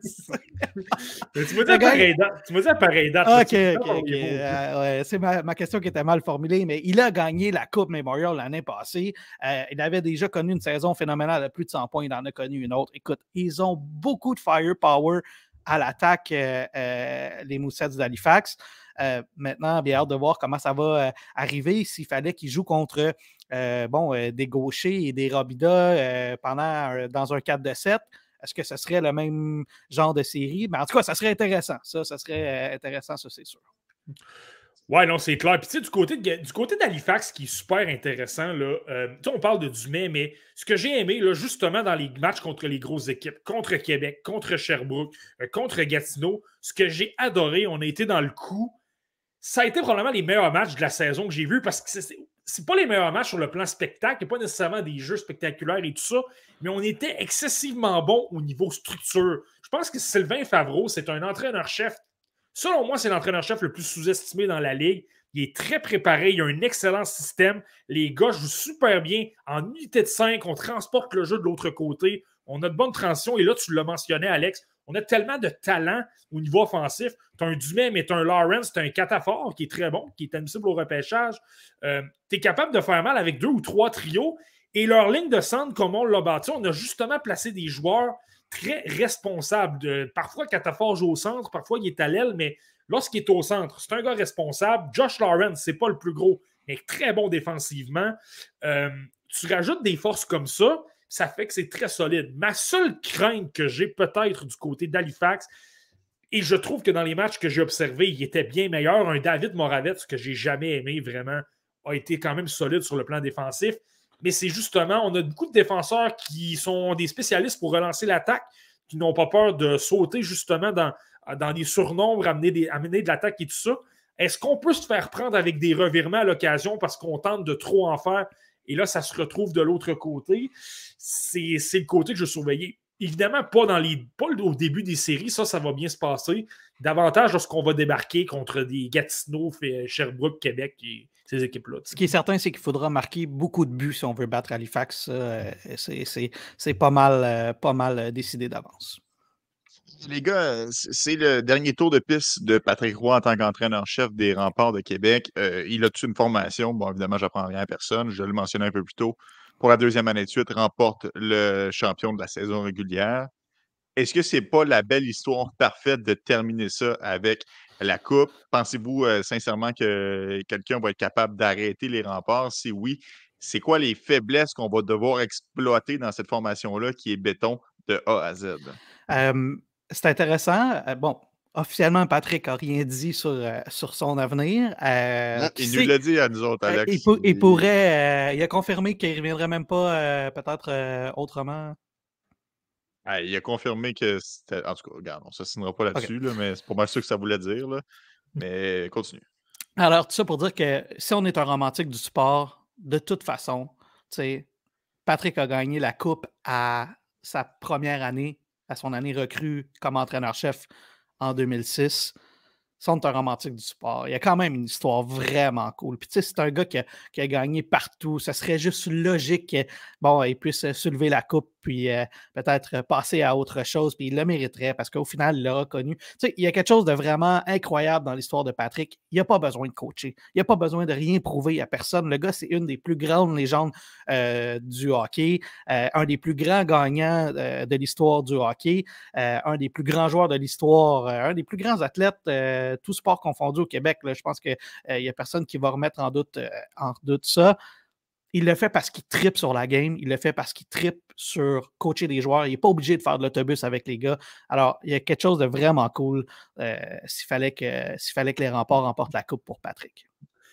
D: passée.
C: Tu m'as dit à pareille date.
D: OK. Ouais, c'est ma question qui était mal formulée, mais il a gagné la Coupe Memorial l'année passée. Il avait déjà connu une saison phénoménale de plus de 100 points. Il en a connu une autre. Écoute, ils ont beaucoup de firepower à l'attaque, les Moussets d'Halifax. Maintenant, bien hâte de voir comment ça va arriver s'il fallait qu'ils jouent contre des gauchers et des Robida dans un 4-7. Est-ce que ce serait le même genre de série? Mais en tout cas, ça serait intéressant. Ça serait intéressant, ça, c'est sûr.
C: Ouais, non, c'est clair. Puis, tu sais, du côté d'Halifax, qui est super intéressant, là, on parle de Dumais, mais ce que j'ai aimé, là, justement, dans les matchs contre les grosses équipes, contre Québec, contre Sherbrooke, contre Gatineau, ce que j'ai adoré, on a été dans le coup. Ça a été probablement les meilleurs matchs de la saison que j'ai vus parce que c'est pas les meilleurs matchs sur le plan spectacle, il n'y a pas nécessairement des jeux spectaculaires et tout ça, mais on était excessivement bons au niveau structure. Je pense que Sylvain Favreau, c'est un entraîneur-chef. Selon moi, c'est l'entraîneur-chef le plus sous-estimé dans la Ligue. Il est très préparé, il a un excellent système. Les gars jouent super bien. En unité de 5, on transporte le jeu de l'autre côté. On a de bonnes transitions. Et là, tu l'as mentionné, Alex, on a tellement de talent au niveau offensif. Tu as un Dumais, mais tu as un Lawrence, tu as un Catafort qui est très bon, qui est admissible au repêchage. Tu es capable de faire mal avec 2 ou 3 trios. Et leur ligne de centre, comme on l'a bâti, on a justement placé des joueurs très responsable. Parfois, Catafort joue au centre, parfois il est à l'aile, mais lorsqu'il est au centre, c'est un gars responsable. Josh Lawrence, c'est pas le plus gros, mais très bon défensivement. Tu rajoutes des forces comme ça fait que c'est très solide. Ma seule crainte que j'ai peut-être du côté d'Halifax, et je trouve que dans les matchs que j'ai observés, il était bien meilleur. Un David Moravec, ce que j'ai jamais aimé vraiment, a été quand même solide sur le plan défensif. mais c'est justement, on a beaucoup de défenseurs qui sont des spécialistes pour relancer l'attaque, qui n'ont pas peur de sauter justement dans des surnombres, amener de l'attaque et tout ça. Est-ce qu'on peut se faire prendre avec des revirements à l'occasion parce qu'on tente de trop en faire et là, ça se retrouve de l'autre côté? C'est le côté que je surveillais. Évidemment, pas au début des séries, ça va bien se passer. Davantage lorsqu'on va débarquer contre des Gatineau, Sherbrooke, Québec et ces équipes-là.
D: Ce qui est certain, c'est qu'il faudra marquer beaucoup de buts si on veut battre Halifax. C'est pas mal décidé d'avance.
A: Les gars, c'est le dernier tour de piste de Patrick Roy en tant qu'entraîneur-chef des Remparts de Québec. Il a-tu une formation? Bon, évidemment, j'apprends rien à personne. Je le mentionnais un peu plus tôt. Pour la deuxième année de suite, remporte le champion de la saison régulière. Est-ce que c'est pas la belle histoire parfaite de terminer ça avec la Coupe? Pensez-vous sincèrement que quelqu'un va être capable d'arrêter les Remparts? Si oui, c'est quoi les faiblesses qu'on va devoir exploiter dans cette formation-là qui est béton de A à Z?
D: C'est intéressant. Bon, officiellement, Patrick n'a rien dit sur son avenir.
A: Il nous l'a dit à nous autres, Alex.
D: Il a confirmé qu'il ne reviendrait même pas peut-être autrement.
A: Il a confirmé que c'était. En tout cas, regarde, on ne s'assinera pas là-dessus, là, mais c'est pas mal sûr que ça voulait dire. Là. Mais continue.
D: Alors, tout ça pour dire que si on est un romantique du sport, de toute façon, Patrick a gagné la Coupe à sa première année, à son année recrue comme entraîneur-chef en 2006. Sont un romantique du sport. Il y a quand même une histoire vraiment cool. Puis, tu sais, c'est un gars qui a gagné partout. Ça serait juste logique qu'il puisse soulever la coupe puis peut-être passer à autre chose. Puis, il le mériterait parce qu'au final, il l'a reconnu. Tu sais, il y a quelque chose de vraiment incroyable dans l'histoire de Patrick. Il n'a pas besoin de coacher. Il n'a pas besoin de rien prouver à personne. Le gars, c'est une des plus grandes légendes du hockey, un des plus grands gagnants de l'histoire du hockey, un des plus grands joueurs de l'histoire, un des plus grands athlètes tout sport confondu au Québec. Là, je pense qu'il n'y a personne qui va remettre en doute ça. Il le fait parce qu'il trippe sur la game. Il le fait parce qu'il trippe sur coacher des joueurs. Il n'est pas obligé de faire de l'autobus avec les gars. Alors, il y a quelque chose de vraiment cool s'il fallait que les Remparts remportent la Coupe pour Patrick.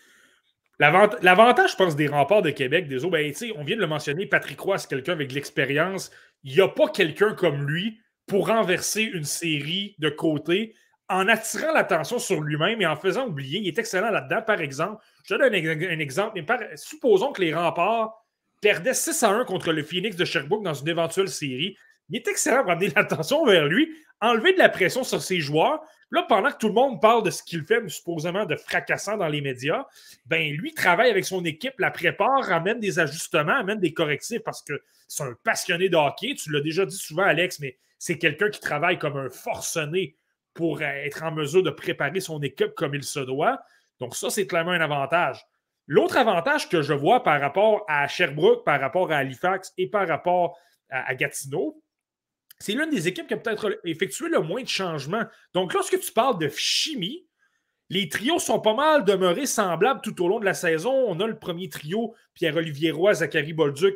C: L'avantage, je pense, des Remparts de Québec, des autres, on vient de le mentionner, Patrick Roy, c'est quelqu'un avec de l'expérience. Il n'y a pas quelqu'un comme lui pour renverser une série de côté en attirant l'attention sur lui-même et en faisant oublier. Il est excellent là-dedans. Par exemple, je te donne un exemple. Supposons que les Remparts perdaient 6-1 contre le Phoenix de Sherbrooke dans une éventuelle série. Il est excellent pour amener l'attention vers lui, enlever de la pression sur ses joueurs. Là, pendant que tout le monde parle de ce qu'il fait, supposément de fracassant dans les médias, lui travaille avec son équipe, la prépare, amène des ajustements, amène des correctifs parce que c'est un passionné de hockey. Tu l'as déjà dit souvent, Alex, mais c'est quelqu'un qui travaille comme un forcené pour être en mesure de préparer son équipe comme il se doit. Donc ça, c'est clairement un avantage. L'autre avantage que je vois par rapport à Sherbrooke, par rapport à Halifax et par rapport à Gatineau, c'est l'une des équipes qui a peut-être effectué le moins de changements. Donc lorsque tu parles de chimie, les trios sont pas mal demeurés semblables tout au long de la saison. On a le premier trio, Pierre-Olivier Roy, Zachary Bolduc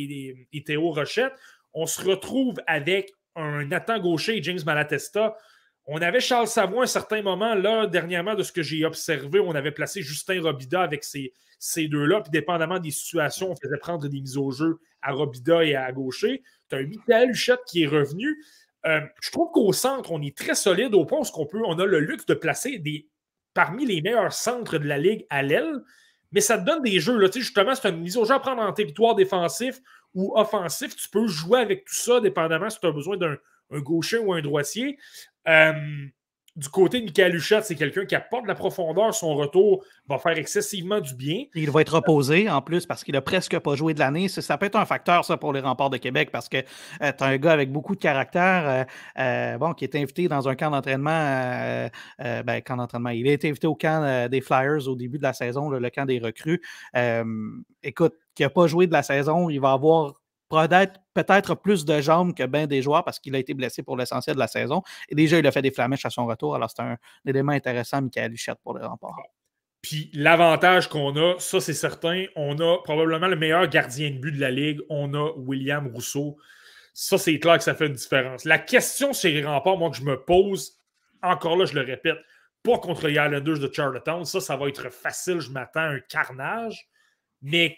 C: et Théo Rochette. On se retrouve avec un Nathan Gaucher et James Malatesta. On avait Charles Savoie à un certain moment, là, dernièrement, de ce que j'ai observé, on avait placé Justin Robida avec ces deux-là, puis dépendamment des situations, on faisait prendre des mises au jeu à Robida et à Gaucher. Tu as un Michael Huchette qui est revenu. Je trouve qu'au centre, on est très solide au point où on a le luxe de placer parmi les meilleurs centres de la Ligue à l'aile, mais ça te donne des jeux. Là, justement, c'est une mise au jeu à prendre en territoire défensif ou offensif. Tu peux jouer avec tout ça, dépendamment si tu as besoin d'un gaucher ou un droitier. Du côté de Michael Huchette, c'est quelqu'un qui apporte de la profondeur. Son retour va faire excessivement du bien.
D: Il va être reposé en plus parce qu'il n'a presque pas joué de l'année. Ça peut être un facteur, ça, pour les Remparts de Québec parce que tu as un gars avec beaucoup de caractère qui est invité dans un camp d'entraînement. Camp d'entraînement. Il a été invité au camp des Flyers au début de la saison, le camp des recrues. Écoute, qui n'a pas joué de la saison, il va avoir peut-être plus de jambes que bien des joueurs parce qu'il a été blessé pour l'essentiel de la saison. Et déjà, il a fait des flamèches à son retour. Alors, c'est un élément intéressant, Michael Huchette, pour les Remparts.
C: Puis l'avantage qu'on a, ça c'est certain, on a probablement le meilleur gardien de but de la Ligue. On a William Rousseau. Ça, c'est clair que ça fait une différence. La question chez les Remparts, moi, que je me pose, encore là, je le répète, pas contre les Islanders de Charlottetown. Ça va être facile. Je m'attends à un carnage. Mais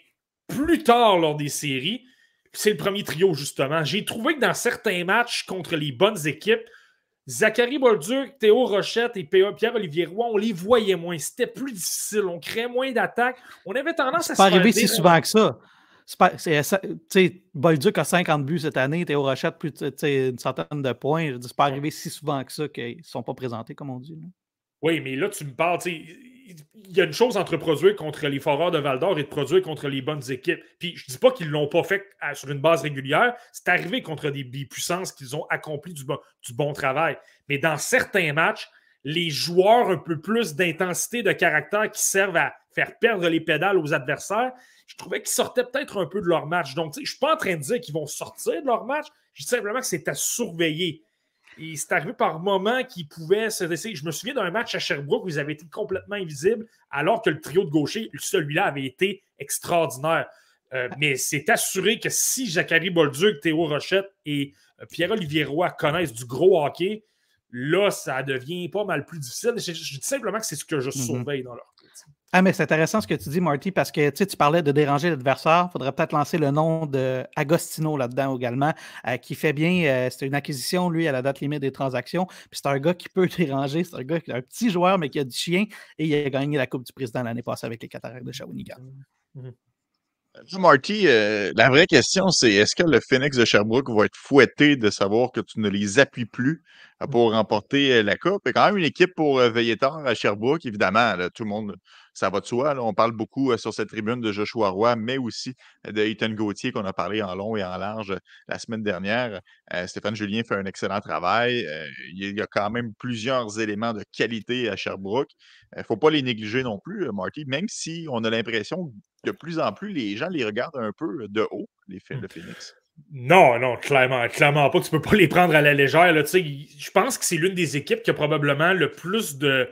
C: plus tard lors des séries, c'est le premier trio, justement. J'ai trouvé que dans certains matchs contre les bonnes équipes, Zachary Bolduc, Théo Rochette et Pierre-Olivier Roy, on les voyait moins. C'était plus difficile. On créait moins d'attaques. On avait tendance à se
D: faire arriver
C: faire
D: si souvent que ça. Bolduc a 50 buts cette année, Théo Rochette plus une centaine de points. C'est pas arrivé si souvent que ça qu'ils ne sont pas présentés, comme on dit. Là.
C: Oui, mais là, tu me parles, il y a une chose entre produire contre les Foreurs de Val-d'Or et de produire contre les bonnes équipes. Puis je dis pas qu'ils ne l'ont pas fait sur une base régulière. C'est arrivé contre des puissances qu'ils ont accompli du bon travail. Mais dans certains matchs, les joueurs un peu plus d'intensité, de caractère qui servent à faire perdre les pédales aux adversaires, je trouvais qu'ils sortaient peut-être un peu de leur match. Donc, je ne suis pas en train de dire qu'ils vont sortir de leur match. Je dis simplement que c'est à surveiller. Et c'est arrivé par moments qu'ils pouvaient se laisser. Je me souviens d'un match à Sherbrooke où ils avaient été complètement invisibles, alors que le trio de gaucher, celui-là, avait été extraordinaire. Mais c'est assuré que si Zachary Bolduc, Théo Rochette et Pierre-Olivier Roy connaissent du gros hockey, là, ça devient pas mal plus difficile. Je dis simplement que c'est ce que je surveille dans leur cas.
D: Ah, mais c'est intéressant ce que tu dis, Marty, parce que tu parlais de déranger l'adversaire. Il faudrait peut-être lancer le nom d'Agostino là-dedans également, qui fait bien. C'est une acquisition, lui, à la date limite des transactions. Puis c'est un gars qui peut déranger. C'est un gars qui est un petit joueur, mais qui a du chien. Et il a gagné la Coupe du Président l'année passée avec les Cataractes de Shawinigan.
A: Marty, la vraie question, c'est est-ce que le Phoenix de Sherbrooke va être fouetté de savoir que tu ne les appuies plus pour remporter la Coupe? C'est quand même une équipe pour veiller tard à Sherbrooke, évidemment. Là, tout le monde, ça va de soi. Là, on parle beaucoup sur cette tribune de Joshua Roy, mais aussi de Ethan Gauthier qu'on a parlé en long et en large la semaine dernière. Stéphane Julien fait un excellent travail. Il y a quand même plusieurs éléments de qualité à Sherbrooke. Il ne faut pas les négliger non plus, Marty, même si on a l'impression que de plus en plus, les gens les regardent un peu de haut, le Phoenix.
C: Non, clairement pas. Tu ne peux pas les prendre à la légère. Là. Je pense que c'est l'une des équipes qui a probablement le plus de...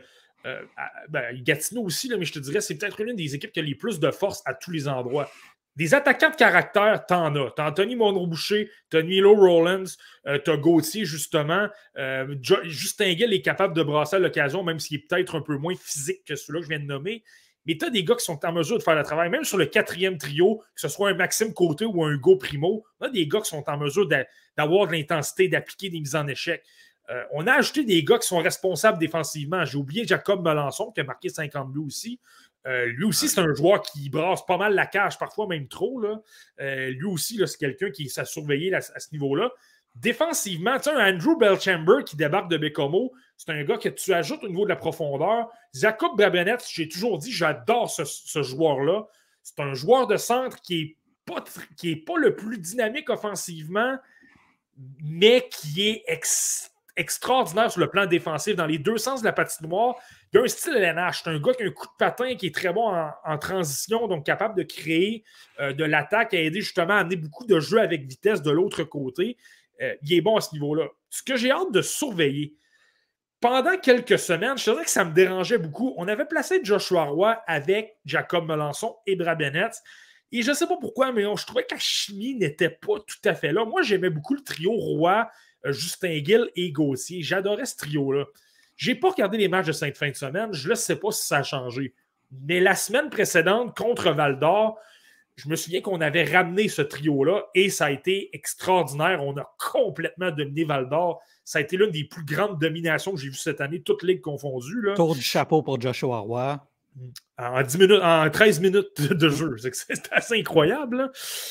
C: Gatineau aussi, là, mais je te dirais, c'est peut-être l'une des équipes qui a les plus de force à tous les endroits. Des attaquants de caractère, t'en as. T'as Anthony Monroe-Boucher, t'as Milo Rollins, t'as Gauthier, justement. Justin Gill est capable de brasser à l'occasion, même s'il est peut-être un peu moins physique que celui-là que je viens de nommer. Mais t'as des gars qui sont en mesure de faire le travail. Même sur le quatrième trio, que ce soit un Maxime Côté ou un Hugo Primo, on a des gars qui sont en mesure d'avoir de l'intensité, d'appliquer des mises en échec. On a ajouté des gars qui sont responsables défensivement. J'ai oublié Jacob Melançon, qui a marqué 50 buts aussi. Lui aussi, c'est un joueur qui brasse pas mal la cage, parfois même trop. Là. Lui aussi, là, c'est quelqu'un qui s'est surveillé à ce niveau-là. Défensivement, tu sais, un Andrew Belchamber qui débarque de Bécomo, c'est un gars que tu ajoutes au niveau de la profondeur. Jacob Brabenetz, j'ai toujours dit, j'adore ce joueur-là. C'est un joueur de centre qui est pas le plus dynamique offensivement, mais qui est extraordinaire sur le plan défensif. Dans les deux sens de la patinoire, il a un style LNH. C'est un gars qui a un coup de patin qui est très bon en transition, donc capable de créer de l'attaque, à aider justement à amener beaucoup de jeux avec vitesse de l'autre côté. Il est bon à ce niveau-là. Ce que j'ai hâte de surveiller, pendant quelques semaines, je dirais que ça me dérangeait beaucoup. On avait placé Joshua Roy avec Jacob Melançon et Brabenetz. Et je ne sais pas pourquoi, mais je trouvais que la chimie n'était pas tout à fait là. Moi, j'aimais beaucoup le trio Roy, Justin Gill et Gauthier. J'adorais ce trio-là. Je n'ai pas regardé les matchs de cette fin de semaine. Je ne sais pas si ça a changé. Mais la semaine précédente, contre Val-d'Or, je me souviens qu'on avait ramené ce trio-là et ça a été extraordinaire. On a complètement dominé Val-d'Or. Ça a été l'une des plus grandes dominations que j'ai vues cette année, toutes ligues confondues. Là.
D: Tour du chapeau pour Joshua Roy.
C: En 13 minutes de jeu. C'est assez incroyable.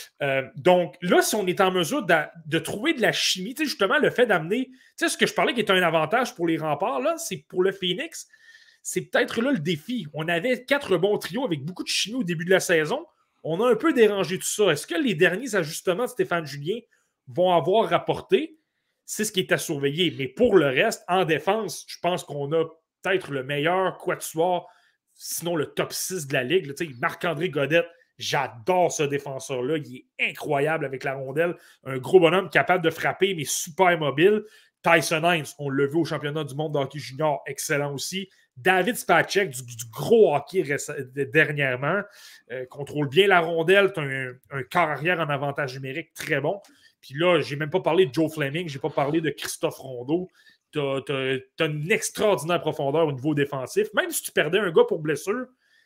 C: Donc là, si on est en mesure de trouver de la chimie, justement, le fait d'amener, ce que je parlais qui est un avantage pour les remparts, là, c'est pour le Phoenix, c'est peut-être là le défi. On avait 4 bons trios avec beaucoup de chimie au début de la saison. On a un peu dérangé tout ça. Est-ce que les derniers ajustements de Stéphane Julien vont avoir rapporté? C'est ce qui est à surveiller. Mais pour le reste, en défense, je pense qu'on a peut-être le meilleur quatuor, sinon le top 6 de la Ligue. Marc-André Godette, j'adore ce défenseur-là. Il est incroyable avec la rondelle. Un gros bonhomme capable de frapper, mais super mobile. Tyson Hines, on l'a vu au championnat du monde de hockey junior, excellent aussi. David Spacek, du gros hockey dernièrement, contrôle bien la rondelle. Tu as un corps arrière en avantage numérique très bon. Puis là, je n'ai même pas parlé de Joe Fleming, je n'ai pas parlé de Christophe Rondeau. Tu as une extraordinaire profondeur au niveau défensif. Même si tu perdais un gars pour blessure,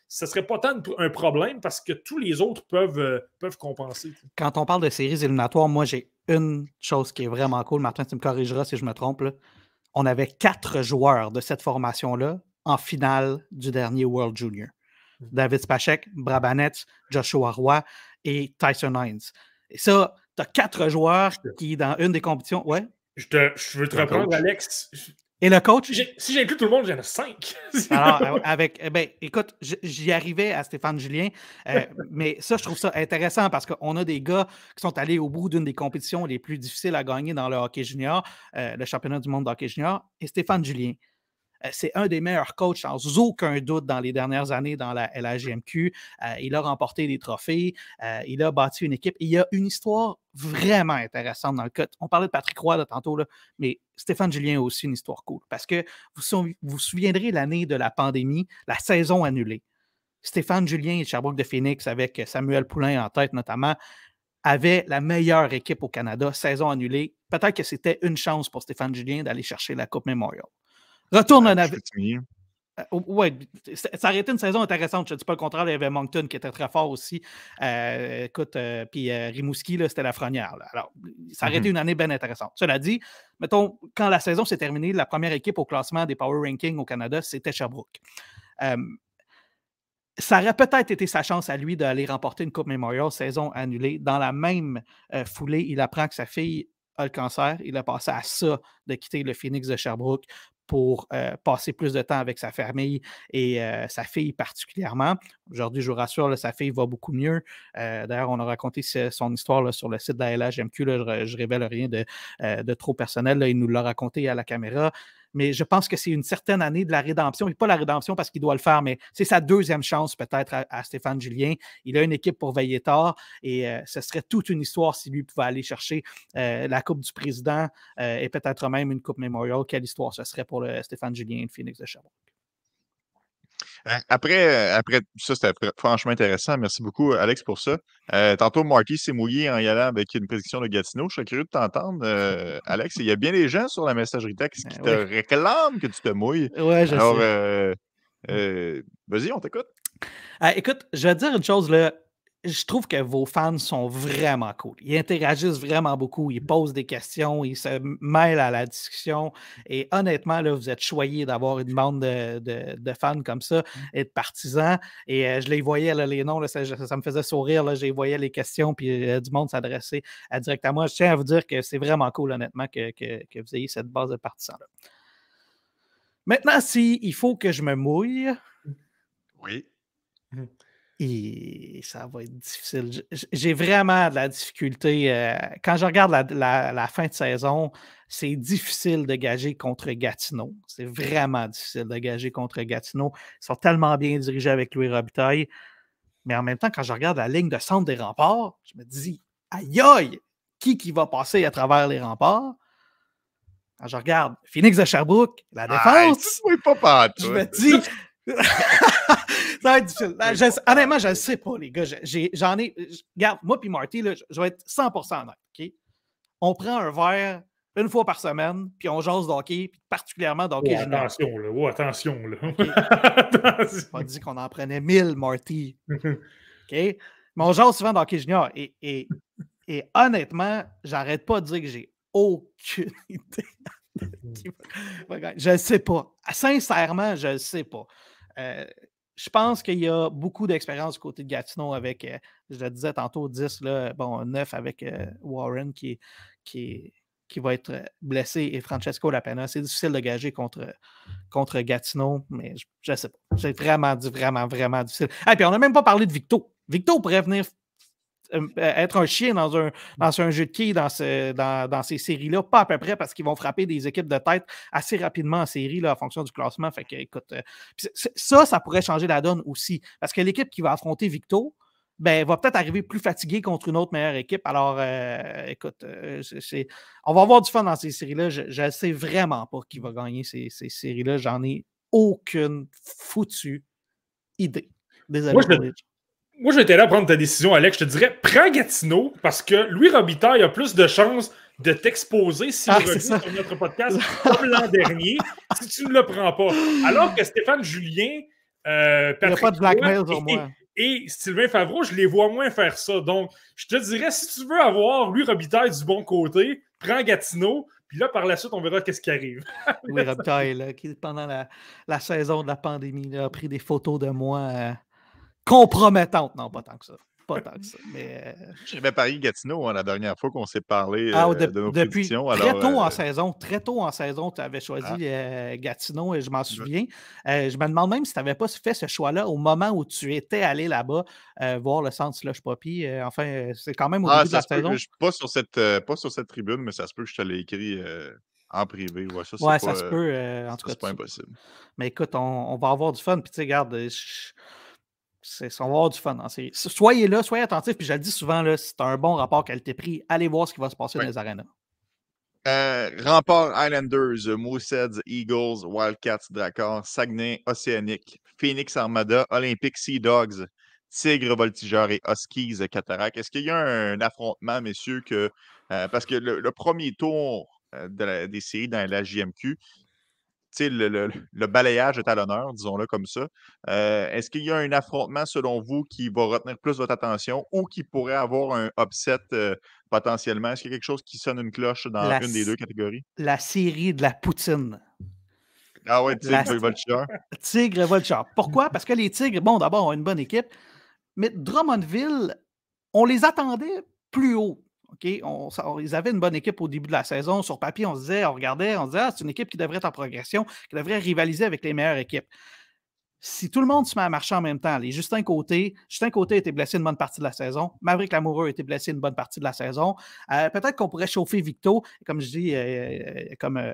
C: ce serait pas tant un problème parce que tous les autres peuvent compenser.
D: Quand on parle de séries éliminatoires, moi, j'ai une chose qui est vraiment cool. Martin, tu me corrigeras si je me trompe. Là. On avait 4 joueurs de cette formation-là en finale du dernier World Junior. David Spacek, Brabanets, Joshua Roy et Tyson Hines. Et ça, tu as 4 joueurs qui, dans une des compétitions... Ouais.
C: Je veux te reprendre, Alex.
D: Et le coach?
C: Si j'inclus tout le monde, j'en ai 5.
D: Alors, écoute, j'y arrivais à Stéphane Julien, mais ça, je trouve ça intéressant parce qu'on a des gars qui sont allés au bout d'une des compétitions les plus difficiles à gagner dans le hockey junior, le championnat du monde de hockey junior, et Stéphane Julien. C'est un des meilleurs coachs, sans aucun doute, dans les dernières années dans la LHJMQ. Il a remporté des trophées, il a bâti une équipe. Il y a une histoire vraiment intéressante dans le cas. On parlait de Patrick Roy là, tantôt, là, mais Stéphane Julien a aussi une histoire cool. Parce que vous vous souviendrez l'année de la pandémie, la saison annulée. Stéphane Julien et Sherbrooke de Phoenix, avec Samuel Poulain en tête notamment, avaient la meilleure équipe au Canada, saison annulée. Peut-être que c'était une chance pour Stéphane Julien d'aller chercher la Coupe Memorial. Retourne en avis. Oui, ça aurait été une saison intéressante. Je ne dis pas le contraire, il y avait Moncton qui était très fort aussi. Puis Rimouski, là, c'était la Lafrenière. Là. Alors, ça aurait été une année bien intéressante. Cela dit, mettons, quand la saison s'est terminée, la première équipe au classement des Power Rankings au Canada, c'était Sherbrooke. Ça aurait peut-être été sa chance à lui d'aller remporter une Coupe Memorial, saison annulée. Dans la même foulée, il apprend que sa fille a le cancer. Il a passé à ça de quitter le Phoenix de Sherbrooke pour passer plus de temps avec sa famille et sa fille particulièrement. Aujourd'hui, je vous rassure, là, sa fille va beaucoup mieux. D'ailleurs, on a raconté son histoire là, sur le site de la LHJMQ. Là, je ne révèle rien de trop personnel. Là, il nous l'a raconté à la caméra. Mais je pense que c'est une certaine année de la rédemption. Et pas la rédemption parce qu'il doit le faire, mais c'est sa deuxième chance peut-être à Stéphane Julien. Il a une équipe pour veiller tard et ce serait toute une histoire si lui pouvait aller chercher la Coupe du Président et peut-être même une Coupe Memorial. Quelle histoire ce serait pour Stéphane Julien et le Phoenix de Sherbrooke.
A: Après ça, c'était franchement intéressant. Merci beaucoup, Alex, pour ça. Tantôt, Marty s'est mouillé en y allant avec une prédiction de Gatineau. Je suis curieux de t'entendre, Alex. Il y a bien des gens sur la messagerie texte qui te réclament que tu te mouilles.
D: Oui, je
A: sais. Vas-y, on t'écoute.
D: Écoute, je vais te dire une chose, là. Je trouve que vos fans sont vraiment cool. Ils interagissent vraiment beaucoup. Ils posent des questions. Ils se mêlent à la discussion. Et honnêtement, là, vous êtes choyés d'avoir une bande de fans comme ça et de partisans. Et je les voyais, là, les noms, là, ça me faisait sourire. Là, je les voyais les questions, puis du monde s'adressait direct à moi. Je tiens à vous dire que c'est vraiment cool, honnêtement, que vous ayez cette base de partisans-là. Maintenant, il faut que je me mouille.
A: Oui.
D: Et ça va être difficile. J'ai vraiment de la difficulté. Quand je regarde la fin de saison, c'est difficile de gager contre Gatineau. C'est vraiment difficile de gager contre Gatineau. Ils sont tellement bien dirigés avec Louis Robitaille. Mais en même temps, quand je regarde la ligne de centre des remparts, je me dis, aïe aïe, qui va passer à travers les remparts? Quand je regarde Phoenix de Sherbrooke, la défense, je me dis... Ça va être difficile. Honnêtement, je ne sais pas, les gars. Regarde, moi et Marty, là, je vais être 100% honnête. Okay? On prend un verre une fois par semaine, puis on jase d'hockey, puis particulièrement d'hockey junior.
C: Attention, là. Attention, là.
D: Okay. On a dit qu'on en prenait 1000, Marty. Okay? Mais on jase souvent d'hockey junior. Et honnêtement, j'arrête pas de dire que j'ai aucune idée. Je ne sais pas. Sincèrement, je ne sais pas. Je pense qu'il y a beaucoup d'expérience du côté de Gatineau avec, je le disais tantôt, 10, là, 9 avec Warren qui va être blessé et Francesco Lapena. C'est difficile de gager contre Gatineau, mais je ne sais pas. C'est vraiment difficile. Et puis on n'a même pas parlé de Victo. Victo pourrait venir être un chien dans un jeu de quilles dans ces séries-là, pas à peu près parce qu'ils vont frapper des équipes de tête assez rapidement en série là, en fonction du classement. Fait que, écoute, ça pourrait changer la donne aussi. Parce que l'équipe qui va affronter Victo, va peut-être arriver plus fatiguée contre une autre meilleure équipe. Alors, écoute, on va avoir du fun dans ces séries-là. Je ne sais vraiment pas qui va gagner ces séries-là. J'en ai aucune foutue idée. Désolé.
C: Moi, je vais t'aider à prendre ta décision, Alex. Je te dirais, prends Gatineau parce que Louis Robitaille a plus de chances de t'exposer s'il revient sur notre podcast comme l'an dernier si tu ne le prends pas. Alors que Stéphane Julien
D: Il n'y a
C: Patrick
D: pas de blackmail
C: Roy
D: sur moi.
C: et Sylvain Favreau, je les vois moins faire ça. Donc, je te dirais, si tu veux avoir lui Robitaille du bon côté, prends Gatineau, puis là, par la suite, on verra qu'est-ce qui arrive.
D: Oui, Robitaille, là, qui, pendant la saison de la pandémie, là, a pris des photos de moi compromettantes. Non, pas tant que ça. Pas tant que ça. Mais,
A: J'avais parié Gatineau la dernière fois qu'on s'est parlé de nos
D: depuis
A: prédictions.
D: très tôt en saison, tu avais choisi Gatineau et je m'en
A: Ouais.
D: souviens. Je me demande même si tu n'avais pas fait ce choix-là au moment où tu étais allé là-bas voir le centre Slush Poppy. Enfin, c'est quand même au début de la saison.
A: Je suis pas sur cette tribune, mais ça se peut que je te l'ai écrit en privé. Ouais, ça,
D: Ouais, ça se peut. En tout cas,
A: c'est pas impossible.
D: Mais écoute, on va avoir du fun. Puis tu sais, regarde, on va avoir du fun. Soyez là, soyez attentifs. Puis je le dis souvent, là, c'est un bon rapport qualité-prix. Allez voir ce qui va se passer dans les arénas.
A: Remparts Islanders, Mooseheads, Eagles, Wildcats, Drakkar, Saguenay, Océanique, Phoenix Armada, Olympique Sea Dogs, Tigres Voltigeurs et Huskies Cataract. Est-ce qu'il y a un affrontement, messieurs, parce que le premier tour des séries dans la JMQ, le balayage est à l'honneur, disons-le comme ça. Est-ce qu'il y a un affrontement, selon vous, qui va retenir plus votre attention ou qui pourrait avoir un upset potentiellement? Est-ce qu'il y a quelque chose qui sonne une cloche dans une des deux catégories?
D: La série de la poutine.
A: Ah ouais, Tigre et Voltigeurs.
D: Tigre et Voltigeurs. Pourquoi? Parce que les Tigres, bon, d'abord, ont une bonne équipe, mais Drummondville, on les attendait plus haut. Okay? Ils avaient une bonne équipe au début de la saison. Sur papier, on se disait, on disait, c'est une équipe qui devrait être en progression, qui devrait rivaliser avec les meilleures équipes. Si tout le monde se met à marcher en même temps, Justin Côté a été blessé une bonne partie de la saison. Maverick Lamoureux a été blessé une bonne partie de la saison. Peut-être qu'on pourrait chauffer Victo, comme je dis,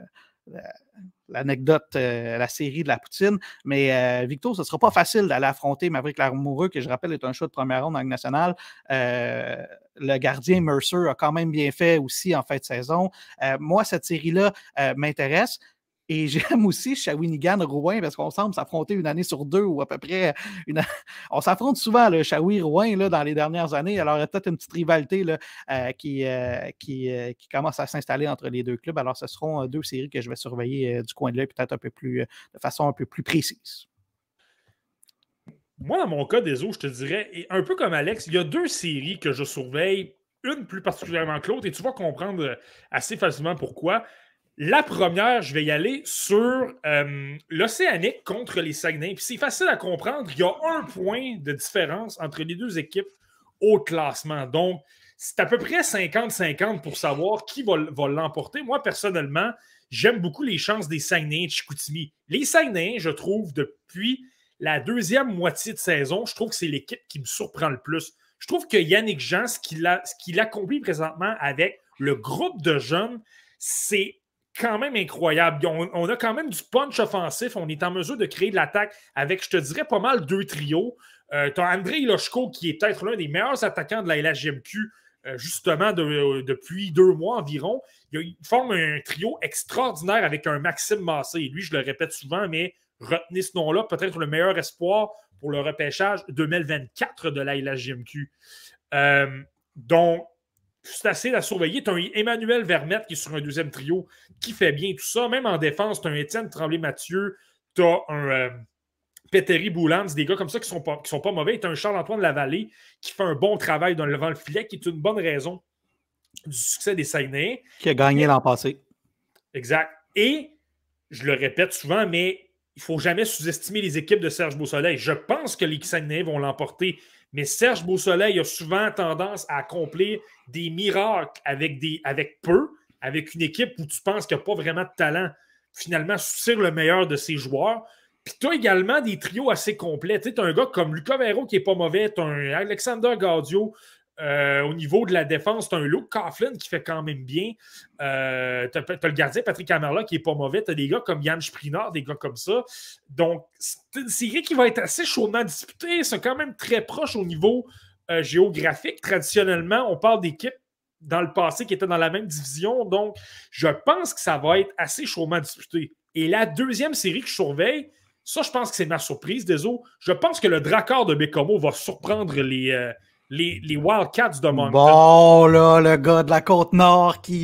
D: l'anecdote, la série de la poutine. Mais Victo, ce ne sera pas facile d'aller affronter Maverick Lamoureux, qui, je rappelle, est un choix de première ronde en Ligue nationale. Le gardien Mercer a quand même bien fait aussi en fin de saison. Moi, cette série-là m'intéresse. Et j'aime aussi Shawinigan-Rouyn parce qu'on semble s'affronter une année sur deux ou à peu près. On s'affronte souvent, le Shawi-Rouyn, dans les dernières années. Alors, il y a peut-être une petite rivalité là, qui commence à s'installer entre les deux clubs. Alors, ce seront deux séries que je vais surveiller du coin de l'œil, peut-être de façon un peu plus précise.
C: Moi, dans mon cas, des je te dirais, et un peu comme Alex, il y a deux séries que je surveille, une plus particulièrement que l'autre, et tu vas comprendre assez facilement pourquoi. La première, je vais y aller sur l'Océanique contre les Saguenay. Puis c'est facile à comprendre. Il y a 1 point de différence entre les deux équipes au classement. Donc, c'est à peu près 50-50 pour savoir qui va l'emporter. Moi, personnellement, j'aime beaucoup les chances des Saguenay et de Chicoutimi. Les Saguenay, je trouve, depuis la deuxième moitié de saison, je trouve que c'est l'équipe qui me surprend le plus. Je trouve que Yannick Jean, ce qu'il accomplit présentement avec le groupe de jeunes, c'est quand même incroyable. On a quand même du punch offensif. On est en mesure de créer de l'attaque avec, je te dirais, pas mal 2 trios. Tu as Andrei Loshko, qui est peut-être l'un des meilleurs attaquants de la LHJMQ, justement, depuis 2 mois environ. Il forme un trio extraordinaire avec un Maxime Massé. Et lui, je le répète souvent, mais retenez ce nom-là, peut-être le meilleur espoir pour le repêchage 2024 de la LHJMQ. Donc, c'est assez à surveiller. Tu as un Emmanuel Vermette qui est sur un deuxième trio qui fait bien tout ça. Même en défense, tu as un Étienne Tremblay-Mathieu, tu as un Petteri Boulan, c'est des gars comme ça qui sont pas mauvais. Tu as un Charles-Antoine Lavallée qui fait un bon travail devant le filet, qui est une bonne raison du succès des Saguenay.
D: Qui a gagné l'an passé.
C: Exact. Et, je le répète souvent, mais il ne faut jamais sous-estimer les équipes de Serge Beausoleil. Je pense que les Saguenay vont l'emporter. Mais Serge Beausoleil a souvent tendance à accomplir des miracles avec peu, avec une équipe où tu penses qu'il n'y a pas vraiment de talent, finalement, sortir le meilleur de ses joueurs. Puis tu as également des trios assez complets. Tu as un gars comme Lucas Vero qui n'est pas mauvais, tu as un Alexander Gaudio. Au niveau de la défense, tu as un Luke Coughlin qui fait quand même bien. Tu as le gardien Patrick Amerla qui n'est pas mauvais. Tu as des gars comme Yann Sprinard, des gars comme ça. Donc, c'est une série qui va être assez chaudement disputée. C'est quand même très proche au niveau géographique. Traditionnellement, on parle d'équipes dans le passé qui étaient dans la même division. Donc, je pense que ça va être assez chaudement disputé. Et la deuxième série que je surveille, ça, je pense que c'est ma surprise, désolé. Je pense que le Drakkar de Bécomo va surprendre les Wildcats de Moncton.
D: Bon, là, le gars de la Côte-Nord qui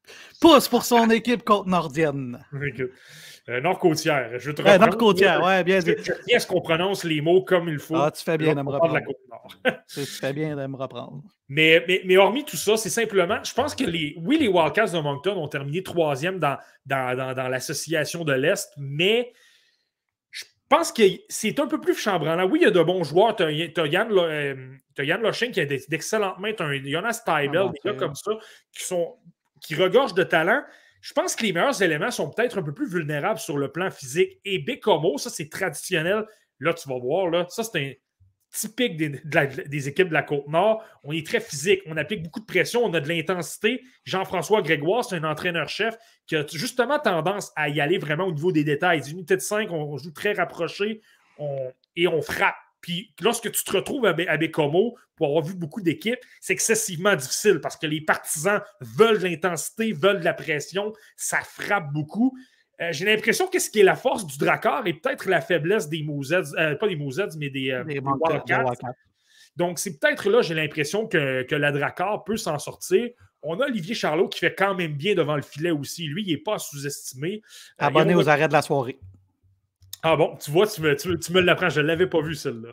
D: Pousse pour son équipe contre Nordienne.
C: Écoute, Nord-Côtière. Je vais te reprendre.
D: Nord-Côtière, ouais, bien dit.
C: Je tiens à ce qu'on prononce les mots comme il faut.
D: Ah, tu fais bien de me
C: On parle de la
D: reprendre.
C: Côte-Nord.
D: Tu fais bien de me reprendre.
C: Mais hormis tout ça, c'est simplement, je pense que les Wildcats de Moncton ont terminé 3e dans l'association de l'Est, mais je pense que c'est un peu plus chambranlant. Oui, il y a de bons joueurs. Tu as Yann Lochin qui a d'excellentes mains. Tu as Jonas Tybel, des gars comme ça qui regorgent de talent. Je pense que les meilleurs éléments sont peut-être un peu plus vulnérables sur le plan physique. Et Bécomo, ça, c'est traditionnel. Là, tu vas voir, là, ça, c'est un typique des équipes de la Côte-Nord. On est très physique. On applique beaucoup de pression. On a de l'intensité. Jean-François Grégoire, c'est un entraîneur-chef qui a justement tendance à y aller vraiment au niveau des détails. Des unités de 5, on joue très rapproché et on frappe. Puis lorsque tu te retrouves à Bécomo, pour avoir vu beaucoup d'équipes, c'est excessivement difficile parce que les partisans veulent de l'intensité, veulent de la pression. Ça frappe beaucoup. J'ai l'impression que ce qui est la force du Drakkar est peut-être la faiblesse des Mosets, pas des Mosets, mais des Wildcats. Donc, c'est peut-être là, j'ai l'impression que la Drakkar peut s'en sortir. On a Olivier Charlot qui fait quand même bien devant le filet aussi. Lui, il n'est pas sous-estimé.
D: Abonné aux arrêts de la soirée.
C: Ah bon, tu vois, tu me l'apprends. Je ne l'avais pas vu, celle-là.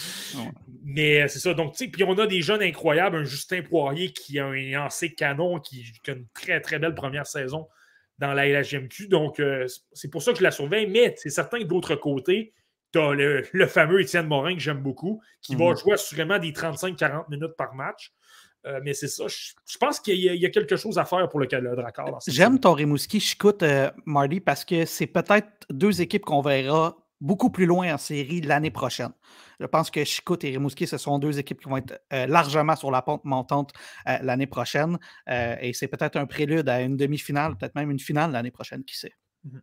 C: Mais c'est ça. Donc, tu sais, puis on a des jeunes incroyables. Un Justin Poirier qui a un lancé canon, qui a une très, très belle première saison dans la LHJMQ. Donc, c'est pour ça que je la surveille. Mais c'est certain que d'autre côté, tu as le fameux Étienne Morin que j'aime beaucoup, qui va jouer assurément des 35-40 minutes par match. Mais c'est ça. Je pense qu'il y a quelque chose à faire pour le Drakkar.
D: J'aime ton Rimouski Chicoute, Marty, parce que c'est peut-être deux équipes qu'on verra beaucoup plus loin en série l'année prochaine. Je pense que Chicoute et Rimouski, ce sont deux équipes qui vont être largement sur la pente montante l'année prochaine. Et c'est peut-être un prélude à une demi-finale, peut-être même une finale l'année prochaine, qui sait.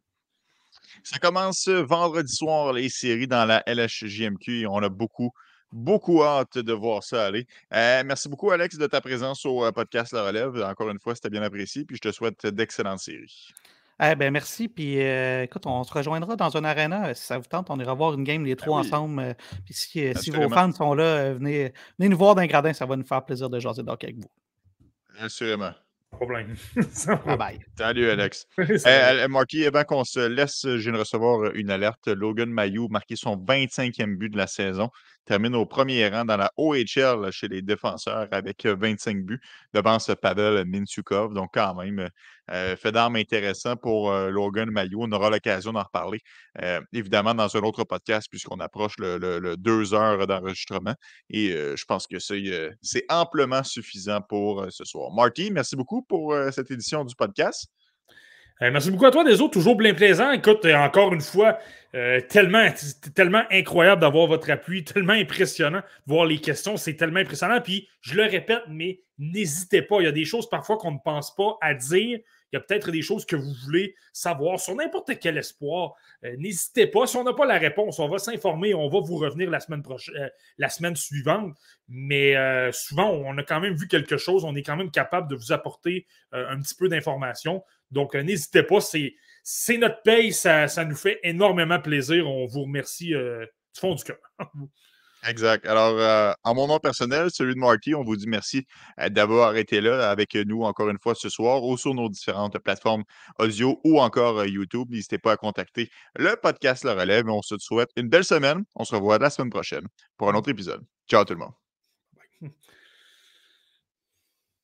A: Ça commence vendredi soir, les séries dans la LHJMQ, et on a beaucoup hâte de voir ça aller. Merci beaucoup, Alex, de ta présence au podcast La Relève. Encore une fois, c'était bien apprécié, puis je te souhaite d'excellentes séries.
D: Merci. Puis écoute, on se rejoindra dans un aréna. Si ça vous tente, on ira voir une game les trois ensemble. Puis si vos fans sont là, venez nous voir d'un gradin. Ça va nous faire plaisir de jaser d'hockey avec vous.
A: Assurément.
C: Problème.
D: Bye bye.
A: Salut, Alex. Marky, avant qu'on se laisse, je viens de recevoir une alerte. Logan Mailloux marqué son 25e but de la saison. Termine au premier rang dans la OHL chez les défenseurs avec 25 buts devant ce Pavel Mintyukov. Donc, quand même, fait d'armes intéressant pour Logan Mailloux. On aura l'occasion d'en reparler, évidemment, dans un autre podcast, puisqu'on approche le 2 heures d'enregistrement. Et je pense que c'est amplement suffisant pour ce soir. Marty, merci beaucoup pour cette édition du podcast.
C: Merci beaucoup à toi, des autres. Toujours plein plaisant. Écoute, encore une fois, tellement incroyable d'avoir votre appui, tellement impressionnant de voir les questions. C'est tellement impressionnant. Puis, je le répète, mais n'hésitez pas. Il y a des choses parfois qu'on ne pense pas à dire. Il y a peut-être des choses que vous voulez savoir sur n'importe quel espoir. N'hésitez pas. Si on n'a pas la réponse, on va s'informer. On va vous revenir la semaine suivante. Mais souvent, on a quand même vu quelque chose. On est quand même capable de vous apporter un petit peu d'informations. Donc, n'hésitez pas, c'est notre paye, ça nous fait énormément plaisir. On vous remercie du fond du cœur.
A: Exact. Alors, en mon nom personnel, celui de Marty, on vous dit merci d'avoir été là avec nous encore une fois ce soir ou sur nos différentes plateformes audio ou encore YouTube. N'hésitez pas à contacter le podcast La Relève. On se souhaite une belle semaine. On se revoit la semaine prochaine pour un autre épisode. Ciao tout le monde.